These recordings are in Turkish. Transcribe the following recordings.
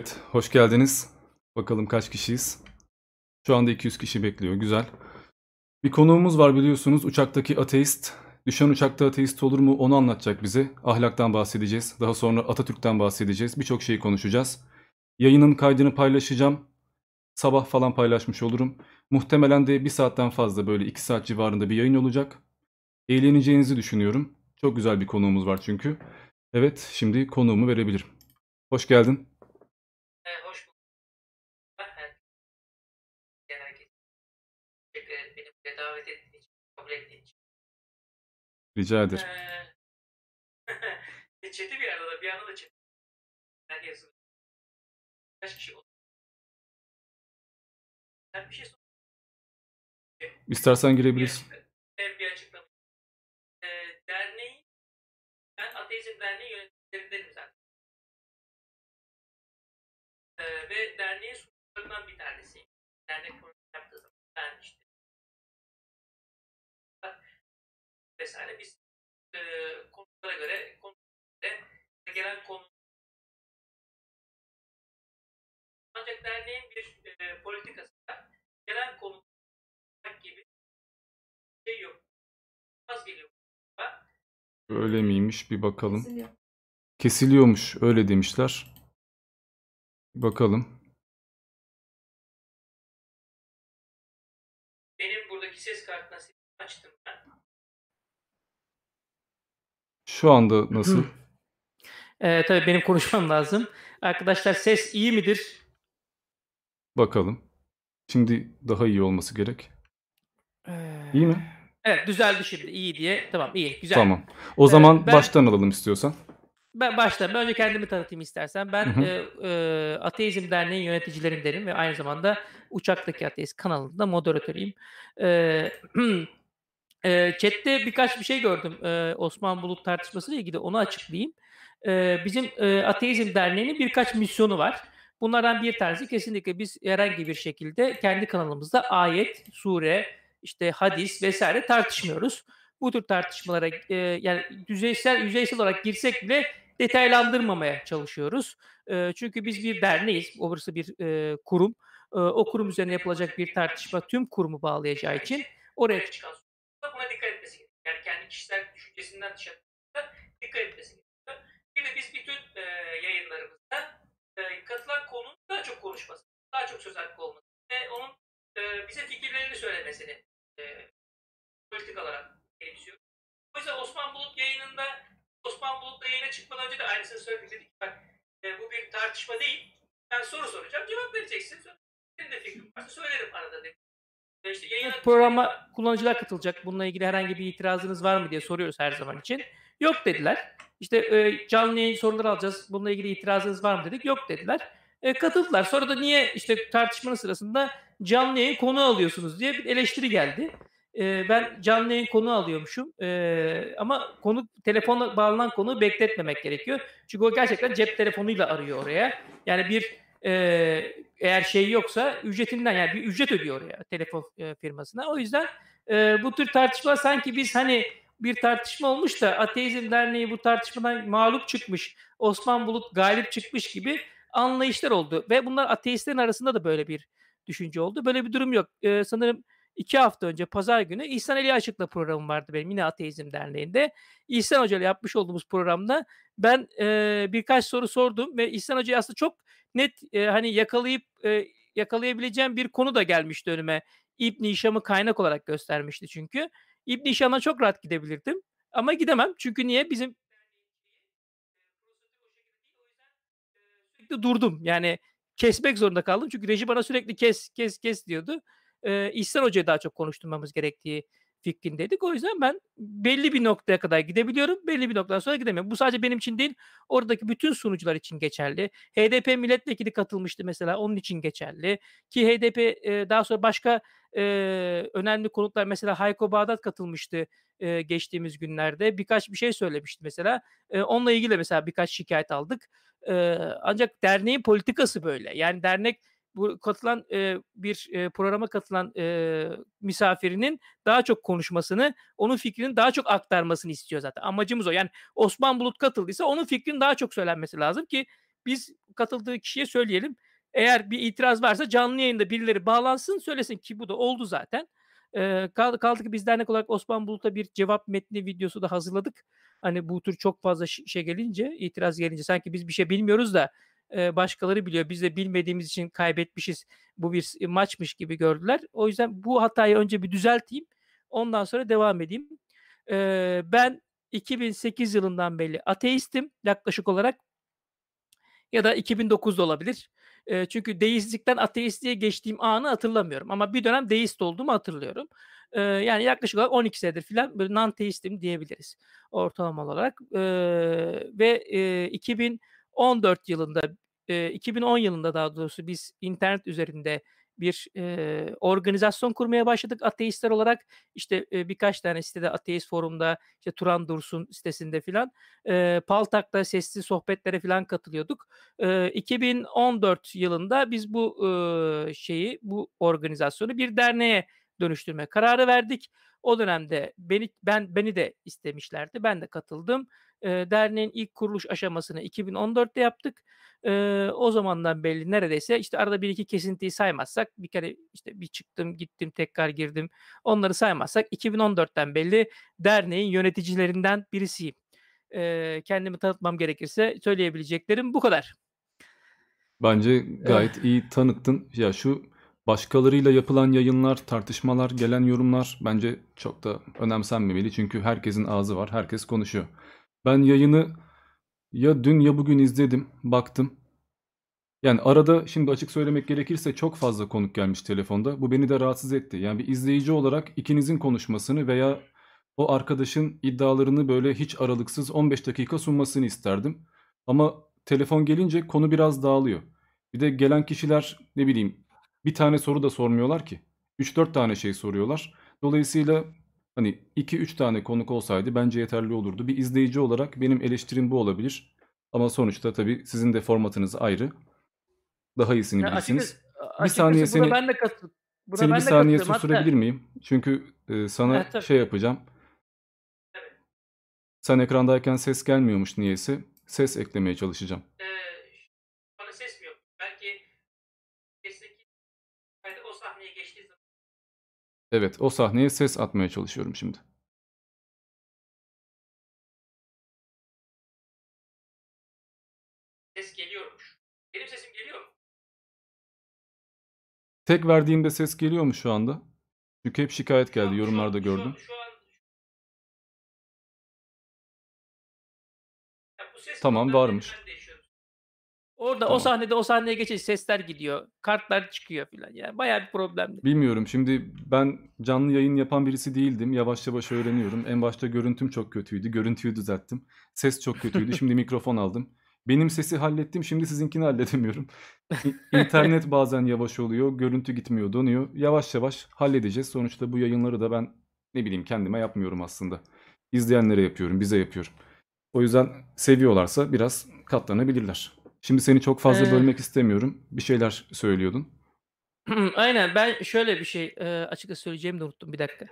Evet, hoş geldiniz. Bakalım kaç kişiyiz? Şu anda 200 kişi bekliyor, güzel. Bir konuğumuz var biliyorsunuz, uçaktaki ateist. Düşen uçakta ateist olur mu onu anlatacak bize. Ahlaktan bahsedeceğiz. Daha sonra Atatürk'ten bahsedeceğiz. Birçok şeyi konuşacağız. Yayının kaydını paylaşacağım. Sabah falan paylaşmış olurum. Muhtemelen de bir saatten fazla böyle 2 saat civarında bir yayın olacak. Eğleneceğinizi düşünüyorum. Çok güzel bir konuğumuz var çünkü. Evet, şimdi konuğumu verebilirim. Hoş geldin. Hoş bulduk. Herkese teşekkür ederim beni buraya davet ettiğin için, kabul ettiğin için. Rica ederim. Chat'i bir anda da chat. Herkes kaç kişi oldu? Sen bir şey sor. İstersen Bir girebilirsin. açıklama. Bir açıklama. Derneğin, ben Ateizm Derneği yöneticilerindenim zaten. Ve derneğin sunucularından bir tanesiyim. Dernek projesi yaptığı zaman ben işte vesaire biz konulara göre gelen konu ancak derneğin bir politikasında gelen konu gibi şey yok. Az geliyor. Öyle miymiş bir bakalım. Kesiliyormuş öyle demişler. Bir bakalım. Benim buradaki ses kartına açtım ben. Şu anda nasıl? Tabii benim konuşmam lazım. Arkadaşlar ses iyi midir? Bakalım. Şimdi daha iyi olması gerek. Ee, İyi mi? Evet düzeldi şimdi iyi diye. Tamam iyi güzel. Tamam. O zaman Ben baştan alalım istiyorsan. ben önce kendimi tanıtayım istersen. Hı Ben hı. Ateizm Derneği yöneticilerindenim ve aynı zamanda Uçaktaki Ateist kanalında moderatörüyüm. Ee, Chat'te birkaç bir şey gördüm. Osman Bulut tartışmasıyla ilgili onu açıklayayım. Bizim Ateizm Derneği'nin birkaç misyonu var. Bunlardan bir tanesi kesinlikle biz herhangi bir şekilde kendi kanalımızda ayet, sure, işte hadis vesaire tartışmıyoruz. Bu tür tartışmalara yani yüzeysel olarak girsek bile detaylandırmamaya çalışıyoruz. Çünkü biz bir derneğiz. Orası bir kurum. O kurum üzerine yapılacak bir tartışma tüm kurumu bağlayacağı için oraya çıkan buna dikkat etmesi gerekiyor. Yani kendi kişisel düşüncesinden dışarı dikkat etmesi gerekiyor. Bir de biz bütün yayınlarımızda katılan konunun daha çok konuşması, daha çok söz hakkı olması ve onun bize fikirlerini söylemesini politik olarak benimsiyoruz. O yüzden Osman Bulut'la yayına çıkmadan önce de aynısını söyledik. Dedik bak bu bir tartışma değil. Ben soru soracağım, cevap vereceksin. Senin de fikrin varsa söylerim arada dedik. İşte programa kullanıcılar katılacak. Bununla ilgili herhangi bir itirazınız var mı diye soruyoruz her zaman için. Yok dediler. İşte canlı yayın soruları alacağız. Bununla ilgili itirazınız var mı dedik. Yok dediler. Katıldılar. Sonra da niye işte tartışmanın sırasında canlı yayın konu alıyorsunuz diye bir eleştiri geldi. Ben canlı yayın konu alıyormuşum. Ama telefonla bağlanan konuyu bekletmemek gerekiyor. Çünkü o gerçekten cep telefonuyla arıyor oraya. Yani bir eğer şey yoksa ücretinden yani bir ücret ödüyor oraya telefon firmasına. O yüzden bu tür tartışma sanki biz hani bir tartışma olmuş da Ateizm Derneği bu tartışmadan mağlup çıkmış, Osman Bulut galip çıkmış gibi anlayışlar oldu. Ve bunlar ateistlerin arasında da böyle bir düşünce oldu. Böyle bir durum yok. Sanırım 2 hafta önce pazar günü İhsan Eli Açık'la programım vardı benim yine Ateizm Derneği'nde. İhsan Hoca ile yapmış olduğumuz programda ben birkaç soru sordum ve İhsan Hoca'ya aslında çok net hani yakalayabileceğim bir konu da gelmişti önüme. İbn Hişam'ı kaynak olarak göstermişti çünkü. İbn Hişam'a çok rahat gidebilirdim ama gidemem. Çünkü niye? Bizim sürekli durdum. Yani kesmek zorunda kaldım. Çünkü reji bana sürekli kes, kes, kes diyordu. İhsan Hoca'ya daha çok konuşturmamız gerektiği fikrindeydik. O yüzden ben belli bir noktaya kadar gidebiliyorum. Belli bir noktadan sonra gidemiyorum. Bu sadece benim için değil, oradaki bütün sunucular için geçerli. HDP milletvekili katılmıştı mesela, onun için geçerli. Ki HDP daha sonra başka önemli konuklar mesela Hayko Bağdat katılmıştı geçtiğimiz günlerde. Birkaç bir şey söylemişti mesela. Onunla ilgili mesela birkaç şikayet aldık. Ancak derneğin politikası böyle. Yani dernek bu katılan bir programa katılan misafirinin daha çok konuşmasını, onun fikrinin daha çok aktarmasını istiyor zaten. Amacımız o. Yani Osman Bulut katıldıysa onun fikrinin daha çok söylenmesi lazım ki Biz katıldığı kişiye söyleyelim. Eğer bir itiraz varsa canlı yayında birileri bağlansın, söylesin ki bu da oldu zaten. Kaldı ki biz dernek olarak Osman Bulut'a bir cevap metni videosu da hazırladık. Hani bu tür çok fazla şey gelince, itiraz gelince sanki biz bir şey bilmiyoruz da başkaları biliyor. Biz de bilmediğimiz için kaybetmişiz. Bu bir maçmış gibi gördüler. O yüzden bu hatayı önce bir düzelteyim. Ondan sonra devam edeyim. Ben 2008 yılından beri ateistim yaklaşık olarak. Ya da 2009'da olabilir. Çünkü deistlikten ateistliğe geçtiğim anı hatırlamıyorum ama bir dönem deist olduğumu hatırlıyorum. Yani yaklaşık olarak 12 senedir filan böyle non-teistim diyebiliriz ortalama olarak. 2014 yılında, 2010 yılında daha doğrusu biz internet üzerinde bir, organizasyon kurmaya başladık ateistler olarak. İşte, birkaç tane sitede, Ateist Forum'da, işte Turan Dursun sitesinde filan, Paltak'ta sesli sohbetlere filan katılıyorduk. 2014 yılında biz bu, bu organizasyonu bir derneğe dönüştürme kararı verdik. O dönemde beni de istemişlerdi. Ben de katıldım. Derneğin ilk kuruluş aşamasını 2014'te yaptık. O zamandan beri neredeyse, işte, arada 1-2 kesintiyi saymazsak, bir kere, işte, bir çıktım, gittim, tekrar girdim. Onları saymazsak 2014'ten beri derneğin yöneticilerinden birisiyim. Kendimi tanıtmam gerekirse söyleyebileceklerim bu kadar. Bence Eh, gayet iyi tanıttın. Ya şu başkalarıyla yapılan yayınlar, tartışmalar, gelen yorumlar bence çok da önemsenmemeli. Çünkü herkesin ağzı var, herkes konuşuyor. Ben yayını ya dün ya bugün izledim, baktım. Yani arada şimdi açık söylemek gerekirse çok fazla konuk gelmiş telefonda. Bu beni de rahatsız etti. Yani bir izleyici olarak ikinizin konuşmasını veya o arkadaşın iddialarını böyle hiç aralıksız 15 dakika sunmasını isterdim. Ama telefon gelince konu biraz dağılıyor. Bir de gelen kişiler ne bileyim bir tane soru da sormuyorlar ki. 3-4 tane şey soruyorlar. Dolayısıyla hani 2-3 tane konuk olsaydı bence yeterli olurdu. Bir izleyici olarak benim eleştirim bu olabilir. Ama sonuçta tabii sizin de formatınız ayrı. Daha iyisini ya bilirsiniz. Bir saniye açıkçası seni buna seni bir ben de saniye katılıyorum. susturabilir Hatta miyim? Çünkü sana tabii. şey yapacağım. Evet. Sen ekrandayken ses gelmiyormuş niyeyse. Ses eklemeye çalışacağım. Bana ses mi yok? Belki sesteki o sahneye geçtiği zaman Evet, o sahneye ses atmaya çalışıyorum şimdi. ses geliyormuş. Benim sesim geliyor mu? Tek verdiğimde ses geliyor mu şu anda? Çünkü hep şikayet geldi, yorumlarda gördüm. Şu an ya bu ses Tamam, problemlerini varmış. ben de yaşıyorum. Orada o Tamam. sahnede o sahneye geçince sesler gidiyor. Kartlar çıkıyor filan. Yani bayağı bir problemli. Bilmiyorum. Şimdi ben canlı yayın yapan birisi değildim. Yavaş yavaş öğreniyorum. En başta görüntüm çok kötüydü. Görüntüyü düzelttim. Ses çok kötüydü. Şimdi mikrofon aldım. Benim sesi hallettim. Şimdi sizinkini halledemiyorum. İnternet bazen yavaş oluyor. Görüntü gitmiyor, donuyor. Yavaş yavaş halledeceğiz. Sonuçta bu yayınları da ben ne bileyim kendime yapmıyorum aslında. İzleyenlere yapıyorum, bize yapıyorum. O yüzden seviyorlarsa biraz katlanabilirler. Şimdi seni çok fazla Eee, bölmek istemiyorum. Bir şeyler söylüyordun. aynen ben şöyle bir şey, açıkçası söyleyeceğimi de unuttum. Bir dakika.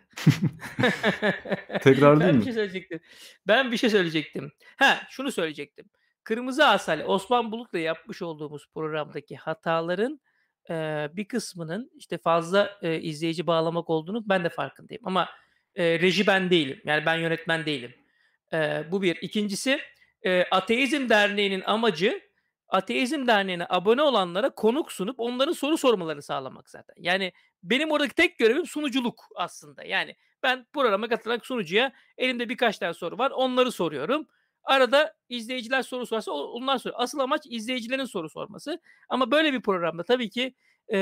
Tekrarlayayım Ben bir mı? şey söyleyecektim. Ben bir şey söyleyecektim. Ha, şunu söyleyecektim. Kırmızı Asal, Osman Bulut'la yapmış olduğumuz programdaki hataların, bir kısmının, işte, fazla, izleyici bağlamak olduğunu ben de farkındayım ama, reji ben değilim. Yani ben yönetmen değilim. Bu bir. 2'ncisi, Ateizm Derneği'nin amacı, Ateizm Derneği'ne abone olanlara konuk sunup onların soru sormalarını sağlamak zaten. Yani benim oradaki tek görevim sunuculuk aslında. Yani ben programa katılan sunucuya elimde birkaç tane soru var, onları soruyorum. Arada izleyiciler soru sorarsa onlar soruyor. Asıl amaç izleyicilerin soru sorması. Ama böyle bir programda tabii ki,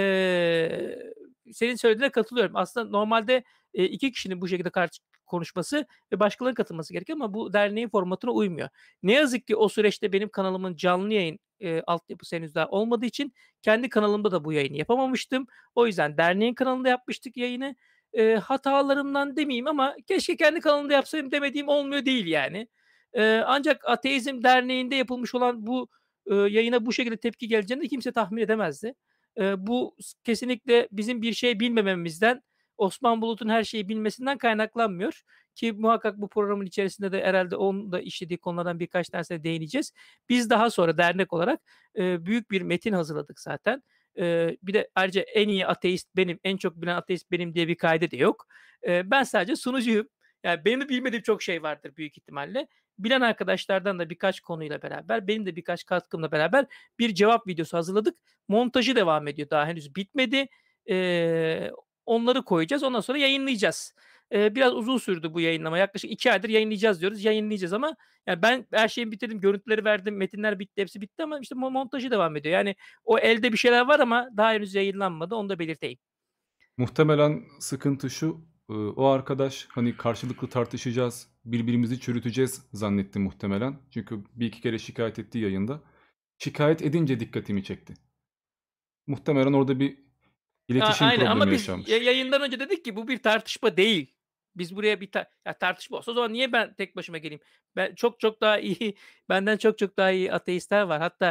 senin söylediğine katılıyorum. Aslında normalde, 2 kişinin bu şekilde konuşması ve başkalarının katılması gerekiyor ama bu derneğin formatına uymuyor. Ne yazık ki o süreçte benim kanalımın canlı yayın, altyapısı henüz daha olmadığı için kendi kanalımda da bu yayını yapamamıştım. O yüzden derneğin kanalında yapmıştık yayını. Hatalarımdan demeyeyim ama keşke kendi kanalımda yapsaydım demediğim olmuyor değil yani. Ancak Ateizm Derneği'nde yapılmış olan bu, yayına bu şekilde tepki geleceğini de kimse tahmin edemezdi. Bu kesinlikle bizim bir şey bilmememizden, Osman Bulut'un her şeyi bilmesinden kaynaklanmıyor. ki muhakkak bu programın içerisinde de herhâlde onun da işlediği konulardan birkaç tanesine değineceğiz. Biz daha sonra dernek olarak, büyük bir metin hazırladık zaten. Bir de ayrıca en iyi ateist benim, en çok bilen ateist benim diye bir kaide de yok. Ben sadece sunucuyum. Yani benim de bilmediğim çok şey vardır büyük ihtimalle. Bilen arkadaşlardan da birkaç konuyla beraber, benim de birkaç katkımla beraber bir cevap videosu hazırladık. Montajı devam ediyor. Daha henüz bitmedi. Eee, Onları koyacağız. Ondan sonra yayınlayacağız. Biraz uzun sürdü bu yayınlama. Yaklaşık 2 aydır yayınlayacağız diyoruz. Yayınlayacağız ama yani ben her şeyi bitirdim. Görüntüleri verdim. Metinler bitti. Hepsi bitti ama işte montajı devam ediyor. Yani o elde bir şeyler var ama daha henüz yayınlanmadı. Onu da belirteyim. Muhtemelen sıkıntı şu, o arkadaş hani karşılıklı tartışacağız, birbirimizi çürüteceğiz zannetti muhtemelen. Çünkü bir iki kere şikayet etti yayında. Şikayet edince dikkatimi çekti. Muhtemelen orada bir iletişim Aynen ama problemi biz yaşanmış. yayından önce dedik ki bu bir tartışma değil. Biz buraya bir ya tartışma olsa o zaman niye ben tek başıma geleyim? Ben çok çok daha iyi benden çok çok daha iyi ateistler var. Hatta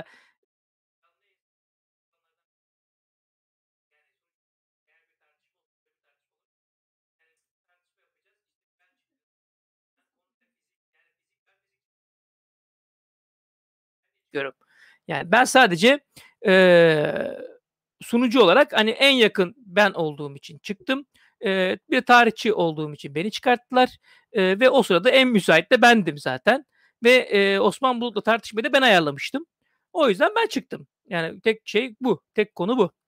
diyorum. Yani ben sadece, eee, sunucu olarak, hani, en yakın ben olduğum için çıktım. Bir de tarihçi olduğum için beni çıkarttılar, ve o sırada en müsait de bendim zaten ve, Osman Bulut'la tartışmayı da ben ayarlamıştım. O yüzden ben çıktım. Yani tek şey bu, tek konu bu.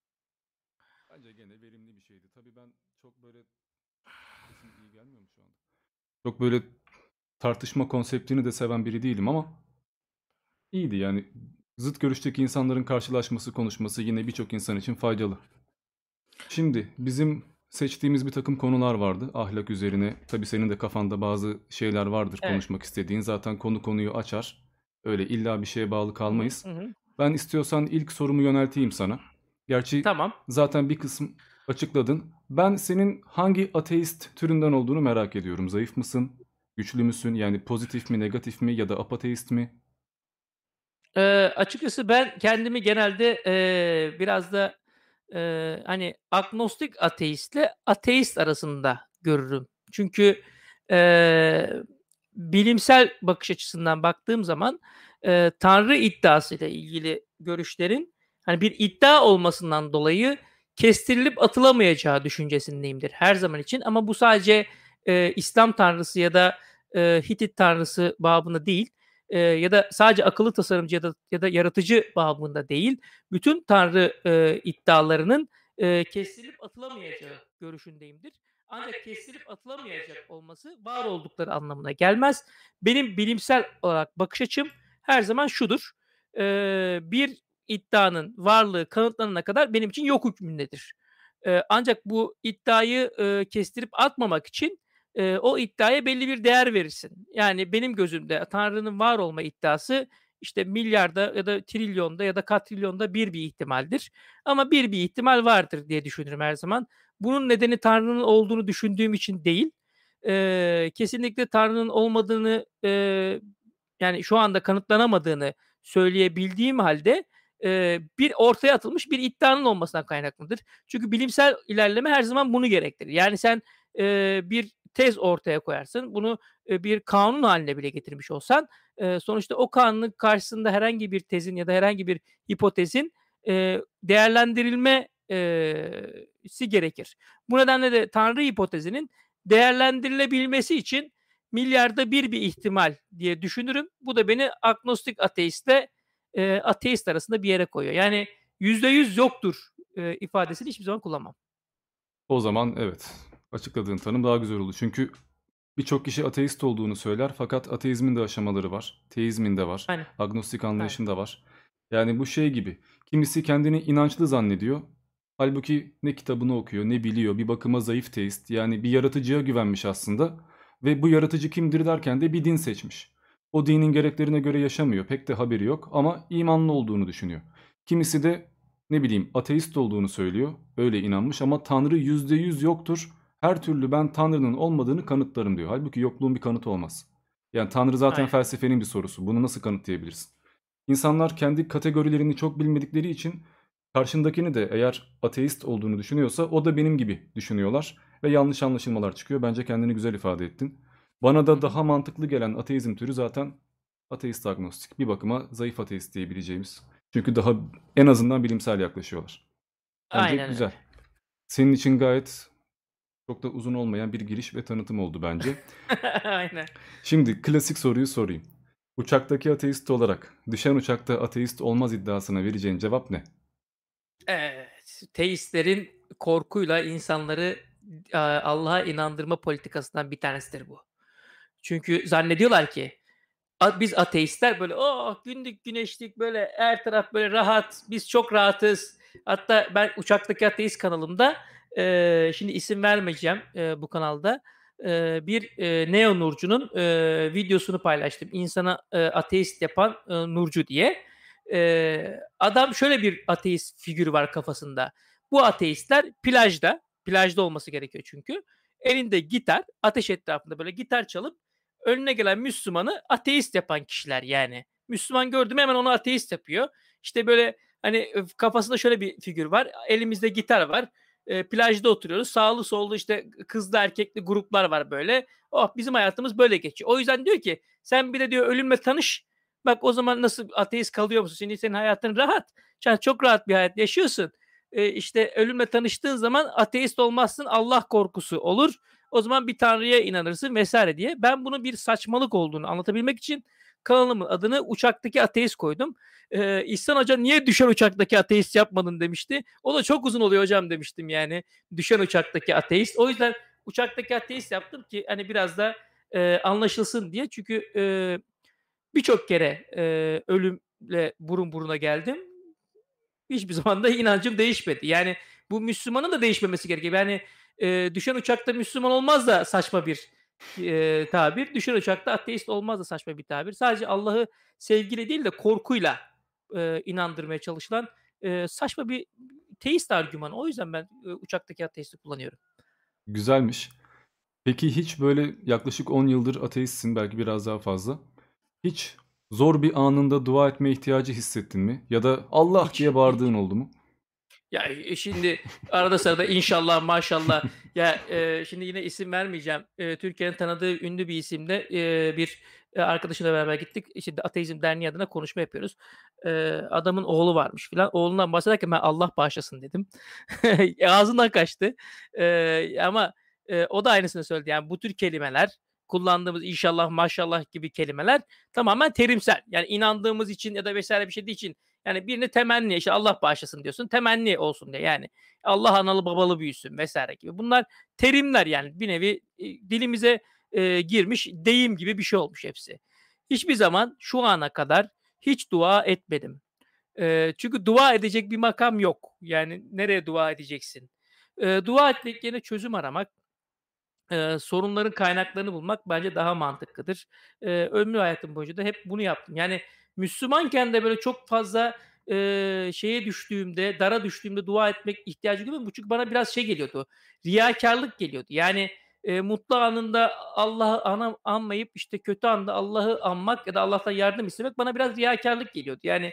Bence gene verimli bir şeydi. Tabii ben çok böyle sesim iyi gelmiyor mu şu anda? Çok böyle tartışma konseptini de seven biri değilim ama iyiydi yani. Zıt görüşteki insanların karşılaşması, konuşması yine birçok insan için faydalı. Şimdi bizim seçtiğimiz bir takım konular vardı ahlak üzerine. Tabii senin de kafanda bazı şeyler vardır Evet. konuşmak istediğin. Zaten konu konuyu açar. Öyle illa bir şeye bağlı Hı hı. kalmayız. Hı hı. Ben istiyorsan ilk sorumu yönelteyim sana. Gerçi Tamam. zaten bir kısım açıkladın. Ben senin hangi ateist türünden olduğunu merak ediyorum. Zayıf mısın? Güçlü müsün? Yani pozitif mi, negatif mi ya da apateist mi? Açıkçası ben kendimi genelde, biraz da, hani, agnostik ateistle ateist arasında görürüm. Çünkü, eee, bilimsel bakış açısından baktığım zaman, tanrı iddiasıyla ilgili görüşlerin, hani, bir iddia olmasından dolayı kestirilip atılamayacağı düşüncesindeyimdir her zaman için ama bu sadece, İslam tanrısı ya da, Hitit tanrısı babında değil. Ya da sadece akıllı tasarımcı ya da yaratıcı babında değil, bütün tanrı, iddialarının, kestirip atılamayacağı görüşündeyimdir. Ancak kestirip atılamayacak olması var oldukları anlamına gelmez. Benim bilimsel olarak bakış açım her zaman şudur: bir iddianın varlığı kanıtlanana kadar benim için yok hükmündedir. Ancak bu iddiayı, kestirip atmamak için o iddiaya belli bir değer verirsin. Yani benim gözümde Tanrı'nın var olma iddiası, işte, milyarda ya da trilyonda ya da katrilyonda bir ihtimaldir. Ama bir ihtimal vardır diye düşünürüm her zaman. Bunun nedeni Tanrı'nın olduğunu düşündüğüm için değil, kesinlikle Tanrı'nın olmadığını, yani, şu anda kanıtlanamadığını söyleyebildiğim halde bir ortaya atılmış bir iddianın olmasından kaynaklıdır. Çünkü bilimsel ilerleme her zaman bunu gerektirir. Yani sen, bir tez ortaya koyarsın. Bunu, bir kanun haline bile getirmiş olsan, sonuçta o kanunun karşısında herhangi bir tezin ya da herhangi bir hipotezin, değerlendirilme si gerekir. Bu nedenle de Tanrı hipotezinin değerlendirilebilmesi için milyarda bir ihtimal diye düşünürüm. Bu da beni agnostik ateistle, ateist arasında bir yere koyuyor. Yani %100 yoktur, ifadesini hiçbir zaman kullanmam. O zaman evet, açıkladığın tanım daha güzel oldu. Çünkü birçok kişi ateist olduğunu söyler fakat ateizmin de aşamaları var. Teizmin de var. Aynen, Agnostik aynen, anlayışın da var. Yani bu şey gibi. Kimisi kendini inançlı zannediyor. Halbuki ne kitabını okuyor, ne biliyor. Bir bakıma zayıf teist. Yani bir yaratıcıya güvenmiş aslında. Ve bu yaratıcı kimdir derken de bir din seçmiş. O dinin gereklerine göre yaşamıyor. Pek de haberi yok ama imanlı olduğunu düşünüyor. Kimisi de ne bileyim ateist olduğunu söylüyor. Öyle inanmış ama Tanrı %100 yoktur. Her türlü ben Tanrı'nın olmadığını kanıtlarım diyor. Halbuki yokluğun bir kanıtı olmaz. Yani Tanrı zaten aynen. felsefenin bir sorusu. Bunu nasıl kanıtlayabilirsin? İnsanlar kendi kategorilerini çok bilmedikleri için karşındakini de eğer ateist olduğunu düşünüyorsa o da benim gibi düşünüyorlar. ve yanlış anlaşılmalar çıkıyor. Bence kendini güzel ifade ettin. Bana Hı da hı. daha mantıklı gelen ateizm türü zaten ateist agnostik. Bir bakıma zayıf ateist diyebileceğimiz. Çünkü daha en azından bilimsel yaklaşıyorlar. Bence Aynen güzel. öyle. Senin için gayet çok da uzun olmayan bir giriş ve tanıtım oldu bence. Aynen. Şimdi klasik soruyu sorayım. Uçaktaki ateist olarak düşen uçakta ateist olmaz iddiasına vereceğin cevap ne? Evet, teistlerin korkuyla insanları Allah'a inandırma politikasından bir tanesidir bu. Çünkü zannediyorlar ki biz ateistler böyle gündük güneşlik böyle her taraf böyle rahat, biz çok rahatız. Hatta ben Uçaktaki Ateist kanalımda şimdi isim vermeyeceğim bu kanalda bir neo nurcunun videosunu paylaştım. İnsana ateist yapan nurcu diye. Adam şöyle bir ateist figürü var kafasında. Bu ateistler plajda olması gerekiyor çünkü. Elinde gitar, ateş etrafında böyle gitar çalıp önüne gelen Müslümanı ateist yapan kişiler yani. Müslüman gördü mü hemen onu ateist yapıyor. İşte böyle hani kafasında şöyle bir figür var. Elimizde gitar var. Plajda oturuyoruz. Sağlı sollu işte kızlı erkekli gruplar var böyle. Oh bizim hayatımız böyle geçiyor. O yüzden diyor ki sen bir de diyor ölümle tanış. Bak o zaman nasıl ateist kalıyor musun? Şimdi senin hayatın rahat. Sen çok rahat bir hayat yaşıyorsun. İşte ölümle tanıştığın zaman ateist olmazsın. Allah korkusu olur. O zaman bir tanrıya inanırsın vesaire diye. Ben bunu bir saçmalık olduğunu anlatabilmek için kanalımın adını Uçaktaki Ateist koydum. İhsan Hoca niye düşen uçaktaki ateist yapmadın demişti. O da çok uzun oluyor hocam demiştim yani. Düşen uçaktaki ateist. O yüzden uçaktaki ateist yaptım ki hani biraz da anlaşılsın diye. Çünkü birçok kere ölümle burun buruna geldim. Hiçbir zaman da inancım değişmedi. Yani bu Müslümanın da değişmemesi gerekiyor. Yani düşen uçakta Müslüman olmaz da saçma bir tabir. Düşen uçakta ateist olmaz da saçma bir tabir. Sadece Allah'ı sevgiyle değil de korkuyla inandırmaya çalışılan saçma bir teist argümanı. O yüzden ben uçaktaki ateisti kullanıyorum. Güzelmiş. Peki hiç böyle yaklaşık 10 yıldır ateistsin, belki biraz daha fazla. Hiç zor bir anında dua etme ihtiyacı hissettin mi? Ya da Allah Hiç, diye hiç. bağırdığın oldu mu? Ya, şimdi arada sırada inşallah, maşallah ya, şimdi yine isim vermeyeceğim. Türkiye'nin tanıdığı ünlü bir isimle, bir, arkadaşımla beraber gittik. İşte, Ateizm Derneği adına konuşma yapıyoruz. Adamın oğlu varmış filan. Oğlundan bahsederken ben Allah bağışlasın dedim. Ağzından kaçtı. Ama, o da aynısını söyledi. Yani bu tür kelimeler, kullandığımız inşallah, maşallah gibi kelimeler tamamen terimsel. Yani inandığımız için ya da vesaire bir şey değil için yani birini temenni, işte Allah bağışlasın diyorsun, temenni olsun diye yani. Allah analı babalı büyüsün vesaire gibi. Bunlar terimler yani bir nevi dilimize girmiş deyim gibi bir şey olmuş hepsi. Hiçbir zaman şu ana kadar hiç dua etmedim. Çünkü dua edecek bir makam yok. Yani nereye dua edeceksin? Dua etmek yerine çözüm aramak, sorunların kaynaklarını bulmak bence daha mantıklıdır. Ömrü hayatım boyunca da hep bunu yaptım. Yani Müslümanken de böyle çok fazla, şeye düştüğümde, dara düştüğümde dua etmek ihtiyacı duymadım. Bu çünkü bana biraz şey geliyordu, riyakârlık geliyordu. Yani, mutlu anında Allah'ı anmayıp, işte, kötü anda Allah'ı anmak ya da Allah'tan yardım istemek bana biraz riyakârlık geliyordu. Yani,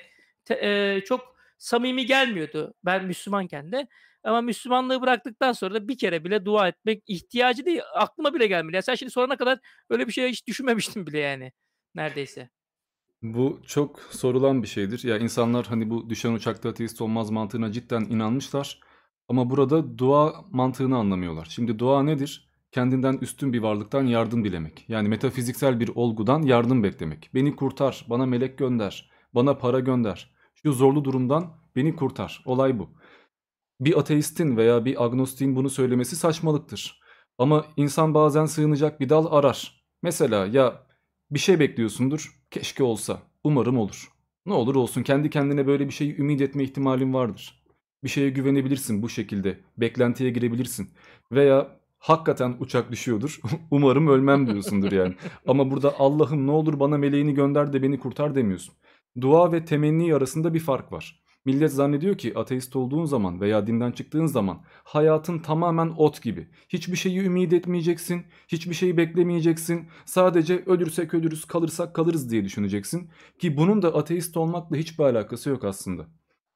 çok samimi gelmiyordu ben Müslümanken de. Ama Müslümanlığı bıraktıktan sonra da bir kere bile dua etmek ihtiyacı değil, aklıma bile gelmedi. Ya sen şimdi sorana kadar öyle bir şey hiç düşünmemiştim bile yani neredeyse. Bu çok sorulan bir şeydir. Ya insanlar hani bu düşen uçakta ateist olmaz mantığına cidden inanmışlar. Ama burada dua mantığını anlamıyorlar. Şimdi dua nedir? Kendinden üstün bir varlıktan yardım dilemek. Yani metafiziksel bir olgudan yardım beklemek. Beni kurtar, bana melek gönder, bana para gönder. Şu zorlu durumdan beni kurtar. Olay bu. Bir ateistin veya bir agnostiğin bunu söylemesi saçmalıktır. Ama insan bazen sığınacak bir dal arar. Mesela ya bir şey bekliyorsundur, keşke olsa, umarım olur. Ne olur olsun, kendi kendine böyle bir şeyi ümit etme ihtimalin vardır. Bir şeye güvenebilirsin bu şekilde, beklentiye girebilirsin. Veya hakikaten uçak düşüyordur, umarım ölmem diyorsundur yani. Ama burada Allah'ım ne olur bana meleğini gönder de beni kurtar demiyorsun. Dua ve temenni arasında bir fark var. Millet zannediyor ki ateist olduğun zaman veya dinden çıktığın zaman hayatın tamamen ot gibi. Hiçbir şeyi ümit etmeyeceksin, hiçbir şeyi beklemeyeceksin. Sadece ölürsek ölürüz, kalırsak kalırız diye düşüneceksin. Ki bunun da ateist olmakla hiçbir alakası yok aslında.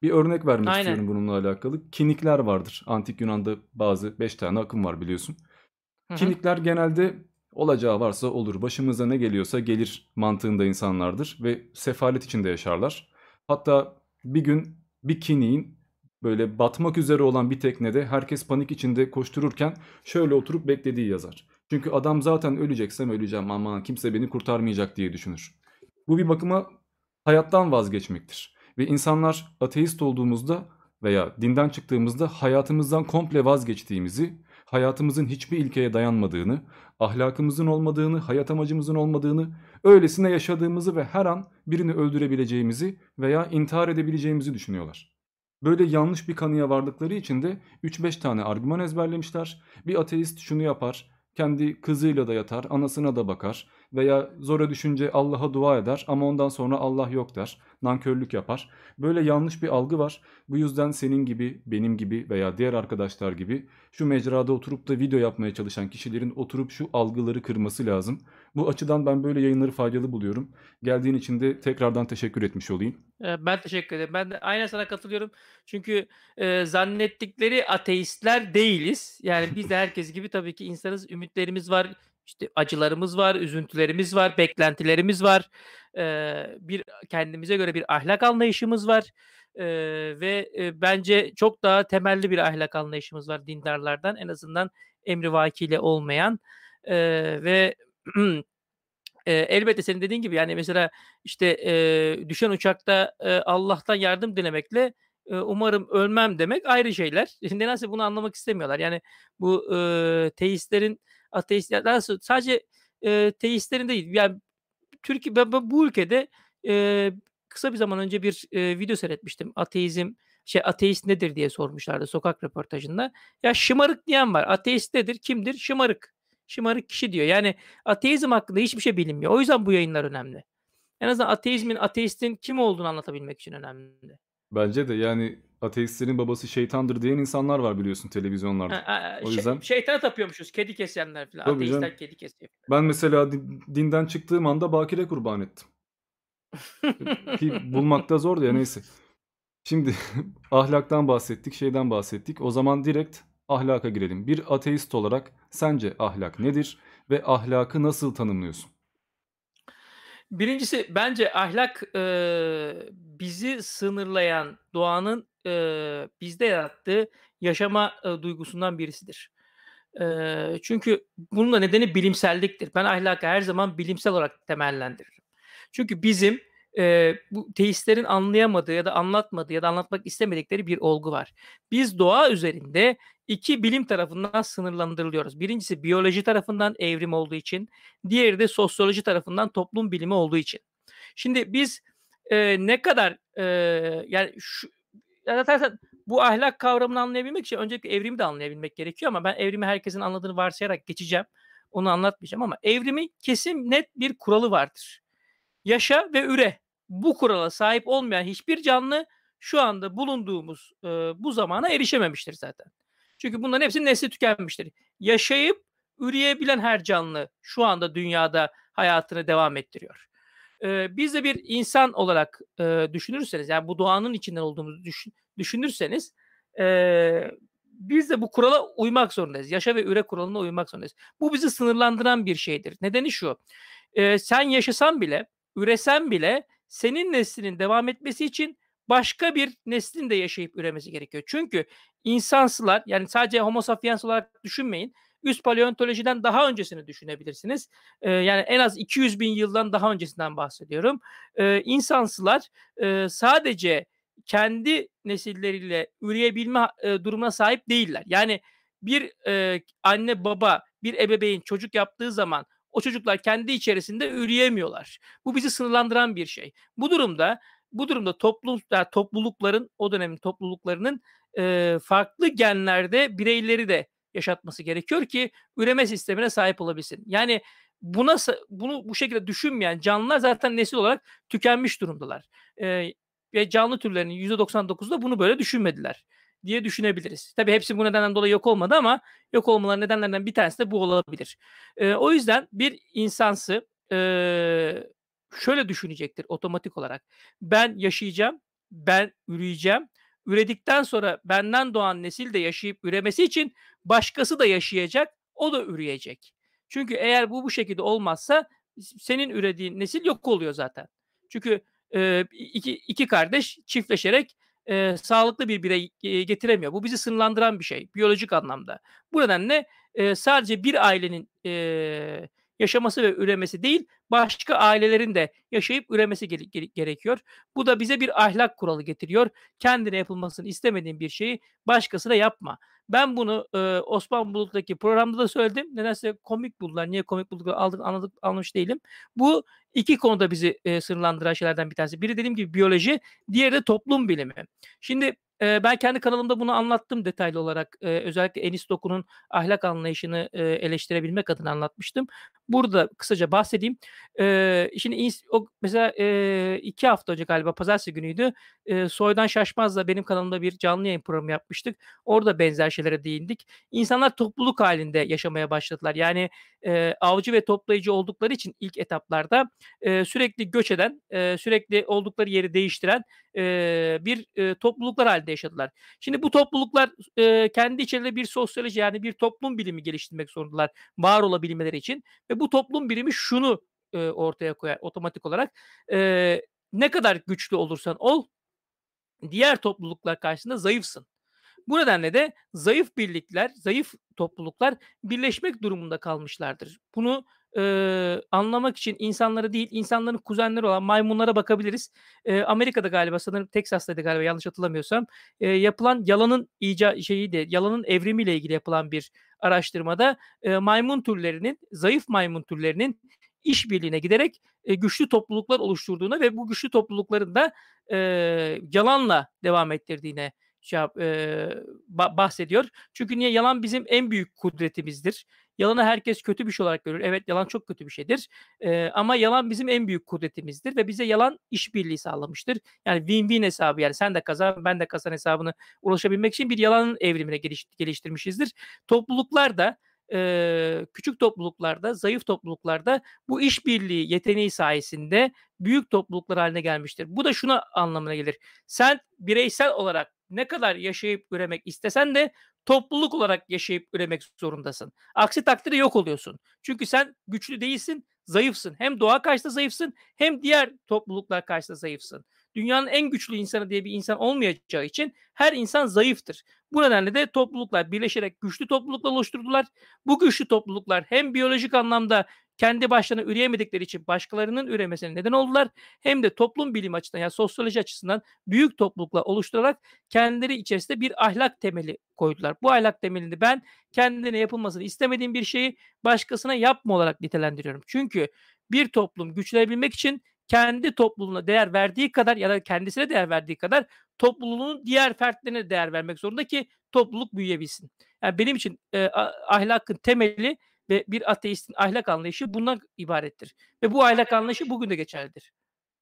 Bir örnek vermek Aynen. istiyorum bununla alakalı. Kinikler vardır. Antik Yunan'da bazı 5 tane akım var biliyorsun. Hı hı. Kinikler genelde olacağı varsa olur, başımıza ne geliyorsa gelir mantığında insanlardır ve sefalet içinde yaşarlar. Hatta bir gün bir kiniğin böyle batmak üzere olan bir teknede herkes panik içinde koştururken şöyle oturup beklediği yazar. Çünkü adam zaten öleceksem öleceğim, aman kimse beni kurtarmayacak diye düşünür. Bu bir bakıma hayattan vazgeçmektir. Ve insanlar ateist olduğumuzda veya dinden çıktığımızda hayatımızdan komple vazgeçtiğimizi, hayatımızın hiçbir ilkeye dayanmadığını, ahlakımızın olmadığını, hayat amacımızın olmadığını, öylesine yaşadığımızı ve her an birini öldürebileceğimizi veya intihar edebileceğimizi düşünüyorlar. Böyle yanlış bir kanıya vardıkları için de 3-5 tane argüman ezberlemişler. Bir ateist şunu yapar, kendi kızıyla da yatar, anasına da bakar veya zora düşünce Allah'a dua eder ama ondan sonra Allah yok der, nankörlük yapar. Böyle yanlış bir algı var. Bu yüzden senin gibi, benim gibi veya diğer arkadaşlar gibi şu mecrada oturup da video yapmaya çalışan kişilerin oturup şu algıları kırması lazım. Bu açıdan ben böyle yayınları faydalı buluyorum. Geldiğin için de tekrardan teşekkür etmiş olayım. Ben teşekkür ederim. Ben de aynen sana katılıyorum. Çünkü, zannettikleri ateistler değiliz. Yani biz de herkes gibi tabii ki insanız. Ümitlerimiz var, işte, acılarımız var, üzüntülerimiz var, beklentilerimiz var. Bir kendimize göre bir ahlak anlayışımız var, ve, bence çok daha temelli bir ahlak anlayışımız var dindarlardan. En azından emrivakiyle olmayan, ve elbette senin dediğin gibi, yani, mesela, işte, düşen uçakta, Allah'tan yardım dilemekle, umarım ölmem demek ayrı şeyler. Nedense bunu anlamak istemiyorlar. Yani, bu, teistlerin, ateistler daha doğrusu sadece, teistlerin değil, yani, bu ülkede, eee, kısa bir zaman önce bir, video seyretmiştim. Ateist nedir diye sormuşlardı sokak röportajında. Ya, şımarık diyen var. Ateist nedir? Kimdir? Şımarık. Şımarık kişi diyor. Yani ateizm hakkında hiçbir şey bilinmiyor. O yüzden bu yayınlar önemli. En azından ateistin kim olduğunu anlatabilmek için önemli. Bence de yani ateistlerin babası şeytandır diyen insanlar var biliyorsun televizyonlarda. O yüzden Şeytana tapıyormuşuz, kedi kesenler filan. tabii canım. Ateistler kedi kesiyor. Ben mesela dinden çıktığım anda bakire kurban ettim. Ki bulmak da zor da ya neyse. Şimdi ahlaktan bahsettik, şeyden bahsettik. O zaman direkt ahlaka girelim. Bir ateist olarak sence ahlak nedir ve ahlakı nasıl tanımlıyorsun? Birincisi bence ahlak, bizi sınırlayan doğanın, bizde yarattığı yaşama, duygusundan birisidir. Çünkü bunun da nedeni bilimselliktir. Ben ahlakı her zaman bilimsel olarak temellendiririm. Çünkü bizim, bu teistlerin anlayamadığı ya da anlatmadığı ya da anlatmak istemedikleri bir olgu var. Biz doğa üzerinde 2 bilim tarafından sınırlandırılıyoruz. Birincisi biyoloji tarafından evrim olduğu için, diğeri de sosyoloji tarafından toplum bilimi olduğu için. Şimdi biz, ne kadar, yani ya zaten bu ahlak kavramını anlayabilmek için öncelikle evrimi de anlayabilmek gerekiyor ama ben evrimi herkesin anladığını varsayarak geçeceğim. Onu anlatmayacağım ama evrimin kesin net bir kuralı vardır. Yaşa ve üre. Bu kurala sahip olmayan hiçbir canlı şu anda bulunduğumuz, bu zamana erişememiştir zaten. Çünkü bunların hepsinin nesli tükenmiştir. Yaşayıp üreyebilen her canlı şu anda dünyada hayatını devam ettiriyor. Biz de bir insan olarak, düşünürseniz, yani bu doğanın içinden olduğumuzu düşünürseniz, biz de bu kurala uymak zorundayız. Yaşa ve üre kuralına uymak zorundayız. Bu bizi sınırlandıran bir şeydir. Nedeni şu: sen yaşasan bile, üresen bile senin neslinin devam etmesi için başka bir neslin de yaşayıp üremesi gerekiyor. Çünkü insansılar, yani sadece homo sapiens olarak düşünmeyin. Üst paleontolojiden daha öncesini düşünebilirsiniz. Yani en az 200 bin yıldan daha öncesinden bahsediyorum. İnsansılar sadece kendi nesilleriyle üreyebilme durumuna sahip değiller. Yani bir anne baba, bir ebeveyn çocuk yaptığı zaman o çocuklar kendi içerisinde üreyemiyorlar. Bu bizi sınırlandıran bir şey. Bu durumda toplulukların, o dönemin topluluklarının farklı genlerde bireyleri de yaşatması gerekiyor ki üreme sistemine sahip olabilsin. Yani bunu bu şekilde düşünmeyen canlılar zaten nesil olarak tükenmiş durumdalar. Eee, ve canlı türlerinin %99'u da bunu böyle düşünmediler diye düşünebiliriz. Tabii hepsi bu nedenden dolayı yok olmadı ama yok olmaların nedenlerinden bir tanesi de bu olabilir. O yüzden bir insansı, şöyle düşünecektir otomatik olarak: ben yaşayacağım, ben üreyeceğim üredikten sonra benden doğan nesil de yaşayıp üremesi için başkası da yaşayacak, o da üreyecek. Çünkü eğer bu şekilde olmazsa senin ürediğin nesil yok oluyor zaten. Çünkü, iki kardeş çiftleşerek, sağlıklı bir birey, getiremiyor. Bu bizi sınırlandıran bir şey biyolojik anlamda. Bu nedenle, sadece bir ailenin, yaşaması ve üremesi değil, başka ailelerin de yaşayıp üremesi gerekiyor. Bu da bize bir ahlak kuralı getiriyor. Kendine yapılmasını istemediğin bir şeyi başkasına yapma. Ben bunu, Osman Bulut'taki programda da söyledim. Nedense komik buldular. Niye komik bulduklarını anlamış değilim. Bu 2 konuda bizi, sınırlandıran şeylerden bir tanesi. Biri dediğim gibi biyoloji, diğeri de toplum bilimi. Şimdi, ben kendi kanalımda bunu anlattım detaylı olarak. Özellikle Enis Doku'nun ahlak anlayışını, eleştirebilmek adına anlatmıştım. Burada kısaca bahsedeyim. Şimdi o mesela, 2 hafta önce galiba pazartesi günüydü. Soydan Şaşmaz'la benim kanalımda bir canlı yayın programı yapmıştık. Orada benzer şeylere değindik. İnsanlar topluluk halinde yaşamaya başladılar. Yani, avcı ve toplayıcı oldukları için ilk etaplarda, sürekli göç eden, sürekli oldukları yeri değiştiren, bir, topluluklar hâlinde yaşadılar. Şimdi bu topluluklar, kendi içlerinde bir sosyoloji, yani bir toplum bilimi geliştirmek zorundalar var olabilmeleri için ve bu toplum bilimi şunu, ortaya koyar otomatik olarak. Ne kadar güçlü olursan ol, diğer topluluklar karşısında zayıfsın. Bu nedenle de zayıf birlikler, zayıf topluluklar birleşmek durumunda kalmışlardır. Bunu, anlamak için insanlara değil, insanların kuzenleri olan maymunlara bakabiliriz. Amerika'da galiba sanırım Teksas'taydı galiba yanlış hatırlamıyorsam, yapılan yalanın yalanın evrimiyle ilgili yapılan bir araştırmada, maymun türlerinin, zayıf maymun türlerinin işbirliğine giderek, güçlü topluluklar oluşturduğuna ve bu güçlü toplulukların da, yalanla devam ettirdiğine şey yap bahsediyor. Çünkü niye? Yalan bizim en büyük kudretimizdir. Yalanı herkes kötü bir şey olarak görür. Evet, yalan çok kötü bir şeydir. Ama yalan bizim en büyük kudretimizdir ve bize yalan işbirliği sağlamıştır. Yani win-win hesabı, yani sen de kazan, ben de kazan hesabına ulaşabilmek için bir yalanın evrimine geliştirmişizdir. Topluluklar da, küçük topluluklarda, zayıf topluluklarda bu işbirliği yeteneği sayesinde büyük topluluklar haline gelmiştir. Bu da şuna anlamına gelir. Sen bireysel olarak ne kadar yaşayıp üremek istesen de topluluk olarak yaşayıp üremek zorundasın. Aksi takdirde yok oluyorsun. Çünkü sen güçlü değilsin, zayıfsın. Hem doğa karşısında zayıfsın hem diğer topluluklar karşısında zayıfsın. Dünyanın en güçlü insanı diye bir insan olmayacağı için her insan zayıftır. Bu nedenle de topluluklar birleşerek güçlü topluluklar oluşturdular. Bu güçlü topluluklar hem biyolojik anlamda kendi başlarına üreyemedikleri için başkalarının üremesine neden oldular. Hem de toplum bilimi açısından, yani sosyoloji açısından büyük topluluklar oluşturarak kendileri içerisinde bir ahlak temeli koydular. Bu ahlak temelini ben kendine yapılmasını istemediğim bir şeyi başkasına yapma olarak nitelendiriyorum. Çünkü bir toplum güçlenebilmek için kendi topluluğuna değer verdiği kadar ya da kendisine değer verdiği kadar topluluğunun diğer fertlerine değer vermek zorunda ki topluluk büyüyebilsin. Yani benim için, ahlakın temeli ve bir ateistin ahlak anlayışı bundan ibarettir ve bu ahlak anlayışı bugün de geçerlidir.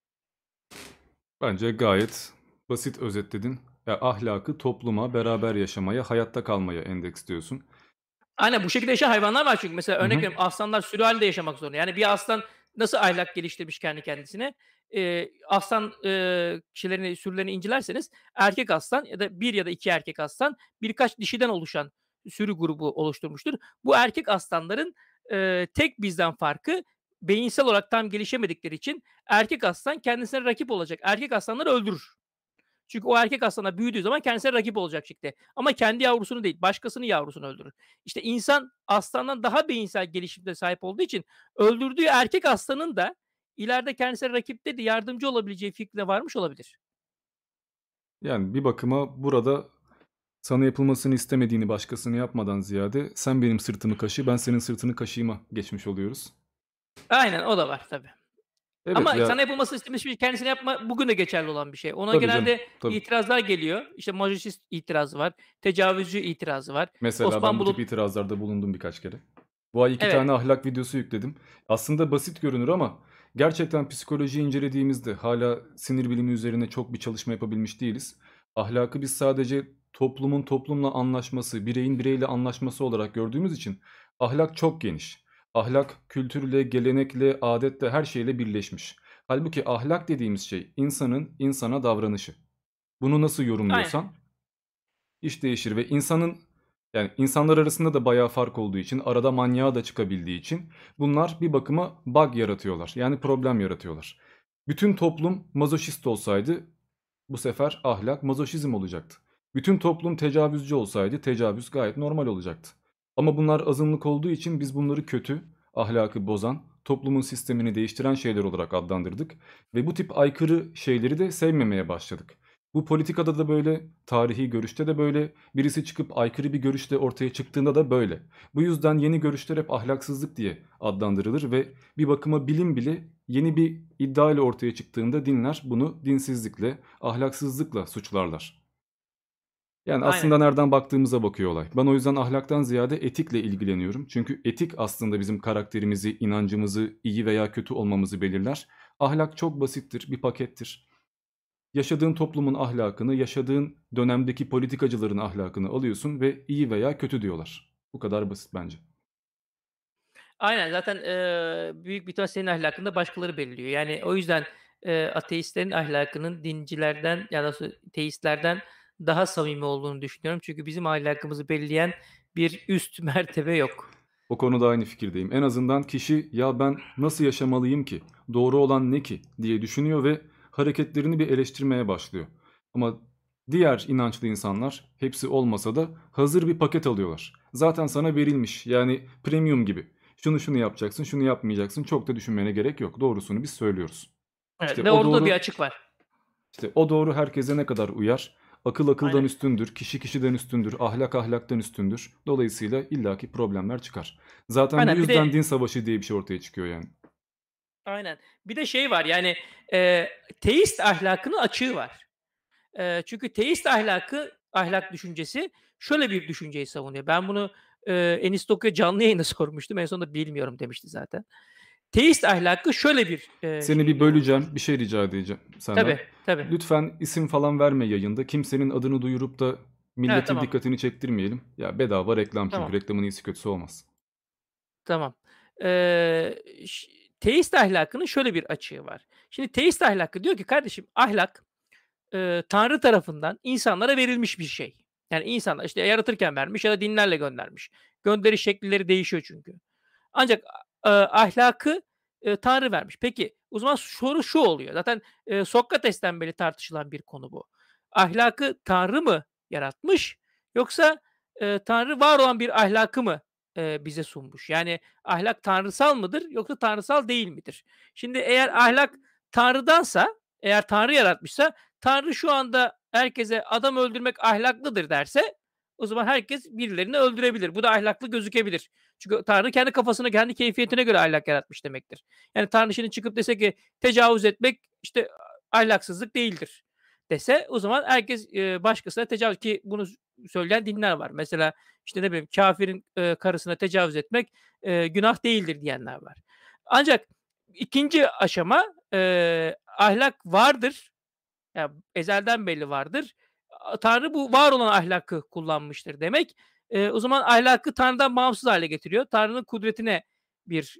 Bence gayet basit özetledin. Ya ahlakı topluma, beraber yaşamaya, hayatta kalmaya endeksliyorsun. Aynen, bu şekilde yaşayan hayvanlar var çünkü. Mesela Hı örnek hı. veriyorum, aslanlar sürü hâlinde yaşamak zorunda. Yani bir aslan nasıl ahlak geliştirmiş kendi kendisine? Aslan, sürülerini incelerseniz erkek aslan ya da bir ya da 2 erkek aslan birkaç dişiden oluşan sürü grubu oluşturmuştur. Bu erkek aslanların, tek bizden farkı beyinsel olarak tam gelişemedikleri için erkek aslan kendisine rakip olacak erkek aslanları öldürür. Çünkü o erkek aslanlar büyüdüğü zaman kendisine rakip olacak şekilde. Ama kendi yavrusunu değil, başkasının yavrusunu öldürür. İşte insan aslandan daha beyinsel gelişimde sahip olduğu için öldürdüğü erkek aslanın da ileride kendisine rakip değil de yardımcı olabileceği fikrine varmış olabilir. Yani bir bakıma burada sana yapılmasını istemediğini başkasına yapmadan ziyade sen benim sırtımı kaşı, ben senin sırtını kaşıyma geçmiş oluyoruz. Aynen, o da var tabii. Evet Ama ya, sana yapılması istemiş bir şey kendisine yapma bugün de geçerli olan bir şey. Ona tabii canım, genelde tabii. itirazlar geliyor. İşte mazoşist itirazı var, tecavüzcü itirazı var. Mesela ben Osman bu tip Bulut. itirazlarda bulundum birkaç kere. Bu ay 2 tane Evet. ahlak videosu yükledim. Aslında basit görünür ama gerçekten psikolojiyi incelediğimizde hala sinir bilimi üzerine çok bir çalışma yapabilmiş değiliz. Ahlakı biz sadece toplumun toplumla anlaşması, bireyin bireyle anlaşması olarak gördüğümüz için ahlak çok geniş. Ahlak kültürle, gelenekle, adetle her şeyle birleşmiş. Halbuki ahlak dediğimiz şey insanın insana davranışı. Bunu nasıl Aynen. yorumluyorsan iş değişir ve yani insanlar arasında da bayağı fark olduğu için, arada manyağı da çıkabildiği için bunlar bir bakıma bug yaratıyorlar. Yani problem yaratıyorlar. Bütün toplum mazoşist olsaydı bu sefer ahlak mazoşizm olacaktı. Bütün toplum tecavüzcü olsaydı tecavüz gayet normal olacaktı. Ama bunlar azınlık olduğu için biz bunları kötü, ahlakı bozan, toplumun sistemini değiştiren şeyler olarak adlandırdık ve bu tip aykırı şeyleri de sevmemeye başladık. Bu politikada da böyle, tarihi görüşte de böyle, birisi çıkıp aykırı bir görüşle ortaya çıktığında da böyle. Bu yüzden yeni görüşler hep ahlaksızlık diye adlandırılır ve bir bakıma bilim bile yeni bir iddia ile ortaya çıktığında dinler bunu dinsizlikle, ahlaksızlıkla suçlarlar. Yani Aynen. aslında nereden baktığımıza bakıyor olay. Ben o yüzden ahlaktan ziyade etikle ilgileniyorum. Çünkü etik aslında bizim karakterimizi, inancımızı, iyi veya kötü olmamızı belirler. Ahlak çok basittir, bir pakettir. Yaşadığın toplumun ahlakını, yaşadığın dönemdeki politikacıların ahlakını alıyorsun ve iyi veya kötü diyorlar. Bu kadar basit bence. Aynen zaten, büyük bir ihtimal senin ahlakını da başkaları belirliyor. Yani o yüzden, ateistlerin ahlakının dincilerden ya da teistlerden daha samimi olduğunu düşünüyorum. Çünkü bizim ahlakımızı belirleyen bir üst mertebe yok. O konuda aynı fikirdeyim. En azından kişi ya ben nasıl yaşamalıyım ki, doğru olan ne ki diye düşünüyor ve hareketlerini bir eleştirmeye başlıyor. Ama diğer inançlı insanlar hepsi olmasa da hazır bir paket alıyorlar. Zaten sana verilmiş yani premium gibi. Şunu yapacaksın, şunu yapmayacaksın. Çok da düşünmene gerek yok. Doğrusunu biz söylüyoruz. Evet İşte ve o orada da bir doğru, açık var. işte o doğru herkese ne kadar uyar? Akıl akıldan Aynen. üstündür, kişi kişiden üstündür, ahlak ahlaktan üstündür. Dolayısıyla illaki problemler çıkar. Zaten bu Aynen. Bir yüzden de din savaşı diye bir şey ortaya çıkıyor yani. aynen. Bir de şey var yani, teist ahlakının açığı var. Çünkü teist ahlak düşüncesi şöyle bir düşünceyi savunuyor. Ben bunu, Enis Tokyo'ya canlı yayında sormuştum. En sonunda bilmiyorum demişti zaten. Teist ahlakı şöyle bir, Seni şeyi bir doğrultur. böleceğim, bir şey rica edeceğim senden. Tabii, tabii. Lütfen isim falan verme yayında. Kimsenin adını duyurup da Evet, milletin tamam, dikkatini çektirmeyelim. Ya bedava reklam çünkü tamam, reklamın iyisi kötüsü olmaz. tamam. Eee, ş teist ahlakının şöyle bir açığı var. Şimdi teist ahlakı diyor ki kardeşim ahlak, Tanrı tarafından insanlara verilmiş bir şey. Yani insanlar işte yaratırken vermiş ya da dinlerle göndermiş. Gönderiş şekilleri değişiyor çünkü. Ancak ahlakı, Tanrı vermiş. Peki, o zaman soru şu oluyor. Zaten, Sokrates'ten beri tartışılan bir konu bu. Ahlakı Tanrı mı yaratmış yoksa, Tanrı var olan bir ahlakı mı, bize sunmuş? Yani ahlak tanrısal mıdır yoksa tanrısal değil midir? Şimdi eğer ahlak Tanrı'dansa, eğer Tanrı yaratmışsa, Tanrı şu anda herkese adam öldürmek ahlaklıdır derse o zaman herkes birilerini öldürebilir. Bu da ahlaklı gözükebilir. Çünkü Tanrı kendi kafasına, kendi keyfiyetine göre ahlak yaratmış demektir. Yani Tanrı şimdi çıkıp dese ki tecavüz etmek işte ahlaksızlık değildir dese o zaman herkes, başkasına tecavüz ki bunu söyleyen dinler var. Mesela işte ne bileyim kafirin, karısına tecavüz etmek, günah değildir diyenler var. Ancak ikinci aşama, ahlak vardır. Ya, ezelden belli vardır. Tanrı bu var olan ahlakı kullanmıştır demek. O zaman ahlakı Tanrı'dan bağımsız hâle getiriyor. Tanrı'nın kudretine bir,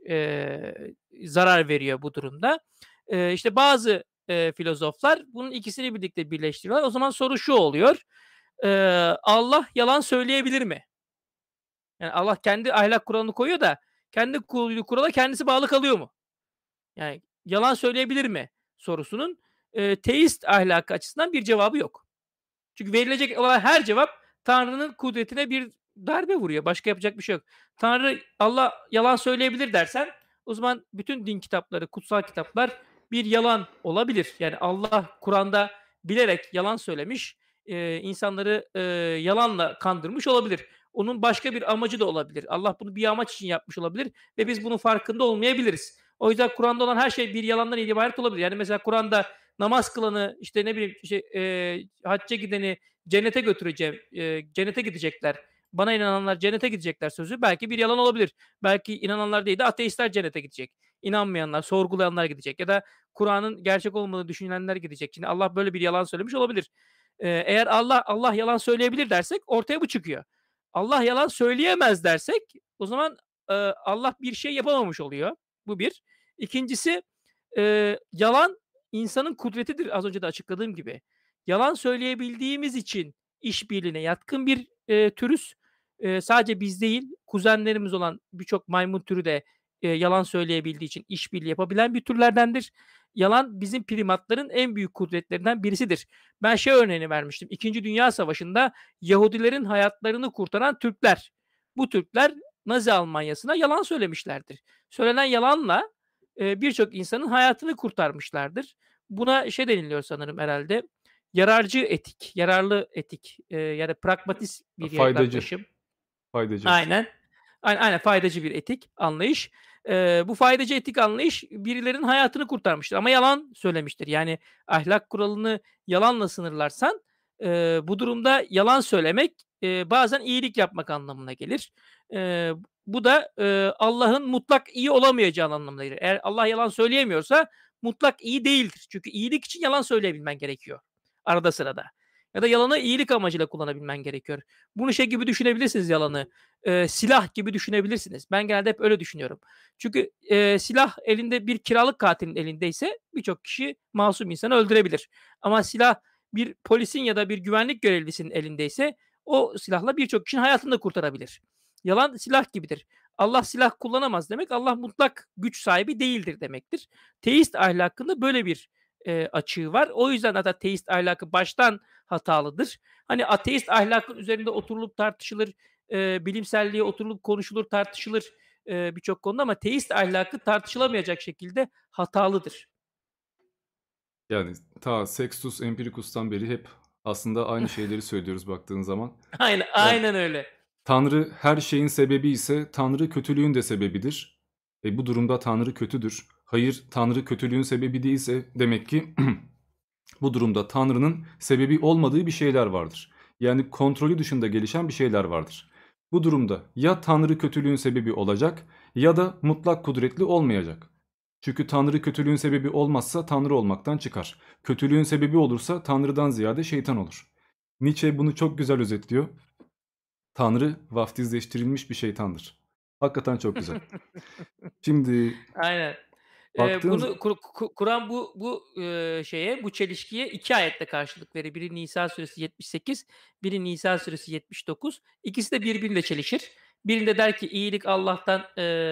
zarar veriyor bu durumda. İşte bazı, filozoflar bunun ikisini birlikte birleştiriyorlar. O zaman soru şu oluyor: Allah yalan söyleyebilir mi? Yani Allah kendi ahlak kuralını koyuyor da kendi koyduğu kurala kendisi bağlı kalıyor mu? Yani yalan söyleyebilir mi sorusunun, teist ahlakı açısından bir cevabı yok. Çünkü verilecek olan her cevap Tanrı'nın kudretine bir darbe vuruyor. Başka yapacak bir şey yok. Allah yalan söyleyebilir dersen o zaman bütün din kitapları, kutsal kitaplar bir yalan olabilir. Yani Allah Kur'an'da bilerek yalan söylemiş, insanları, yalanla kandırmış olabilir. Onun başka bir amacı da olabilir. Allah bunu bir amaç için yapmış olabilir ve biz bunun farkında olmayabiliriz. O yüzden Kur'an'da olan her şey bir yalandan ibaret olabilir. Yani mesela Kur'an'da namaz kılanı, işte, ne bileyim, işte, hacca gideni cennete götüreceğim, cennete gidecekler, bana inananlar cennete gidecekler sözü belki bir yalan olabilir. Belki inananlar değil de ateistler cennete gidecek. İnanmayanlar, sorgulayanlar gidecek ya da Kur'an'ın gerçek olmadığını düşünenler gidecek. Şimdi Allah böyle bir yalan söylemiş olabilir. Eğer Allah yalan söyleyebilir dersek ortaya bu çıkıyor. Allah yalan söyleyemez dersek o zaman, Allah bir şey yapamamış oluyor. Bu bir. 2'ncisi, yalan insanın kudretidir az önce de açıkladığım gibi. yalan söyleyebildiğimiz için işbirliğine yatkın bir, türüz. Sadece biz değil, kuzenlerimiz olan birçok maymun türü de, yalan söyleyebildiği için işbirliği yapabilen bir türlerdendir. Yalan bizim primatların en büyük kudretlerinden birisidir. Ben şey örneğini vermiştim. İkinci Dünya Savaşı'nda Yahudilerin hayatlarını kurtaran Türkler. Bu Türkler Nazi Almanyası'na yalan söylemişlerdir. Söylenen yalanla, birçok insanın hayatını kurtarmışlardır. Buna şey deniliyor sanırım herhâlde, yararcı etik, yararlı etik, ya da pragmatist bir Faydacı, yaklaşım. faydacı. Aynen. Aynen faydacı bir etik anlayış. Bu faydacı etik anlayış birilerinin hayatını kurtarmıştır ama yalan söylemiştir. Yani ahlak kuralını yalanla sınırlarsan, bu durumda yalan söylemek, bazen iyilik yapmak anlamına gelir. Eee, Bu da, Allah'ın mutlak iyi olamayacağı anlamına gelir. Eğer Allah yalan söyleyemiyorsa mutlak iyi değildir. Çünkü iyilik için yalan söyleyebilmen gerekiyor arada sırada ya da yalanı iyilik amacıyla kullanabilmen gerekiyor. Bunu şey gibi düşünebilirsiniz yalanı, silah gibi düşünebilirsiniz. Ben genelde hep öyle düşünüyorum. Çünkü, silah elinde bir kiralık katilin elindeyse birçok kişi masum insanı öldürebilir. Ama silah bir polisin ya da bir güvenlik görevlisinin elindeyse o silahla birçok kişinin hayatını da kurtarabilir. Yalan silah gibidir. Allah silah kullanamaz demek, Allah mutlak güç sahibi değildir demektir. Teist ahlakında böyle bir, açığı var. O yüzden zaten teist ahlakı baştan hatalıdır. Hani ateist ahlakın üzerinde oturulup tartışılır, bilimselliğe oturulup konuşulur, tartışılır, birçok konuda ama teist ahlakı tartışılamayacak şekilde hatalıdır. Yani ta Sextus Empiricus'tan beri hep aslında aynı şeyleri söylüyoruz baktığın zaman. Aynen, Yani aynen öyle. Tanrı her şeyin sebebi ise Tanrı kötülüğün de sebebidir. Bu durumda Tanrı kötüdür. Hayır, Tanrı kötülüğün sebebi değilse demek ki bu durumda Tanrı'nın sebebi olmadığı bir şeyler vardır. Yani kontrolü dışında gelişen bir şeyler vardır. Bu durumda ya Tanrı kötülüğün sebebi olacak ya da mutlak kudretli olmayacak. Çünkü Tanrı kötülüğün sebebi olmazsa Tanrı olmaktan çıkar. Kötülüğün sebebi olursa Tanrı'dan ziyade şeytan olur. Nietzsche bunu çok güzel özetliyor. Tanrı vaftizleştirilmiş bir şeytandır. Hakikaten çok güzel. Şimdi Aynen. baktığınız Bunu Kur'an bu çelişkiye 2 ayette karşılık verir. Biri Nisa suresi 78, biri Nisa suresi 79. İkisi de birbiriyle çelişir. Birinde der ki iyilik Allah'tan,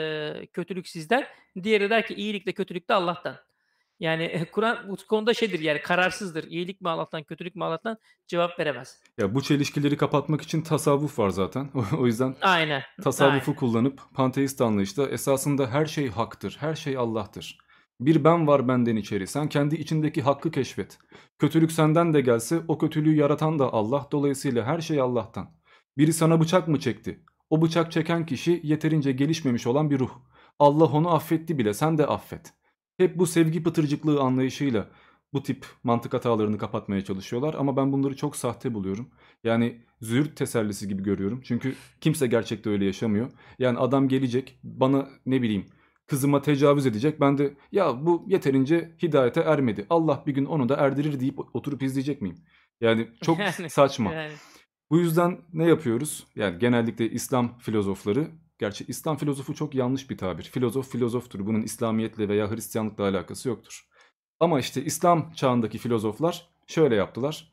kötülük sizden. Diğeri der ki iyilik de kötülük de Allah'tan. Yani, Kur'an bu konuda şeydir, yani kararsızdır. İyilik mi Allah'tan, kötülük mü Allah'tan cevap veremez. ya bu çelişkileri kapatmak için tasavvuf var zaten. O yüzden Aynen, aynen. tasavvufu kullanıp panteist anlayışta esasında her şey haktır, her şey Allah'tır. Bir ben var benden içeri. Sen kendi içindeki hakkı keşfet. Kötülük senden de gelse o kötülüğü yaratan da Allah. Dolayısıyla her şey Allah'tan. Biri sana bıçak mı çekti? O bıçak çeken kişi yeterince gelişmemiş olan bir ruh. Allah onu affetti bile, sen de affet. Hep bu sevgi pıtırcıklığı anlayışıyla bu tip mantık hatalarını kapatmaya çalışıyorlar ama ben bunları çok sahte buluyorum. Yani züğürt tesellisi gibi görüyorum. Çünkü kimse gerçekte öyle yaşamıyor. Yani adam gelecek bana ne bileyim kızıma tecavüz edecek. Ben de ya bu yeterince hidayete ermedi. Allah bir gün onu da erdirir deyip oturup izleyecek miyim? Yani çok Yani, saçma. yani. Bu yüzden ne yapıyoruz? Yani genellikle İslam filozofları, gerçi İslam filozofu çok yanlış bir tabir. Filozof filozoftur. Bunun İslamiyetle veya Hristiyanlıkla alakası yoktur. Ama işte İslam çağındaki filozoflar şöyle yaptılar.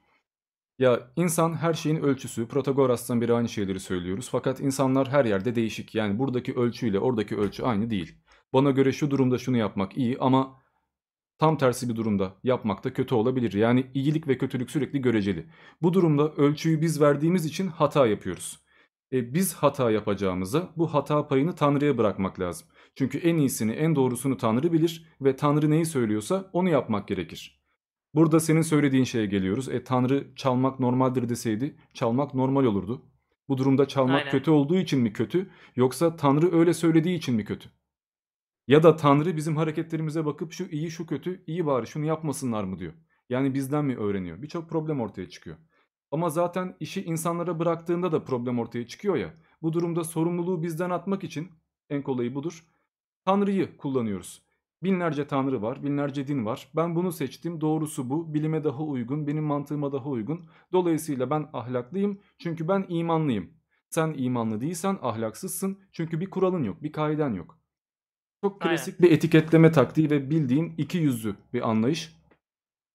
Ya insan her şeyin ölçüsü. Protagoras'tan beri aynı şeyleri söylüyoruz. Fakat insanlar her yerde değişik. Yani buradaki ölçüyle oradaki ölçü aynı değil. Bana göre şu durumda şunu yapmak iyi ama tam tersi bir durumda yapmak da kötü olabilir. Yani iyilik ve kötülük sürekli göreceli. Bu durumda ölçüyü biz verdiğimiz için hata yapıyoruz. Biz hata yapacağımıza bu hata payını Tanrı'ya bırakmak lazım. Çünkü en iyisini, en doğrusunu Tanrı bilir ve Tanrı neyi söylüyorsa onu yapmak gerekir. Burada senin söylediğin şeye geliyoruz. Tanrı çalmak normaldir deseydi çalmak normal olurdu. Bu durumda çalmak Aynen. kötü olduğu için mi kötü yoksa Tanrı öyle söylediği için mi kötü? Ya da Tanrı bizim hareketlerimize bakıp şu iyi şu kötü iyi bari şunu yapmasınlar mı diyor. Yani bizden mi öğreniyor? Birçok problem ortaya çıkıyor. Ama zaten işi insanlara bıraktığında da problem ortaya çıkıyor ya. Bu durumda sorumluluğu bizden atmak için en kolayı budur. Tanrı'yı kullanıyoruz. Binlerce tanrı var, binlerce din var. Ben bunu seçtim, doğrusu bu, bilime daha uygun, benim mantığıma daha uygun. Dolayısıyla ben ahlaklıyım çünkü ben imanlıyım. Sen imanlı değilsen ahlaksızsın çünkü bir kuralın yok, bir kaiden yok. Çok Aynen. klasik bir etiketleme taktiği ve bildiğin iki yüzlü bir anlayış.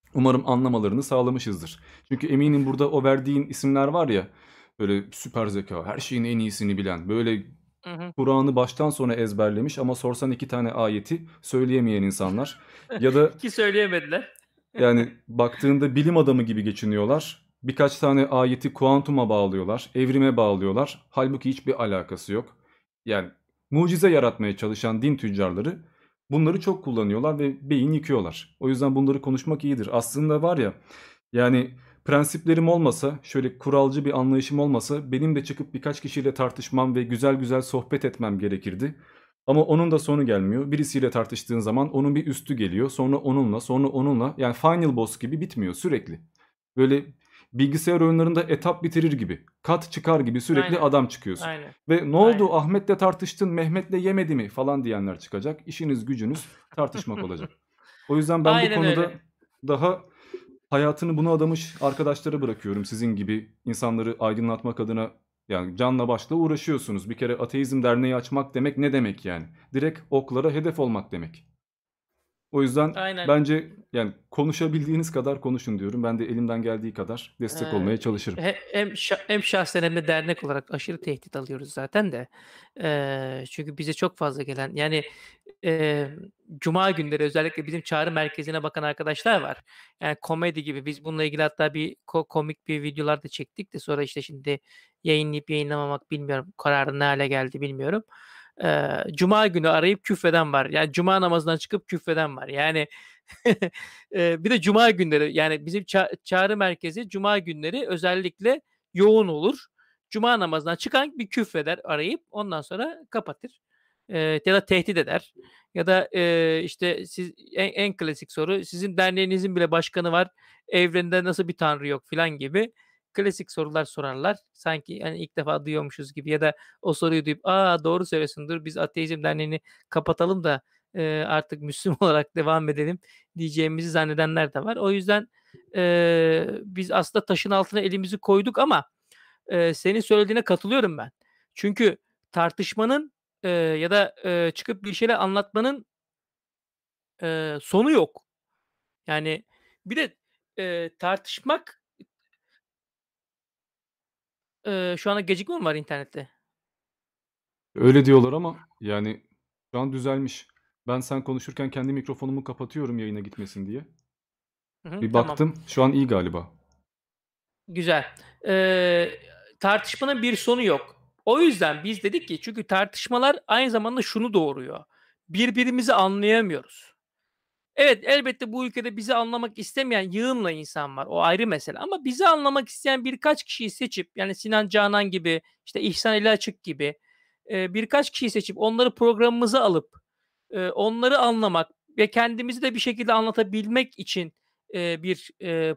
Umarım anlamalarını sağlamışızdır. Çünkü eminim burada o verdiğin isimler var ya, böyle süper zeka, her şeyin en iyisini bilen, böyle Hı hı. Kur'an'ı baştan sona ezberlemiş ama sorsan 2 tane ayeti söyleyemeyen insanlar ya da Ki söyleyemediler. yani baktığında bilim adamı gibi geçiniyorlar. Birkaç tane ayeti kuantuma bağlıyorlar, evrime bağlıyorlar. Halbuki hiçbir alakası yok. Yani mucize yaratmaya çalışan din tüccarları bunları çok kullanıyorlar ve beyin yıkıyorlar. O yüzden bunları konuşmak iyidir. Aslında var ya, yani prensiplerim olmasa, şöyle kuralcı bir anlayışım olmasa benim de çıkıp birkaç kişiyle tartışmam ve güzel güzel sohbet etmem gerekirdi. Ama onun da sonu gelmiyor. Birisiyle tartıştığın zaman onun bir üstü geliyor. Sonra onunla, sonra onunla. Yani Final Boss gibi bitmiyor sürekli. Böyle bilgisayar oyunlarında etap bitirir gibi. Kat çıkar gibi sürekli Aynen. adam çıkıyorsun. Aynen. Ve ne oldu, Aynen. Ahmet'le tartıştın, Mehmet'le yemedi mi falan diyenler çıkacak. İşiniz gücünüz tartışmak olacak. O yüzden ben bu Aynen konuda öyle. daha hayatını buna adamış arkadaşlara bırakıyorum. Sizin gibi insanları aydınlatmak adına yani canla başla uğraşıyorsunuz. Bir kere Ateizm Derneği açmak demek ne demek yani? Direkt oklara hedef olmak demek. O yüzden Aynen. bence yani konuşabildiğiniz kadar konuşun diyorum. Ben de elimden geldiği kadar destek Eee, olmaya çalışırım. hem şahsen hem de dernek olarak aşırı tehdit alıyoruz zaten de. Çünkü bize çok fazla gelen yani, emm, cuma günleri özellikle bizim çağrı merkezine bakan arkadaşlar var. Yani komedi gibi. Biz bununla ilgili hatta bir komik bir videolar da çektik de sonra, işte, şimdi yayınlayıp yayınlamamak bilmiyorum. Kararı ne hâle geldi bilmiyorum. Cuma günü arayıp küfreden var. Yani cuma namazından çıkıp küfreden var. Yani bir de cuma günleri, yani bizim çağrı merkezi cuma günleri özellikle yoğun olur. Cuma namazından çıkan bir küfreder arayıp ondan sonra kapatır. Ya da tehdit eder ya da, işte, siz en klasik soru, "Sizin derneğinizin bile başkanı var, evrende nasıl bir tanrı yok?" filan gibi klasik sorular sorarlar. Sanki, hani, ilk defa duyuyormuşuz gibi ya da o soruyu duyup, "A, doğru söylüyorsun, dur biz Ateizm Derneği'ni kapatalım da, artık Müslüman olarak devam edelim." diyeceğimizi zannedenler de var. O yüzden, biz aslında taşın altına elimizi koyduk ama, senin söylediğine katılıyorum ben. Çünkü tartışmanın, ya da, çıkıp bir şeyler anlatmanın, sonu yok. Yani bir de, tartışmak, şu anda gecikme mi var internette? Öyle diyorlar ama yani şu an düzelmiş. Ben sen konuşurken kendi mikrofonumu kapatıyorum yayına gitmesin diye. Hı hı, Bir tamam. baktım şu an iyi galiba. Güzel. Eee, tartışmanın bir sonu yok. O yüzden biz dedik ki çünkü tartışmalar aynı zamanda şunu doğuruyor. Birbirimizi anlayamıyoruz. Evet, elbette bu ülkede bizi anlamak istemeyen yığınla insan var. O ayrı mesele ama bizi anlamak isteyen birkaç kişiyi seçip, yani Sinan Canan gibi, işte İhsan Eli Açık gibi, birkaç kişiyi seçip onları programımıza alıp, onları anlamak ve kendimizi de bir şekilde anlatabilmek için, bir,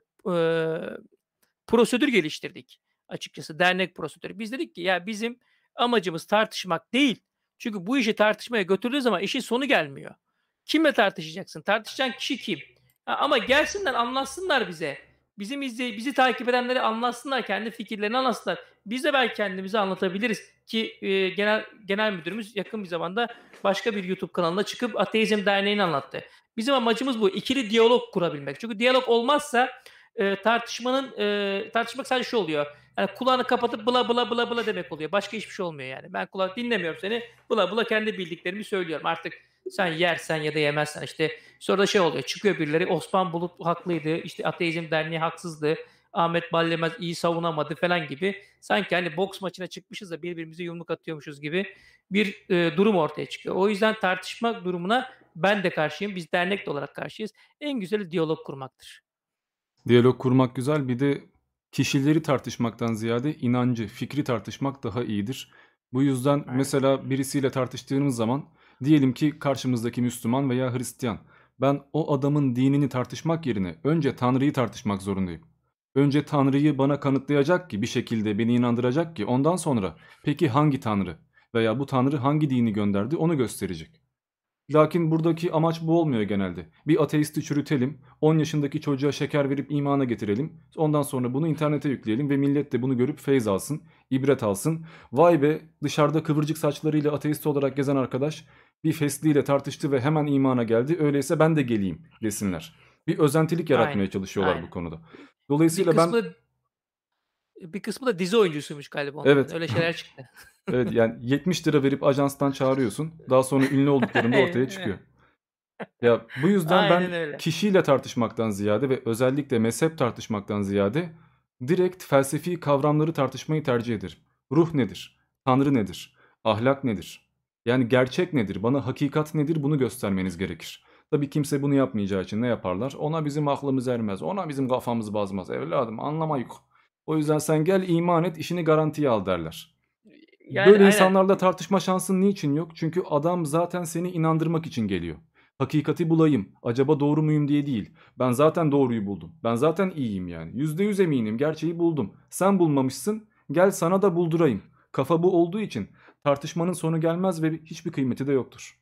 prosedür geliştirdik açıkçası, dernek prosedürü. Biz dedik ki ya bizim amacımız tartışmak değil. Çünkü bu işi tartışmaya götürdüğü zaman işin sonu gelmiyor. Kimle tartışacaksın? Tartışacağın kişi kim? Ha, ama gelsinler anlatsınlar bize. Bizi takip edenleri anlatsınlar, kendi fikirlerini anlatsınlar. Biz de belki kendimizi anlatabiliriz ki genel müdürümüz yakın bir zamanda başka bir YouTube kanalına çıkıp Ateizm Derneği'ni anlattı. Bizim amacımız bu. İkili diyalog kurabilmek. Çünkü diyalog olmazsa tartışmak sadece şu oluyor. Yani kulağını kapatıp bla bla bla bla demek oluyor. Başka hiçbir şey olmuyor yani. Ben kulak dinlemiyorum seni. Bla bla kendi bildiklerimi söylüyorum. Artık sen yersen ya da yemezsen işte sonra da şey oluyor. Çıkıyor birileri Osman Bulut haklıydı. İşte Ateizm Derneği haksızdı. Ahmet Ballemez iyi savunamadı falan gibi. Sanki hani boks maçına çıkmışız da birbirimize yumruk atıyormuşuz gibi bir durum ortaya çıkıyor. O yüzden tartışma durumuna ben de karşıyım. Biz dernek de olarak karşıyız. En güzeli diyalog kurmaktır. Diyalog kurmak güzel. Bir de kişileri tartışmaktan ziyade inancı, fikri tartışmak daha iyidir. Bu yüzden Aynen. mesela birisiyle tartıştığımız zaman diyelim ki karşımızdaki Müslüman veya Hristiyan. Ben o adamın dinini tartışmak yerine önce Tanrı'yı tartışmak zorundayım. Önce Tanrı'yı bana kanıtlayacak ki bir şekilde beni inandıracak ki ondan sonra peki hangi Tanrı veya bu Tanrı hangi dini gönderdi onu gösterecek. Lakin buradaki amaç bu olmuyor genelde. Bir ateisti çürütelim, 10 yaşındaki çocuğa şeker verip imana getirelim. Ondan sonra bunu internete yükleyelim ve millet de bunu görüp feyz alsın, ibret alsın. Vay be, dışarıda kıvırcık saçlarıyla ateist olarak gezen arkadaş bir fesliyle tartıştı ve hemen imana geldi. Öyleyse ben de geleyim desinler. Bir özentilik Aynen, yaratmaya çalışıyorlar bu aynen. konuda. Bir Dolayısıyla ben kısmı bir kısmı da dizi oyuncusuymuş galiba onların. evet, Öyle şeyler çıktı. evet, yani 70 lira verip ajanstan çağırıyorsun. Daha sonra ünlü olduklarında ortaya çıkıyor. Ya bu yüzden Aynen ben öyle. kişiyle tartışmaktan ziyade ve özellikle mezhep tartışmaktan ziyade direkt felsefi kavramları tartışmayı tercih ederim. Ruh nedir? Tanrı nedir? Ahlak nedir? Yani gerçek nedir? Bana hakikat nedir? Bunu göstermeniz gerekir. Tabii kimse bunu yapmayacağı için ne yaparlar? Ona bizim aklımız ermez. Ona bizim kafamız basmaz. Evladım anlamayık. O yüzden sen gel iman et işini garantiye al derler. Yani Böyle aynen. insanlarla tartışma şansın niçin yok? Çünkü adam zaten seni inandırmak için geliyor. Hakikati bulayım, acaba doğru muyum diye değil. Ben zaten doğruyu buldum. Ben zaten iyiyim yani. %100 eminim, gerçeği buldum. Sen bulmamışsın, gel sana da buldurayım. Kafa bu olduğu için tartışmanın sonu gelmez ve hiçbir kıymeti de yoktur.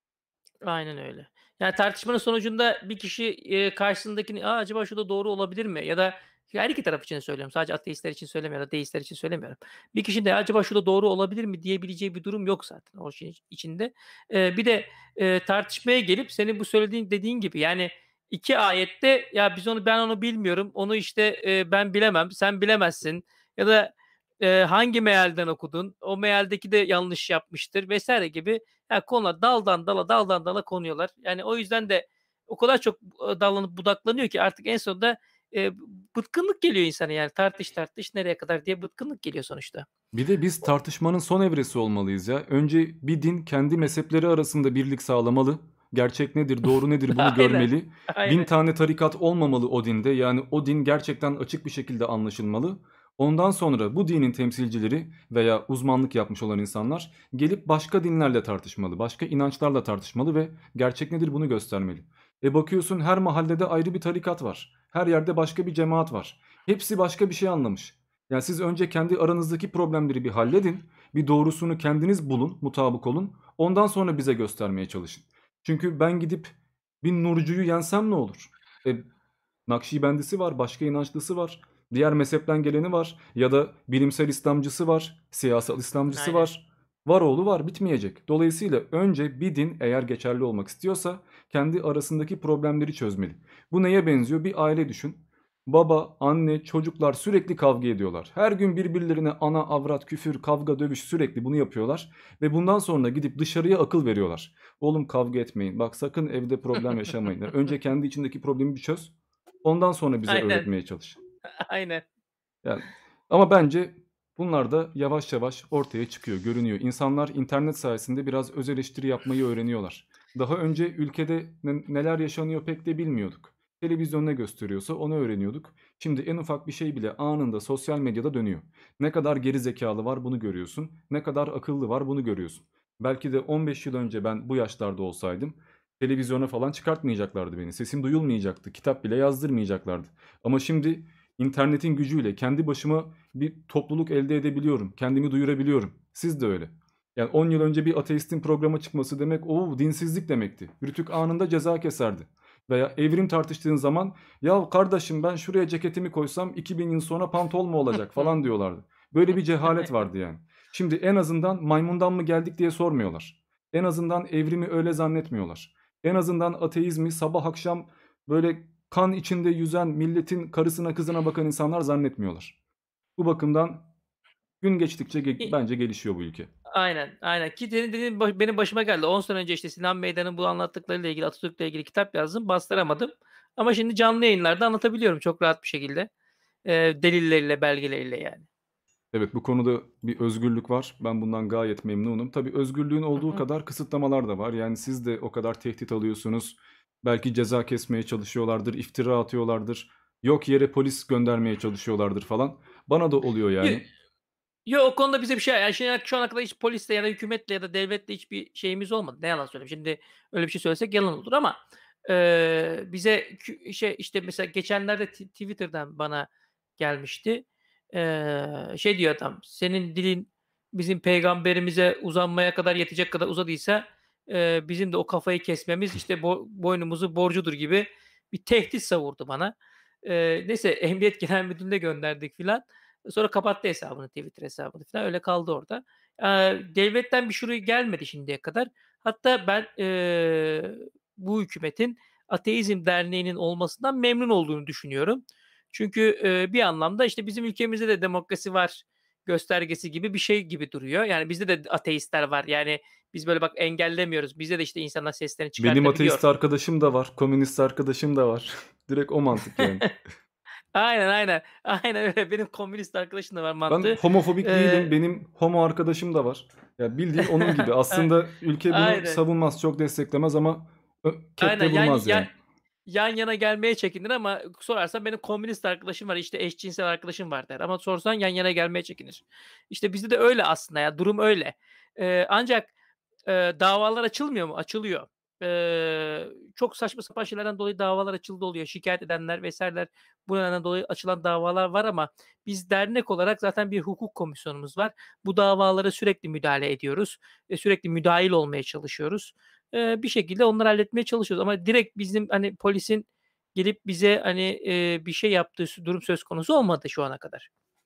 Aynen öyle. Yani tartışmanın sonucunda bir kişi, karşısındakini, acaba şu da doğru olabilir mi?" ya da her iki taraf için söylüyorum. Sadece ateistler için söylemiyorum ya da deistler için söylemiyorum. Bir kişinin de "Acaba şu da doğru olabilir mi?" diyebileceği bir durum yok zaten o şeyin içinde. Bir de, tartışmaya gelip senin bu söylediğin dediğin gibi, yani 2 ayette, "Ya, ben onu bilmiyorum, onu, işte, ben bilemem, sen bilemezsin." ya da, "Hangi mealden okudun? O mealdeki de yanlış yapmıştır." vesaire gibi konular daldan dala, daldan dala konuyorlar. Yani o yüzden de o kadar çok, dallanıp budaklanıyor ki artık en sonunda, eee, bıkkınlık geliyor insana yani. Tartış, tartış nereye kadar diye bıkkınlık geliyor sonuçta. Bir de biz tartışmanın son evresi olmalıyız ya. Önce bir din kendi mezhepleri arasında birlik sağlamalı. Gerçek nedir, doğru nedir bunu Aynen, görmeli. Bin aynen. tane tarikat olmamalı o dinde. Yani o din gerçekten açık bir şekilde anlaşılmalı. Ondan sonra bu dinin temsilcileri veya uzmanlık yapmış olan insanlar gelip başka dinlerle tartışmalı, başka inançlarla tartışmalı ve gerçek nedir bunu göstermeli. Bakıyorsun her mahallede ayrı bir tarikat var. Her yerde başka bir cemaat var. Hepsi başka bir şey anlamış. Yani siz önce kendi aranızdaki problemleri bir halledin. Bir doğrusunu kendiniz bulun, mutabık olun. Ondan sonra bize göstermeye çalışın. Çünkü ben gidip bir nurcuyu yensem ne olur? E, Nakşibendisi var, başka inançlısı var. Diğer mezhepten geleni var. Ya da bilimsel İslamcısı var, siyasal İslamcısı Aynen. var. Var oğlu var, bitmeyecek. Dolayısıyla önce bir din eğer geçerli olmak istiyorsa kendi arasındaki problemleri çözmeli. Bu neye benziyor? Bir aile düşün. Baba, anne, çocuklar sürekli kavga ediyorlar. Her gün birbirlerine ana, avrat, küfür, kavga, dövüş sürekli bunu yapıyorlar. Ve bundan sonra gidip dışarıya akıl veriyorlar. Oğlum kavga etmeyin. Bak sakın evde problem yaşamayın. Yani önce kendi içindeki problemi bir çöz. Ondan sonra bize Aynen. öğretmeye çalış. Aynen. Yani ama bence bunlar da yavaş yavaş ortaya çıkıyor, görünüyor. İnsanlar internet sayesinde biraz öz eleştiri yapmayı öğreniyorlar. Daha önce ülkede neler yaşanıyor pek de bilmiyorduk. Televizyon ne gösteriyorsa onu öğreniyorduk. Şimdi en ufak bir şey bile anında sosyal medyada dönüyor. Ne kadar geri zekalı var bunu görüyorsun. Ne kadar akıllı var bunu görüyorsun. Belki de 15 yıl önce ben bu yaşlarda olsaydım televizyona falan çıkartmayacaklardı beni. Sesim duyulmayacaktı. Kitap bile yazdırmayacaklardı. Ama şimdi İnternetin gücüyle kendi başıma bir topluluk elde edebiliyorum. Kendimi duyurabiliyorum. Siz de öyle. Yani 10 yıl önce bir ateistin programa çıkması demek o dinsizlik demekti. Rütük anında ceza keserdi. Veya evrim tartıştığın zaman ya kardeşim ben şuraya ceketimi koysam 2000 yıl sonra pantol mu olacak falan diyorlardı. Böyle bir cehalet vardı yani. Şimdi en azından maymundan mı geldik diye sormuyorlar. En azından evrimi öyle zannetmiyorlar. En azından ateizmi sabah akşam böyle kan içinde yüzen milletin karısına kızına bakan insanlar zannetmiyorlar. Bu bakımdan gün geçtikçe bence gelişiyor bu ülke. Aynen, aynen ki senin dediğin benim başıma geldi. 10 sene önce, işte, Sinan Meydan'ın bu anlattıklarıyla ilgili, Atatürk'le ilgili kitap yazdım, bastıramadım ama şimdi canlı yayınlarda anlatabiliyorum çok rahat bir şekilde. Delilleriyle, belgeleriyle yani. Evet, bu konuda bir özgürlük var. Ben bundan gayet memnunum. Tabii özgürlüğün Hı olduğu hı. kadar kısıtlamalar da var. Yani siz de o kadar tehdit alıyorsunuz. Belki ceza kesmeye çalışıyorlardır, iftira atıyorlardır. Yok yere polis göndermeye çalışıyorlardır falan. Bana da oluyor Yo yani. yo, o konuda bize bir şey, yani, şu ana kadar hiç polisle ya da hükümetle ya da devletle hiçbir şeyimiz olmadı. Ne yalan söyleyeyim. Şimdi öyle bir şey söylesek yalan olur ama, bize işte, mesela geçenlerde Twitter'dan bana gelmişti. Şey diyor adam, "Senin dilin bizim peygamberimize uzanmaya kadar yetecek kadar uzadıysa, bizim de o kafayı kesmemiz, işte, boynumuzun borcudur." gibi bir tehdit savurdu bana. Neyse Emniyet Genel Müdürlüğü'ne gönderdik filan. Sonra kapattı hesabını, Twitter hesabını falan. Öyle kaldı orada. Devletten bir gelmedi şimdiye kadar. Hatta ben, bu hükümetin Ateizm Derneği'nin olmasından memnun olduğunu düşünüyorum. Çünkü, bir anlamda, işte, bizim ülkemizde de demokrasi var göstergesi gibi bir şey gibi duruyor. Yani bizde de ateistler var. Yani biz böyle bak engellemiyoruz. Bizde de, işte, insanlar seslerini Benim ateist çıkartabiliyor. arkadaşım da var, komünist arkadaşım da var. Direkt o mantık yani. Aynen, aynen. Aynen öyle. Benim komünist arkadaşım da var Ben mantığı. homofobik değilim. Eee, Benim homo arkadaşım da var. Ya bildiğin onun gibi. Aslında ülke bunu aynen. savunmaz, çok desteklemez ama kepçe Aynen, yani, vurmaz yani. yan yana gelmeye çekinir ama sorarsan benim komünist arkadaşım var, işte, eşcinsel arkadaşım var der ama sorsan yan yana gelmeye çekinir. İşte, bizde de öyle aslında ya, durum öyle. Ancak, davalar açılmıyor mu? Açılıyor. Çok saçma sapan şeylerden dolayı davalar açıldı oluyor. Şikâyet edenler vs.ler bu nedenden dolayı açılan davalar var ama biz dernek olarak zaten bir hukuk komisyonumuz var. Bu davalara sürekli müdahale ediyoruz. Sürekli müdahil olmaya çalışıyoruz. Bir şekilde onları halletmeye çalışıyoruz ama direkt bizim, hani, polisin gelip bize, hani, bir şey yaptığı durum söz konusu olmadı şu ana kadar.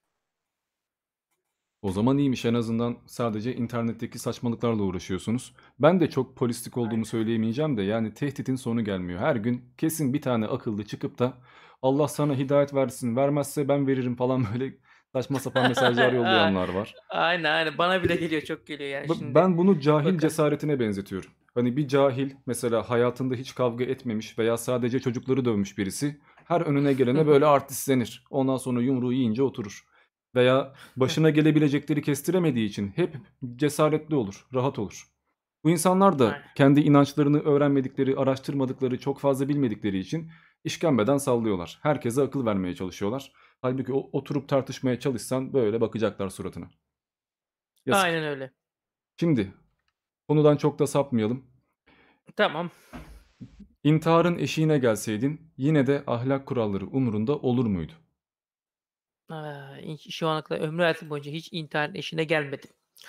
O zaman iyiymiş, en azından sadece internetteki saçmalıklarla uğraşıyorsunuz. Ben de çok polislik olduğumu Aynen. söyleyemeyeceğim de yani tehditin sonu gelmiyor. Her gün kesin bir tane akıllı çıkıp da Allah sana hidayet versin, vermezse ben veririm falan böyle saçma sapan mesajlar A yollayanlar var. aynen, aynen. Bana bile geliyor, çok geliyor yani şimdi. Ben bunu cahil Bakın. cesaretine benzetiyorum. Hani bir cahil mesela hayatında hiç kavga etmemiş veya sadece çocukları dövmüş birisi her önüne gelene böyle artistlenir. Ondan sonra yumruğu yiyince oturur. Veya başına gelebilecekleri kestiremediği için hep cesaretli olur, rahat olur. Bu insanlar da Aynen. kendi inançlarını öğrenmedikleri, araştırmadıkları, çok fazla bilmedikleri için işkembeden sallıyorlar. Herkese akıl vermeye çalışıyorlar. Halbuki oturup tartışmaya çalışsan böyle bakacaklar suratına. Yazık. Aynen öyle. Şimdi konudan çok da sapmayalım. Tamam. İntiharın eşiğine gelseydin yine de ahlak kuralları umurunda olur muydu? Hiç şu ana kadar ömrü hayatım boyunca hiç intiharın eşiğine gelmedim.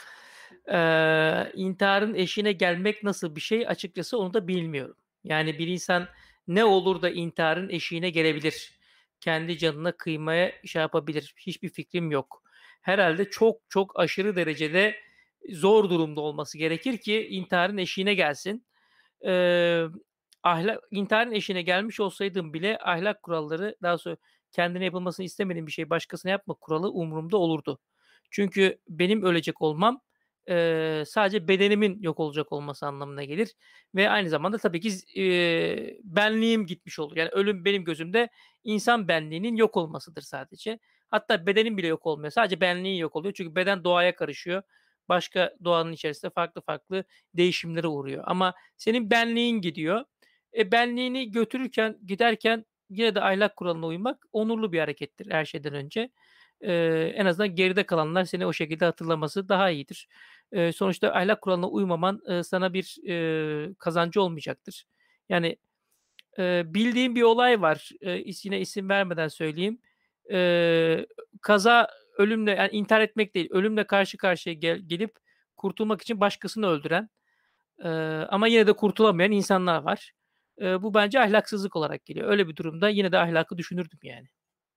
İntiharın eşiğine gelmek nasıl bir şey açıkçası onu da bilmiyorum. Yani bir insan ne olur da intiharın eşiğine gelebilir? Kendi canına kıymaya şey yapabilir. Hiçbir fikrim yok. Herhâlde çok çok aşırı derecede zor durumda olması gerekir ki intiharın eşiğine gelsin. Eee, intiharın eşiğine gelmiş olsaydım bile ahlak kuralları, daha sonra kendine yapılmasını istemediğim bir şeyi başkasına yapma kuralı umurumda olurdu. Çünkü benim ölecek olmam, sadece bedenimin yok olacak olması anlamına gelir ve aynı zamanda tabii ki benliğim gitmiş olur. Yani ölüm benim gözümde insan benliğinin yok olmasıdır sadece. Hatta bedenin bile yok olmuyor. Sadece benliğin yok oluyor. Çünkü beden doğaya karışıyor. Başka doğanın içerisinde farklı farklı değişimlere uğruyor ama senin benliğin gidiyor. Benliğini giderken yine de ahlak kuralına uymak onurlu bir harekettir her şeyden önce. En azından geride kalanlar seni o şekilde hatırlaması daha iyidir. Sonuçta ahlak kuralına uymaman, sana bir, kazancı olmayacaktır. Yani, bildiğim bir olay var. Yine isim vermeden söyleyeyim. Eee, kaza ölümle, yani intihar etmek değil, ölümle karşı karşıya gelip kurtulmak için başkasını öldüren, Eee, ama yine de kurtulamayan insanlar var. Bu bence ahlaksızlık olarak geliyor. Öyle bir durumda yine de ahlakı düşünürdüm yani.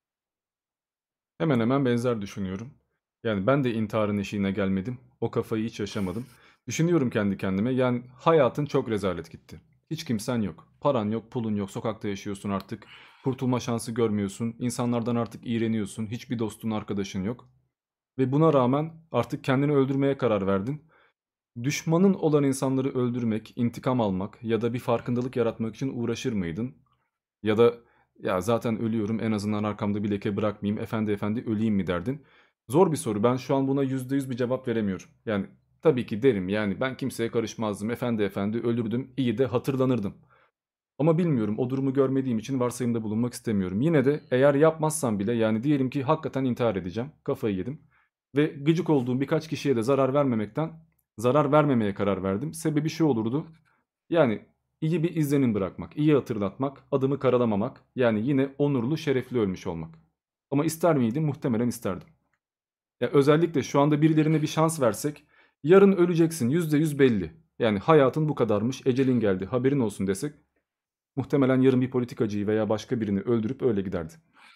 Hemen hemen benzer düşünüyorum. Yani ben de intiharın eşiğine gelmedim. O kafayı hiç yaşamadım. Düşünüyorum kendi kendime. Yani hayatın çok rezalet gitti. Hiç kimsen yok. Paran yok, pulun yok. Sokakta yaşıyorsun artık. Kurtulma şansı görmüyorsun. İnsanlardan artık iğreniyorsun. Hiçbir dostun, arkadaşın yok. Ve buna rağmen artık kendini öldürmeye karar verdin. Düşmanın olan insanları öldürmek, intikam almak ya da bir farkındalık yaratmak için uğraşır mıydın? Ya da ya zaten ölüyorum, en azından arkamda bir leke bırakmayayım, efendi efendi öleyim mi derdin? Zor bir soru. Ben şu an buna %100 bir cevap veremiyorum. Yani tabii ki derim, yani ben kimseye karışmazdım. Efendi efendi ölürdüm, iyi de hatırlanırdım. Ama bilmiyorum, o durumu görmediğim için varsayımda bulunmak istemiyorum. Yine de eğer yapmazsam bile, yani diyelim ki hakikaten intihar edeceğim. Kafayı yedim. Ve gıcık olduğum birkaç kişiye de zarar vermemeye karar verdim. Sebebi şu olurdu. Yani iyi bir izlenim bırakmak, iyi hatırlatmak, adımı karalamamak, yani yine onurlu, şerefli ölmüş olmak. Ama ister miydim? Muhtemelen isterdim. Ya özellikle şu anda birilerine bir şans versek, yarın öleceksin, %100 belli. Yani hayatın bu kadarmış, ecelin geldi, haberin olsun desek, muhtemelen yarın bir politikacıyı veya başka birini öldürüp öyle giderdi.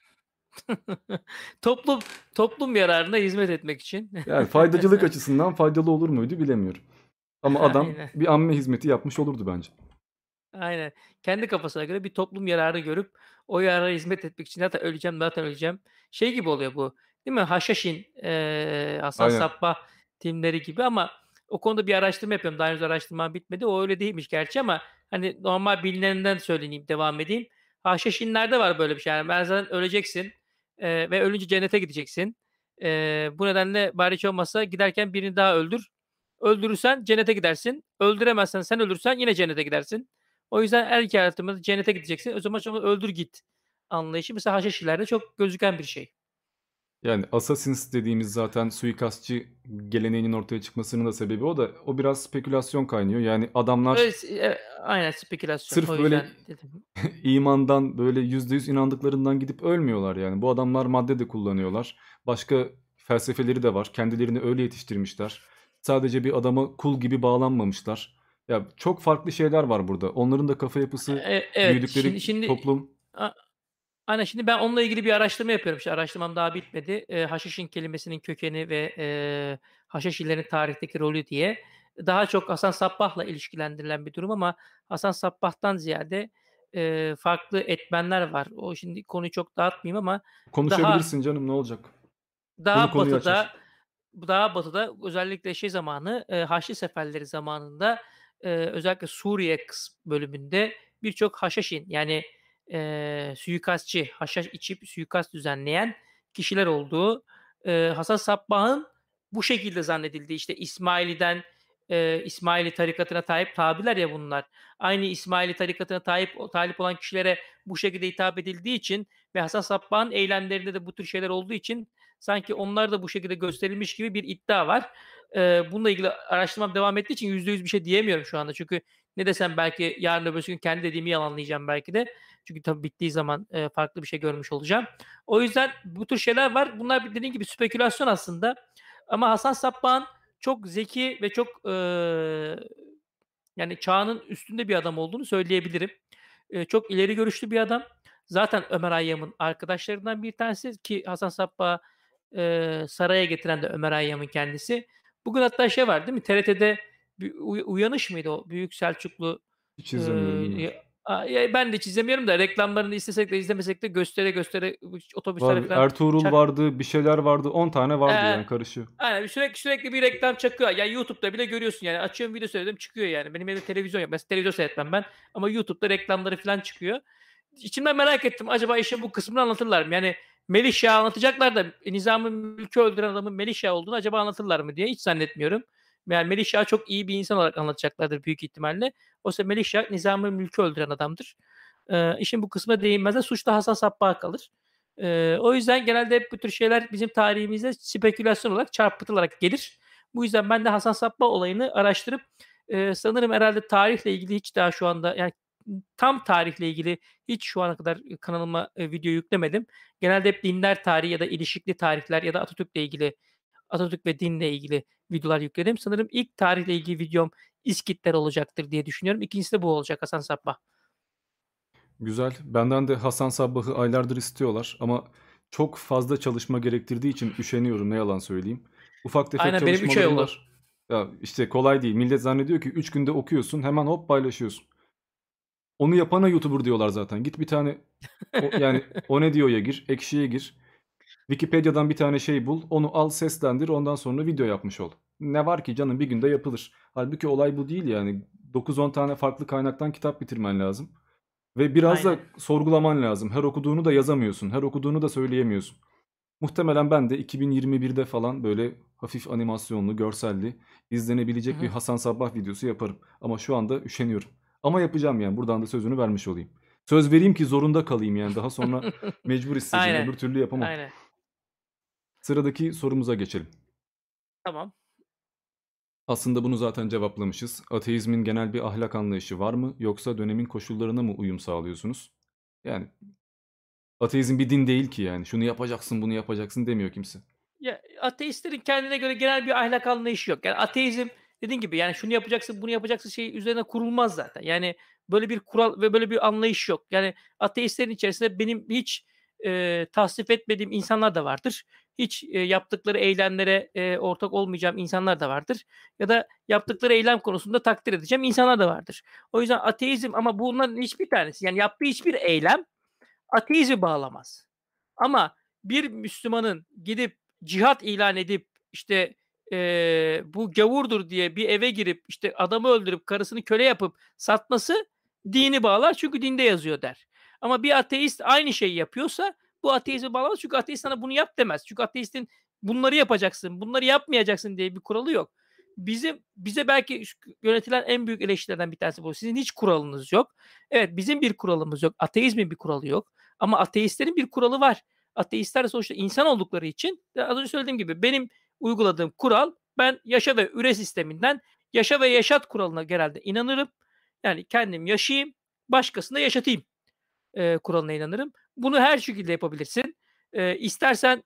Toplum toplum yararına hizmet etmek için. Yani faydacılık açısından faydalı olur muydu bilemiyorum. Ama adam Aynen. bir amme hizmeti yapmış olurdu bence. Aynen. Kendi kafasına göre bir toplum yararı görüp o yarara hizmet etmek için zaten öleceğim, zaten öleceğim. Şey gibi oluyor bu, değil mi? Haşhaşin, Hasan Aynen. Sabbah timleri gibi ama o konuda bir araştırma yapıyorum. Daha henüz araştırmam bitmedi. O öyle değilmiş gerçi ama hani normal bilineninden söyleyeyim, devam edeyim. Haşhaşinlerde var böyle bir şey. Yani ben zaten öleceksin, ve ölünce cennete gideceksin. Bu nedenle bari hiç olmazsa giderken birini daha öldür. Öldürürsen cennete gidersin. Öldüremezsen sen ölürsen yine cennete gidersin. O yüzden her iki hayatımda cennete gideceksin. O zaman öldür git anlayışı mesela Haşhaşilerde çok gözüken bir şey. Yani Assassins dediğimiz zaten suikastçı geleneğinin ortaya çıkmasının da sebebi o da o biraz spekülasyon kaynıyor. Yani adamlar Aynen spekülasyon. sırf O böyle yüzden dedim. imandan böyle %100 inandıklarından gidip ölmüyorlar yani. Bu adamlar madde de kullanıyorlar. Başka felsefeleri de var. Kendilerini öyle yetiştirmişler. Sadece bir adama kul gibi bağlanmamışlar. Ya çok farklı şeyler var burada. Onların da kafa yapısı, Evet. büyüdükleri Şimdi toplum. a aynen şimdi ben onunla ilgili bir araştırma yapıyorum. İşte araştırmam daha bitmedi. Haşhaşin kelimesinin kökeni ve, Haşhaşilerin tarihteki rolü diye. Daha çok Hasan Sabbah'la ilişkilendirilen bir durum ama Hasan Sabbah'tan ziyade, farklı etmenler var. O şimdi konuyu çok dağıtmayayım ama daha Konuşabilirsin canım, ne olacak? Konu daha konuyu açar. batıda daha batıda özellikle şey zamanı, Haçlı seferleri zamanında, özellikle Suriye bölümünde birçok Haşhaşin yani, suikastçı, haşhaş içip suikast düzenleyen kişiler olduğu, Hasan Sabbah'ın bu şekilde zannedildiği, işte İsmaili'den, İsmaili tarikatına tabiler ya bunlar. Aynı İsmaili tarikatına talip olan kişilere bu şekilde hitap edildiği için ve Hasan Sabbah'ın eylemlerinde de bu tür şeyler olduğu için sanki onlar da bu şekilde gösterilmiş gibi bir iddia var. Bununla ilgili araştırmam devam ettiği için %100 bir şey diyemiyorum şu anda. Çünkü ne desem belki yarın öbürsü gün kendi dediğimi yalanlayacağım belki de. Çünkü tabii bittiği zaman, farklı bir şey görmüş olacağım. O yüzden bu tür şeyler var. Bunlar dediğim gibi spekülasyon aslında. Ama Hasan Sabbah'ın çok zeki ve çok, yani çağının üstünde bir adam olduğunu söyleyebilirim. Çok ileri görüşlü bir adam. Zaten Ömer Hayyam'ın arkadaşlarından bir tanesi ki Hasan Sabbah'ı, saraya getiren de Ömer Hayyam'ın kendisi. Bugün hatta şey var değil mi? TRT'de bir Uyanış mıydı o? Büyük Selçuklu, Hiç izlemiyorum, bilmiyorum. ya ben de hiç izlemiyorum da reklamlarını istesek de izlemesek de göstere göstere otobüslerde Var, falan Ertuğrul çak vardı, bir şeyler vardı. 10 tane vardı Eee, yani, karışıyor. aynen sürekli bir reklam çakıyor. Ya YouTube'da bile görüyorsun yani. Açıyorum video seyrediyorum çıkıyor yani. Benim evde televizyon yok. Mesela televizyon seyretmem ben ama YouTube'da reklamları falan çıkıyor. İçimden merak ettim acaba işin bu kısmını anlatırlar mı? Yani Melih Şah'ı anlatacaklar da Nizami Mülk'ü öldüren adamın Melih Şah olduğunu acaba anlatırlar mı diye hiç zannetmiyorum. Yani Melih Şah'ı çok iyi bir insan olarak anlatacaklardır büyük ihtimalle. Oysa Melih Şah Nizami Mülk'ü öldüren adamdır. İşin bu kısmına değinmezler. Suç da Hasan Sabbah'a kalır. O yüzden genelde hep bu tür şeyler bizim tarihimizde spekülasyon olarak çarpıtılarak gelir. Bu yüzden ben de Hasan Sabbah olayını araştırıp, sanırım herhâlde tarihle ilgili hiç daha şu anda yani tam tarihle ilgili hiç şu ana kadar, kanalıma, video yüklemedim. Genelde hep dinler tarihi ya da ilişikli tarihler ya da Atatürk ve dinle ilgili videolar yükledim. Sanırım ilk tarihle ilgili videom İskitler olacaktır diye düşünüyorum. İkincisi de bu olacak Hasan Sabbah. Güzel. Benden de Hasan Sabbah'ı aylardır istiyorlar ama çok fazla çalışma gerektirdiği için üşeniyorum, ne yalan söyleyeyim. Ufak tefek Aynen benim 3 ay çalışmalarım oldu. var. Ya işte kolay değil. Millet zannediyor ki 3 günde okuyorsun, hemen hop paylaşıyorsun. Onu yapana YouTuber diyorlar zaten. Git bir tane yani o ne diyor'ya gir, Ekşi'ye gir. Wikipedia'dan bir tane şey bul, onu al seslendir, ondan sonra video yapmış ol. Ne var ki canım, bir günde yapılır. Halbuki olay bu değil yani. 9-10 tane farklı kaynaktan kitap bitirmen lazım. Ve biraz da Aynen. sorgulaman lazım. Her okuduğunu da yazamıyorsun. Her okuduğunu da söyleyemiyorsun. Muhtemelen ben de 2021'de falan böyle hafif animasyonlu, görselli, Hı izlenebilecek bir hı. Hasan Sabbah videosu yaparım. Ama şu anda üşeniyorum. Ama yapacağım yani. Buradan da sözünü vermiş olayım. Söz vereyim ki zorunda kalayım yani. Daha sonra mecbur hissedeyim. Aynen. Öbür türlü yapamam. Aynen. Sıradaki sorumuza geçelim. Tamam. Aslında bunu zaten cevaplamışız. Ateizmin genel bir ahlak anlayışı var mı, yoksa dönemin koşullarına mı uyum sağlıyorsunuz? Yani ateizm bir din değil ki yani. Şunu yapacaksın, bunu yapacaksın demiyor kimse. Ya, ateistlerin kendine göre genel bir ahlak anlayışı yok. Yani ateizm dediğin gibi, yani, şunu yapacaksın, bunu yapacaksın şeyi üzerine kurulmaz zaten. Yani, böyle bir kural ve böyle bir anlayış yok. Yani, ateistlerin içerisinde benim hiç, tasvip etmediğim insanlar da vardır. Hiç, yaptıkları eylemlere, ortak olmayacağım insanlar da vardır ya da yaptıkları eylem konusunda takdir edeceğim insanlar da vardır. O yüzden ateizm ama bunların hiçbir tanesi, yani yaptığı hiçbir eylem ateizmi bağlamaz. Ama bir Müslümanın gidip cihat ilan edip, işte, bu gavurdur diye bir eve girip, işte, adamı öldürüp karısını köle yapıp satması dini bağlar çünkü dinde yazıyor der. Ama bir ateist aynı şeyi yapıyorsa bu ateizme bağlamaz çünkü ateist sana bunu yap demez. Çünkü ateistin bunları yapacaksın, bunları yapmayacaksın diye bir kuralı yok. Bize belki yönetilen en büyük eleştirilerden bir tanesi bu. Sizin hiç kuralınız yok. Evet, bizim bir kuralımız yok. Ateizmin bir kuralı yok. Ama ateistlerin bir kuralı var. Ateistler sonuçta insan oldukları için az önce söylediğim gibi benim uyguladığım kural ben yaşa ve üre sisteminden yaşa ve yaşat kuralına genelde inanırım. Yani kendim yaşayayım, başkasını da yaşatayım, kuralına inanırım. Bunu her şekilde yapabilirsin. İstersen,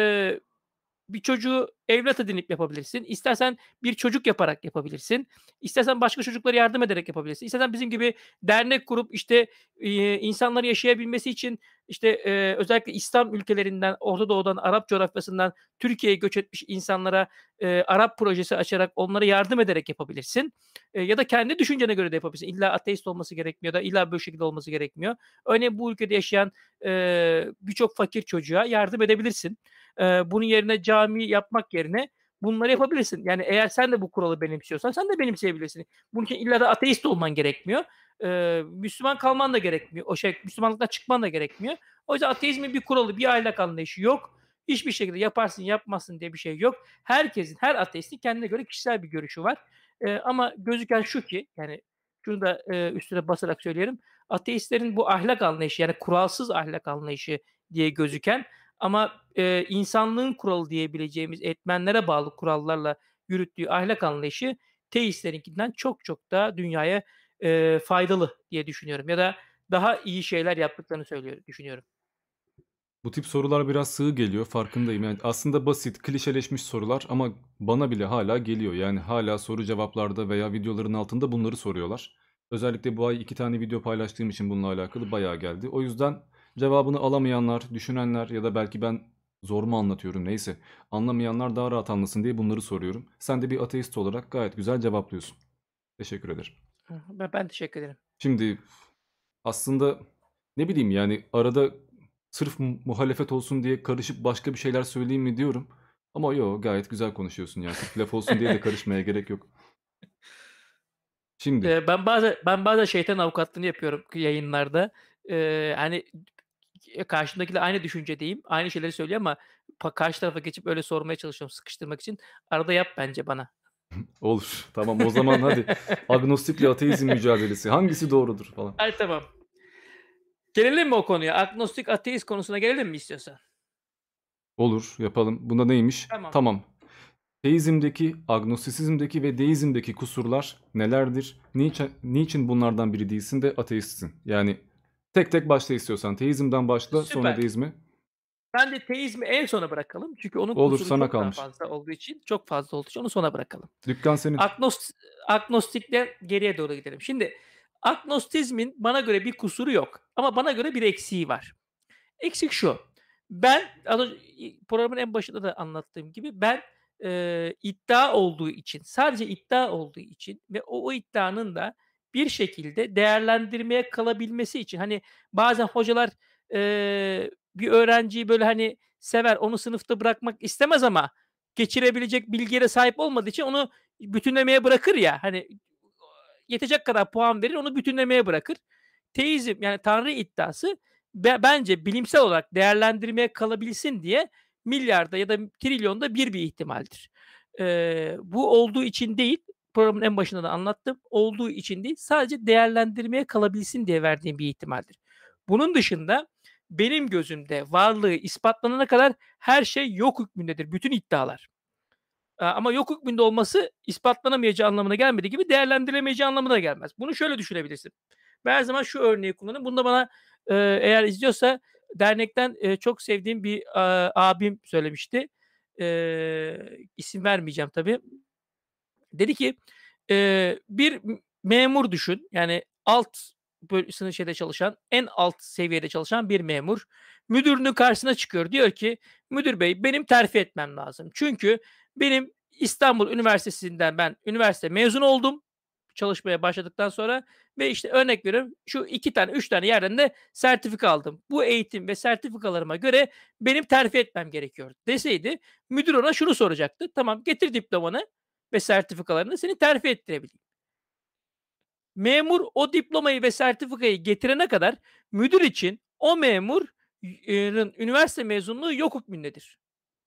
bir çocuğu evlat edinip yapabilirsin. İstersen bir çocuk yaparak yapabilirsin. İstersen başka çocuklara yardım ederek yapabilirsin. İstersen bizim gibi dernek kurup, işte, insanların yaşayabilmesi için, işte, özellikle İslam ülkelerinden, Orta Doğu'dan, Arap coğrafyasından Türkiye'ye göç etmiş insanlara, Arap projesi açarak onlara yardım ederek yapabilirsin. Ya da kendi düşüncene göre de yapabilirsin. İlla ateist olması gerekmiyor da illa böyle şekilde olması gerekmiyor. Örneğin bu ülkede yaşayan, birçok fakir çocuğa yardım edebilirsin. Bunun yerine cami yapmak yerine bunları yapabilirsin. Yani eğer sen de bu kuralı benimsiyorsan sen de benimseyebilirsin. Bunun için illa da ateist olman gerekmiyor. Müslüman kalman da gerekmiyor. Müslümanlıktan çıkman da gerekmiyor. O yüzden ateizmin bir kuralı, bir ahlak anlayışı yok. Hiçbir şekilde yaparsın, yapmazsın diye bir şey yok. Her ateistin kendine göre kişisel bir görüşü var. Ama gözüken şu ki, yani şunu da, üstüne basarak söyleyelim. Ateistlerin bu ahlak anlayışı, yani kuralsız ahlak anlayışı diye gözüken ama, insanlığın kuralı diyebileceğimiz etmenlere bağlı kurallarla yürüttüğü ahlak anlayışı teistlerinkinden çok çok daha dünyaya, faydalı diye düşünüyorum ya da daha iyi şeyler yaptıklarını düşünüyorum. Bu tip sorular biraz sığ geliyor, farkındayım. Yani aslında basit, klişeleşmiş sorular ama bana bile hala geliyor. Yani hala soru cevaplarda veya videoların altında bunları soruyorlar. Özellikle bu ay 2 tane video paylaştığım için bununla alakalı bayağı geldi. O yüzden cevabını alamayanlar, düşünenler ya da belki ben zor mu anlatıyorum neyse, anlamayanlar daha rahat anlasın diye bunları soruyorum. Sen de bir ateist olarak gayet güzel cevaplıyorsun. Teşekkür ederim. Hı hı. Ben teşekkür ederim. Şimdi aslında ne bileyim yani arada sırf muhalefet olsun diye karışıp başka bir şeyler söyleyeyim mi diyorum. Ama yo gayet güzel konuşuyorsun yani. Sırf laf olsun diye de karışmaya gerek yok. Şimdi Ben bazen şeytan avukatlığını yapıyorum yayınlarda. Hani, karşımdakiyle aynı düşüncedeyim, aynı şeyleri söylüyor ama karşı tarafa geçip öyle sormaya çalışıyorum sıkıştırmak için. Arada yap bence bana. olur. Tamam o zaman hadi. Agnostikle ateizm mücadelesi. Hangisi doğrudur falan. Ay, tamam. Gelelim mi o konuya? Agnostik, ateist konusuna gelelim mi istiyorsan? Olur yapalım. Bunda neymiş? Tamam. Tamam. Teizmdeki, agnostisizmdeki ve deizmdeki kusurlar nelerdir? Niçin bunlardan biri değilsin de ateistsin? Yani tek tek başla istiyorsan. Teizmden başla sonra Süper. deizme. Ben de teizmi en sona bırakalım. Çünkü onun Olur kusuru sana çok daha kalmış. fazla olduğu için, çok fazla olduğu için onu sona bırakalım. Dükkan senin. Agnost Agnostikten geriye doğru gidelim. Şimdi agnostizmin bana göre bir kusuru yok ama bana göre bir eksiği var. Eksik şu: Ben az önce programın en başında da anlattığım gibi ben, iddia olduğu için, sadece iddia olduğu için ve o iddianın da bir şekilde değerlendirmeye kalabilmesi için, hani, bazen hocalar, bir öğrenciyi, böyle, hani, sever, onu sınıfta bırakmak istemez ama geçirebilecek bilgiye de sahip olmadığı için onu bütünlemeye bırakır ya, hani, yetecek kadar puan verir, onu bütünlemeye bırakır. Teizm, yani Tanrı iddiası bence bilimsel olarak değerlendirmeye kalabilsin diye milyarda ya da trilyonda bir ihtimaldir. Bu olduğu için değil, programın en başında da anlattım, olduğu için değil, sadece değerlendirmeye kalabilsin diye verdiğim bir ihtimaldir. Bunun dışında benim gözümde varlığı ispatlanana kadar her şey yok hükmündedir, bütün iddialar. Ama yok hükmünde olması ispatlanamayacağı anlamına gelmediği gibi değerlendirilemeyeceği anlamına da gelmez. Bunu şöyle düşünebilirsin. Ben her zaman şu örneği kullanırım. Bunu da bana, eğer izliyorsa dernekten, çok sevdiğim bir, abim söylemişti. İsim vermeyeceğim tabii. Dedi ki, bir memur düşün, yani alt şeyde çalışan, en alt seviyede çalışan bir memur Müdürünün karşısına çıkıyor. Diyor ki müdür bey benim terfi etmem lazım. Çünkü benim İstanbul Üniversitesi'nden ben üniversite mezun oldum çalışmaya başladıktan sonra ve işte örnek veriyorum şu 2 tane 3 tane yerden de sertifika aldım. Bu eğitim ve sertifikalarıma göre benim terfi etmem gerekiyor deseydi müdür ona şunu soracaktı. Tamam getir diplomanı ve sertifikalarını seni terfi ettirebileyim. Memur o diplomayı ve sertifikayı getirene kadar müdür için o memur üniversite mezunluğu yok hükmündedir.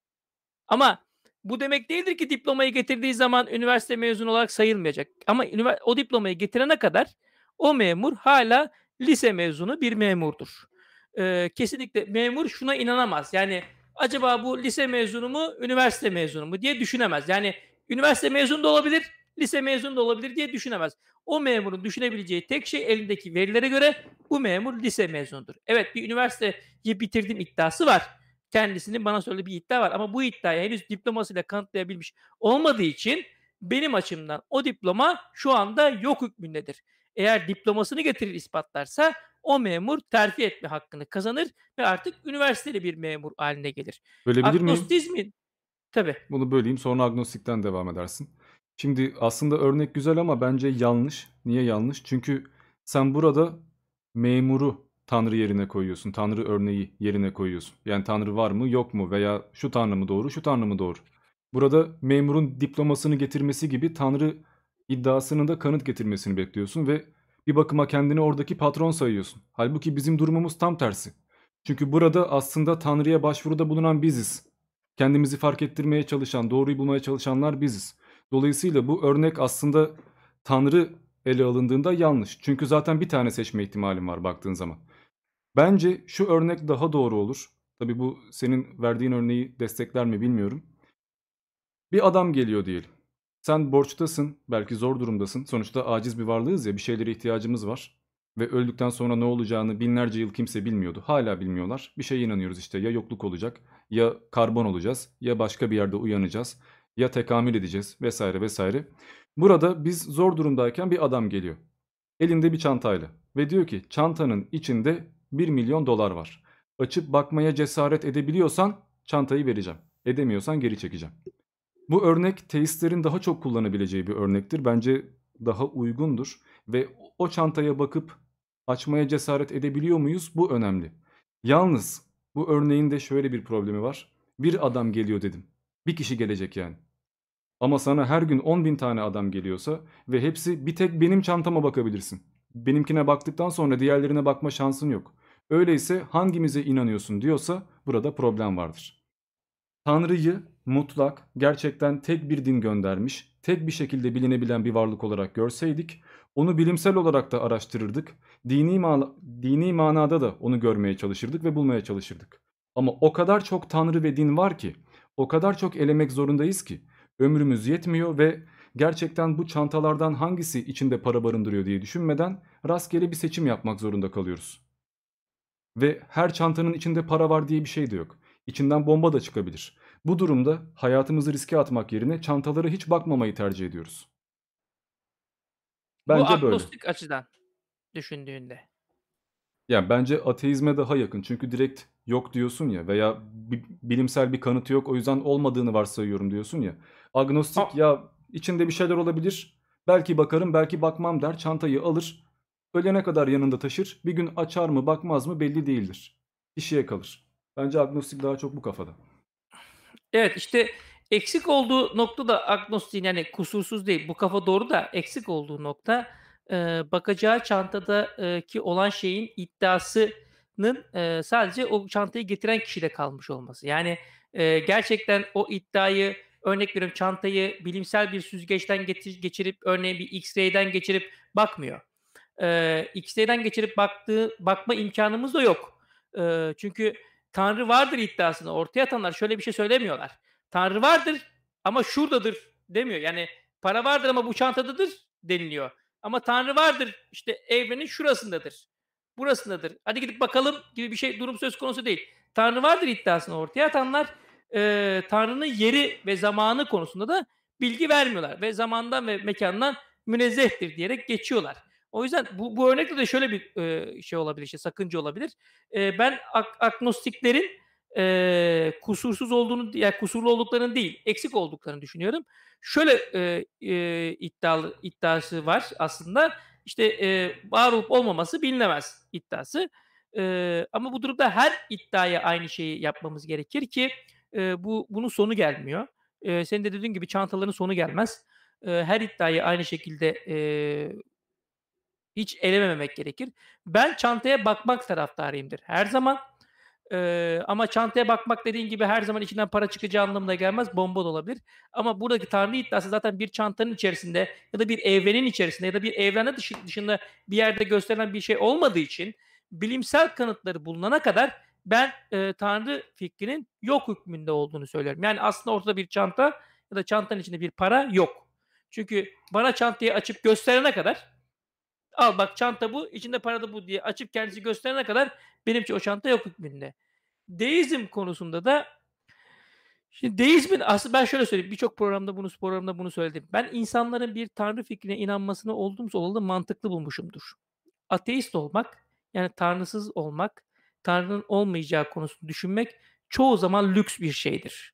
Ama bu demek değildir ki diplomayı getirdiği zaman üniversite mezunu olarak sayılmayacak. Ama o diplomayı getirene kadar o memur hala lise mezunu bir memurdur. Kesinlikle memur şuna inanamaz. Yani acaba bu lise mezunu mu, üniversite mezunu mu diye düşünemez. Yani üniversite mezunu da olabilir, lise mezunu da olabilir diye düşünemez. O memurun düşünebileceği tek şey elindeki verilere göre bu memur lise mezunudur. Evet bir üniversiteyi bitirdim iddiası var. Kendisinin bana söylediği bir iddia var ama bu iddiayı henüz diplomasıyla kanıtlayabilmiş olmadığı için benim açımdan o diploma şu anda yok hükmündedir. Eğer diplomasını getirir ispatlarsa o memur terfi etme hakkını kazanır ve artık üniversiteli bir memur haline gelir. Bölebilir miyim? Agnostizmin tabii. Bunu böleyim, sonra agnostikten devam edersin. Şimdi aslında örnek güzel ama bence yanlış. Niye yanlış? Çünkü sen burada memuru Tanrı yerine koyuyorsun. Tanrı örneği yerine koyuyorsun. Yani Tanrı var mı yok mu veya şu Tanrı mı doğru şu Tanrı mı doğru. Burada memurun diplomasını getirmesi gibi Tanrı iddiasının da kanıt getirmesini bekliyorsun ve bir bakıma kendini oradaki patron sayıyorsun. Halbuki bizim durumumuz tam tersi. Çünkü burada aslında Tanrı'ya başvuruda bulunan biziz. Kendimizi fark ettirmeye çalışan, doğruyu bulmaya çalışanlar biziz. Dolayısıyla bu örnek aslında Tanrı ele alındığında yanlış. Çünkü zaten bir tane seçme ihtimalim var baktığın zaman. Bence şu örnek daha doğru olur. Tabii bu senin verdiğin örneği destekler mi bilmiyorum. Bir adam geliyor diyelim. Sen borçtasın, belki zor durumdasın. Sonuçta aciz bir varlığız ya, bir şeylere ihtiyacımız var. Ve öldükten sonra ne olacağını binlerce yıl kimse bilmiyordu. Hala bilmiyorlar. Bir şeye inanıyoruz işte, ya yokluk olacak, ya karbon olacağız, ya başka bir yerde uyanacağız, ya tekamül edeceğiz vesaire vesaire. Burada biz zor durumdayken bir adam geliyor. Elinde bir çantayla ve diyor ki çantanın içinde 1 milyon dolar var. Açıp bakmaya cesaret edebiliyorsan çantayı vereceğim. Edemiyorsan geri çekeceğim. Bu örnek teistlerin daha çok kullanabileceği bir örnektir. Bence daha uygundur ve o çantaya bakıp açmaya cesaret edebiliyor muyuz? Bu önemli. Yalnız bu örneğin de şöyle bir problemi var. Bir adam geliyor dedim. Bir kişi gelecek yani. Ama sana her gün 10.000 tane adam geliyorsa ve hepsi bir tek benim çantama bakabilirsin. Benimkine baktıktan sonra diğerlerine bakma şansın yok. Öyleyse hangimize inanıyorsun diyorsa burada problem vardır. Tanrı'yı mutlak, gerçekten tek bir din göndermiş, tek bir şekilde bilinebilen bir varlık olarak görseydik, onu bilimsel olarak da araştırırdık, dini manada da onu görmeye çalışırdık ve bulmaya çalışırdık. Ama o kadar çok Tanrı ve din var ki, o kadar çok elemek zorundayız ki, ömrümüz yetmiyor ve gerçekten bu çantalardan hangisi içinde para barındırıyor diye düşünmeden rastgele bir seçim yapmak zorunda kalıyoruz. Ve her çantanın içinde para var diye bir şey de yok. İçinden bomba da çıkabilir. Bu durumda hayatımızı riske atmak yerine çantalara hiç bakmamayı tercih ediyoruz. Bu Bence böyle. agnostik açıdan düşündüğünde. Yani bence ateizme daha yakın. Çünkü direkt yok diyorsun ya veya bilimsel bir kanıtı yok o yüzden olmadığını varsayıyorum diyorsun ya. Agnostik A ya içinde bir şeyler olabilir. Belki bakarım belki bakmam der çantayı alır. Ölene kadar yanında taşır. Bir gün açar mı bakmaz mı belli değildir. Kişiye kalır. Bence agnostik daha çok bu kafada. Evet, işte eksik olduğu nokta da agnostiğin, yani kusursuz değil, bu kafa doğru da eksik olduğu nokta, bakacağı çantada ki olan şeyin iddiasının, sadece o çantayı getiren kişide kalmış olması. Yani, gerçekten o iddiayı, örnek veriyorum, çantayı bilimsel bir süzgeçten geçirip örneğin bir X-ray'den geçirip bakmıyor. X-ray'den geçirip bakma imkânımız da yok. Çünkü Tanrı vardır iddiasını ortaya atanlar şöyle bir şey söylemiyorlar. Tanrı vardır ama şuradadır demiyor. Yani para vardır ama bu çantadadır deniliyor. Ama Tanrı vardır işte evrenin şurasındadır. Burasındadır. Hadi gidip bakalım gibi bir şey durum söz konusu değil. Tanrı vardır iddiasını ortaya atanlar Tanrı'nın yeri ve zamanı konusunda da bilgi vermiyorlar ve zamandan ve mekandan münezzehtir diyerek geçiyorlar. O yüzden bu örnekte de şöyle bir, şey olabilir, işte, sakınca olabilir. Ben agnostiklerin, kusursuz olduğunu, ya, kusurlu olduklarını değil, eksik olduklarını düşünüyorum. Şöyle, iddiası var aslında, İşte var olup olmaması bilinemez iddiası. Ama bu durumda her iddiaya aynı şeyi yapmamız gerekir ki, bunun sonu gelmiyor. Senin de dediğin gibi çantaların sonu gelmez. Her iddiayı aynı şekilde, hiç elememek gerekir. Ben çantaya bakmak taraftarıyımdır her zaman. Ama çantaya bakmak dediğin gibi her zaman içinden para çıkacağı anlamına gelmez. Bomba da olabilir. Ama buradaki tanrı iddiası zaten bir çantanın içerisinde ya da bir evrenin içerisinde ya da bir evrende dışında bir yerde gösterilen bir şey olmadığı için bilimsel kanıtları bulunana kadar ben, tanrı fikrinin yok hükmünde olduğunu söylüyorum. Yani aslında ortada bir çanta ya da çantanın içinde bir para yok. Çünkü bana çantayı açıp gösterene kadar, "Al bak çanta bu, içinde para da bu." diye açıp kendisi gösterene kadar benim için o çanta yok hükmünde. Deizm konusunda da şimdi deizmin aslında ben şöyle söyleyeyim, birçok programda bunu söyledim. Ben insanların bir tanrı fikrine inanmasını oldum olalı mantıklı bulmuşumdur. Ateist olmak, yani tanrısız olmak, tanrının olmayacağı konusunu düşünmek çoğu zaman lüks bir şeydir.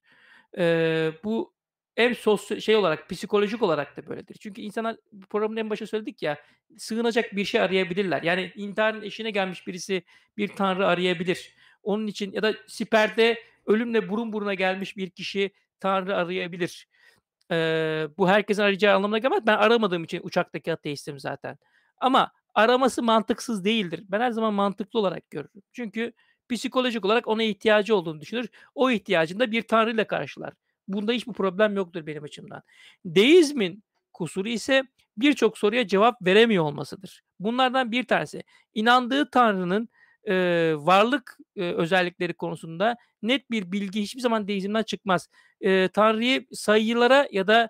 Bu hem şey olarak, psikolojik olarak da böyledir. Çünkü insanlar bu programın en başında söyledik ya, sığınacak bir şey arayabilirler. Yani intiharın eşiğine gelmiş birisi bir tanrı arayabilir. Onun için ya da siperde ölümle burun buruna gelmiş bir kişi tanrı arayabilir. Bu herkesin arayacağı anlamına gelmez. Ben aramadığım için uçaktaki ateistim zaten. Ama araması mantıksız değildir. Ben her zaman mantıklı olarak görürüm. Çünkü psikolojik olarak ona ihtiyacı olduğunu düşünür. O ihtiyacını da bir tanrıyla karşılar. Bunda hiçbir problem yoktur benim açımdan. Deizmin kusuru ise birçok soruya cevap veremiyor olmasıdır. Bunlardan bir tanesi, inandığı tanrının, varlık, özellikleri konusunda net bir bilgi hiçbir zaman deizmden çıkmaz. Tanrı'yı sayılara ya da,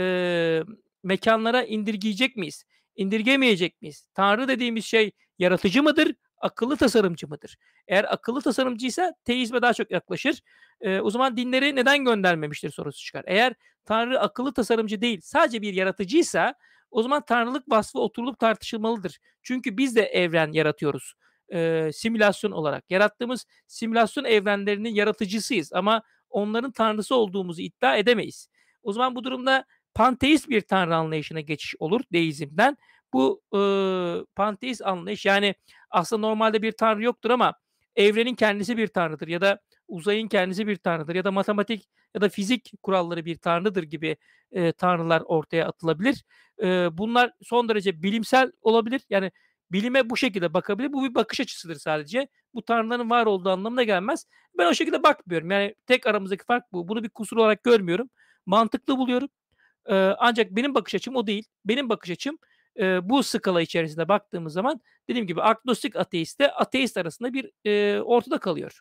mekânlara indirgeyecek miyiz? İndirgemeyecek miyiz? Tanrı dediğimiz şey yaratıcı mıdır, akıllı tasarımcı mıdır? Eğer akıllı tasarımcıysa teizme daha çok yaklaşır. O zaman dinleri neden göndermemiştir sorusu çıkar. Eğer Tanrı akıllı tasarımcı değil, sadece bir yaratıcıysa o zaman tanrılık vasfı oturulup tartışılmalıdır. Çünkü biz de evren yaratıyoruz, simülasyon olarak. Yarattığımız simülasyon evrenlerinin yaratıcısıyız ama onların tanrısı olduğumuzu iddia edemeyiz. O zaman bu durumda panteist bir tanrı anlayışına geçiş olur deizmden. Bu, panteist anlayış, yani aslında normalde bir tanrı yoktur ama evrenin kendisi bir tanrıdır ya da uzayın kendisi bir tanrıdır ya da matematik ya da fizik kuralları bir tanrıdır gibi, tanrılar ortaya atılabilir. Bunlar son derece bilimsel olabilir. Yani bilime bu şekilde bakabilir. Bu bir bakış açısıdır sadece. Bu tanrıların var olduğu anlamına gelmez. Ben o şekilde bakmıyorum. Yani tek aramızdaki fark bu. Bunu bir kusur olarak görmüyorum. Mantıklı buluyorum. Ancak benim bakış açım o değil. Benim bakış açım, bu skala içerisinde baktığımız zaman dediğim gibi agnostik ateistle ateist arasında bir, ortada kalıyor.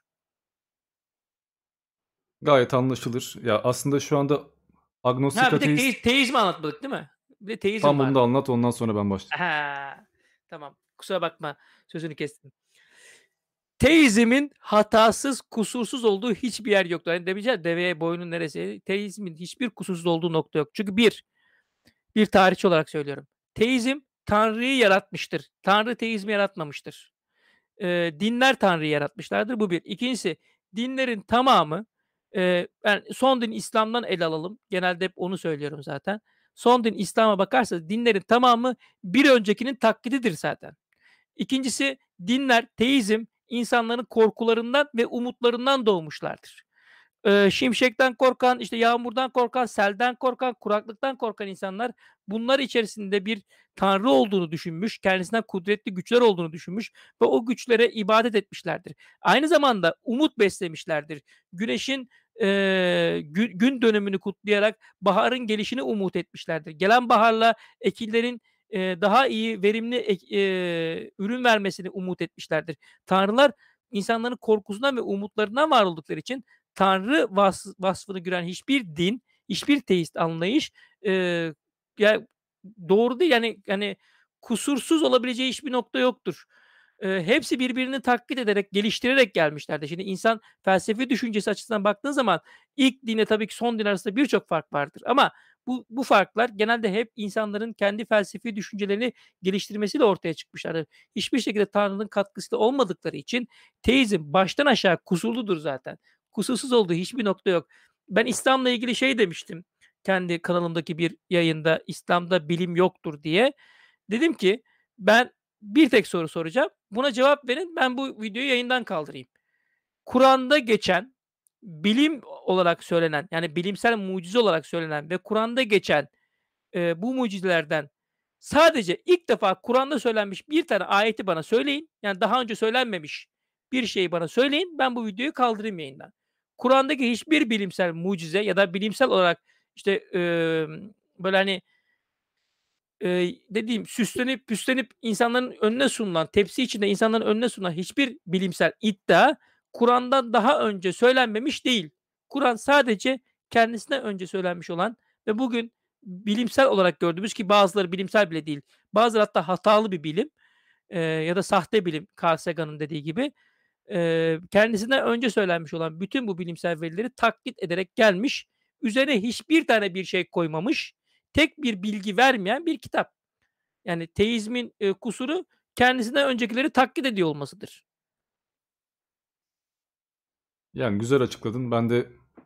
Gayet anlaşılır. Ya, aslında şu anda agnostik Ha, bir tek ateist. teizmi anlatmadık değil mi? Bir de teizm Tam onu da vardı. anlat, ondan sonra ben başlayayım. Ha, tamam. Kusura bakma, sözünü kestim. Teizmin hatasız, kusursuz olduğu hiçbir yer yoktur. Hani demiş ya, deveye boynun neresi? Teizmin hiçbir kusursuz olduğu nokta yok. Çünkü bir tarihçi olarak söylüyorum. Teizm Tanrı'yı yaratmıştır. Tanrı teizmi yaratmamıştır. Dinler Tanrı'yı yaratmışlardır. Bu bir. İkincisi, dinlerin tamamı, ben son din İslam'dan ele alalım. Genelde hep onu söylüyorum zaten. Son din İslam'a bakarsanız dinlerin tamamı bir öncekinin taklididir zaten. İkincisi, dinler, teizm insanların korkularından ve umutlarından doğmuşlardır. Şimşekten korkan, işte yağmurdan korkan, selden korkan, kuraklıktan korkan insanlar bunlar içerisinde bir tanrı olduğunu düşünmüş, kendisinden kudretli güçler olduğunu düşünmüş ve o güçlere ibadet etmişlerdir. Aynı zamanda umut beslemişlerdir. Güneşin, gün dönümünü kutlayarak baharın gelişini umut etmişlerdir. Gelen baharla ekillerin, daha iyi, verimli ürün vermesini umut etmişlerdir. Tanrılar insanların korkusundan ve umutlarından var oldukları için Tanrı vasfını gören hiçbir din, hiçbir teist anlayış, ya doğru değil. Yani kusursuz olabileceği hiçbir nokta yoktur. Hepsi birbirini taklit ederek, geliştirerek gelmişlerdir. Şimdi insan felsefi düşüncesi açısından baktığın zaman ilk dinle tabii ki son din arasında birçok fark vardır ama Bu farklar genelde hep insanların kendi felsefi düşüncelerini geliştirmesiyle ortaya çıkmışlardır. Hiçbir şekilde Tanrı'nın katkısı da olmadıkları için teizm baştan aşağı kusurludur zaten. Kusursuz olduğu hiçbir nokta yok. Ben İslam'la ilgili şey demiştim kendi kanalımdaki bir yayında, İslam'da bilim yoktur diye. Dedim ki ben bir tek soru soracağım. Buna cevap verin. Ben bu videoyu yayından kaldırayım. Kur'an'da geçen bilim olarak söylenen, yani bilimsel mucize olarak söylenen ve Kur'an'da geçen bu mucizelerden sadece ilk defa Kur'an'da söylenmiş bir tane ayeti bana söyleyin. Yani daha önce söylenmemiş bir şeyi bana söyleyin. Ben bu videoyu kaldırayım yayından. Kur'an'daki hiçbir bilimsel mucize ya da bilimsel olarak işte böyle hani dediğim süslenip püslenip insanların önüne sunulan, tepsi içinde insanların önüne sunulan hiçbir bilimsel iddia Kur'an'dan daha önce söylenmemiş değil. Kur'an sadece kendisinden önce söylenmiş olan ve bugün bilimsel olarak gördüğümüz ki bazıları bilimsel bile değil. Bazıları hatta hatalı bir bilim ya da sahte bilim Carl Sagan'ın dediği gibi kendisinden önce söylenmiş olan bütün bu bilimsel verileri taklit ederek gelmiş. Üzerine hiçbir tane bir şey koymamış. Tek bir bilgi vermeyen bir kitap. Yani teizmin kusuru kendisinden öncekileri taklit ediyor olmasıdır. Yani güzel açıkladın. Ben de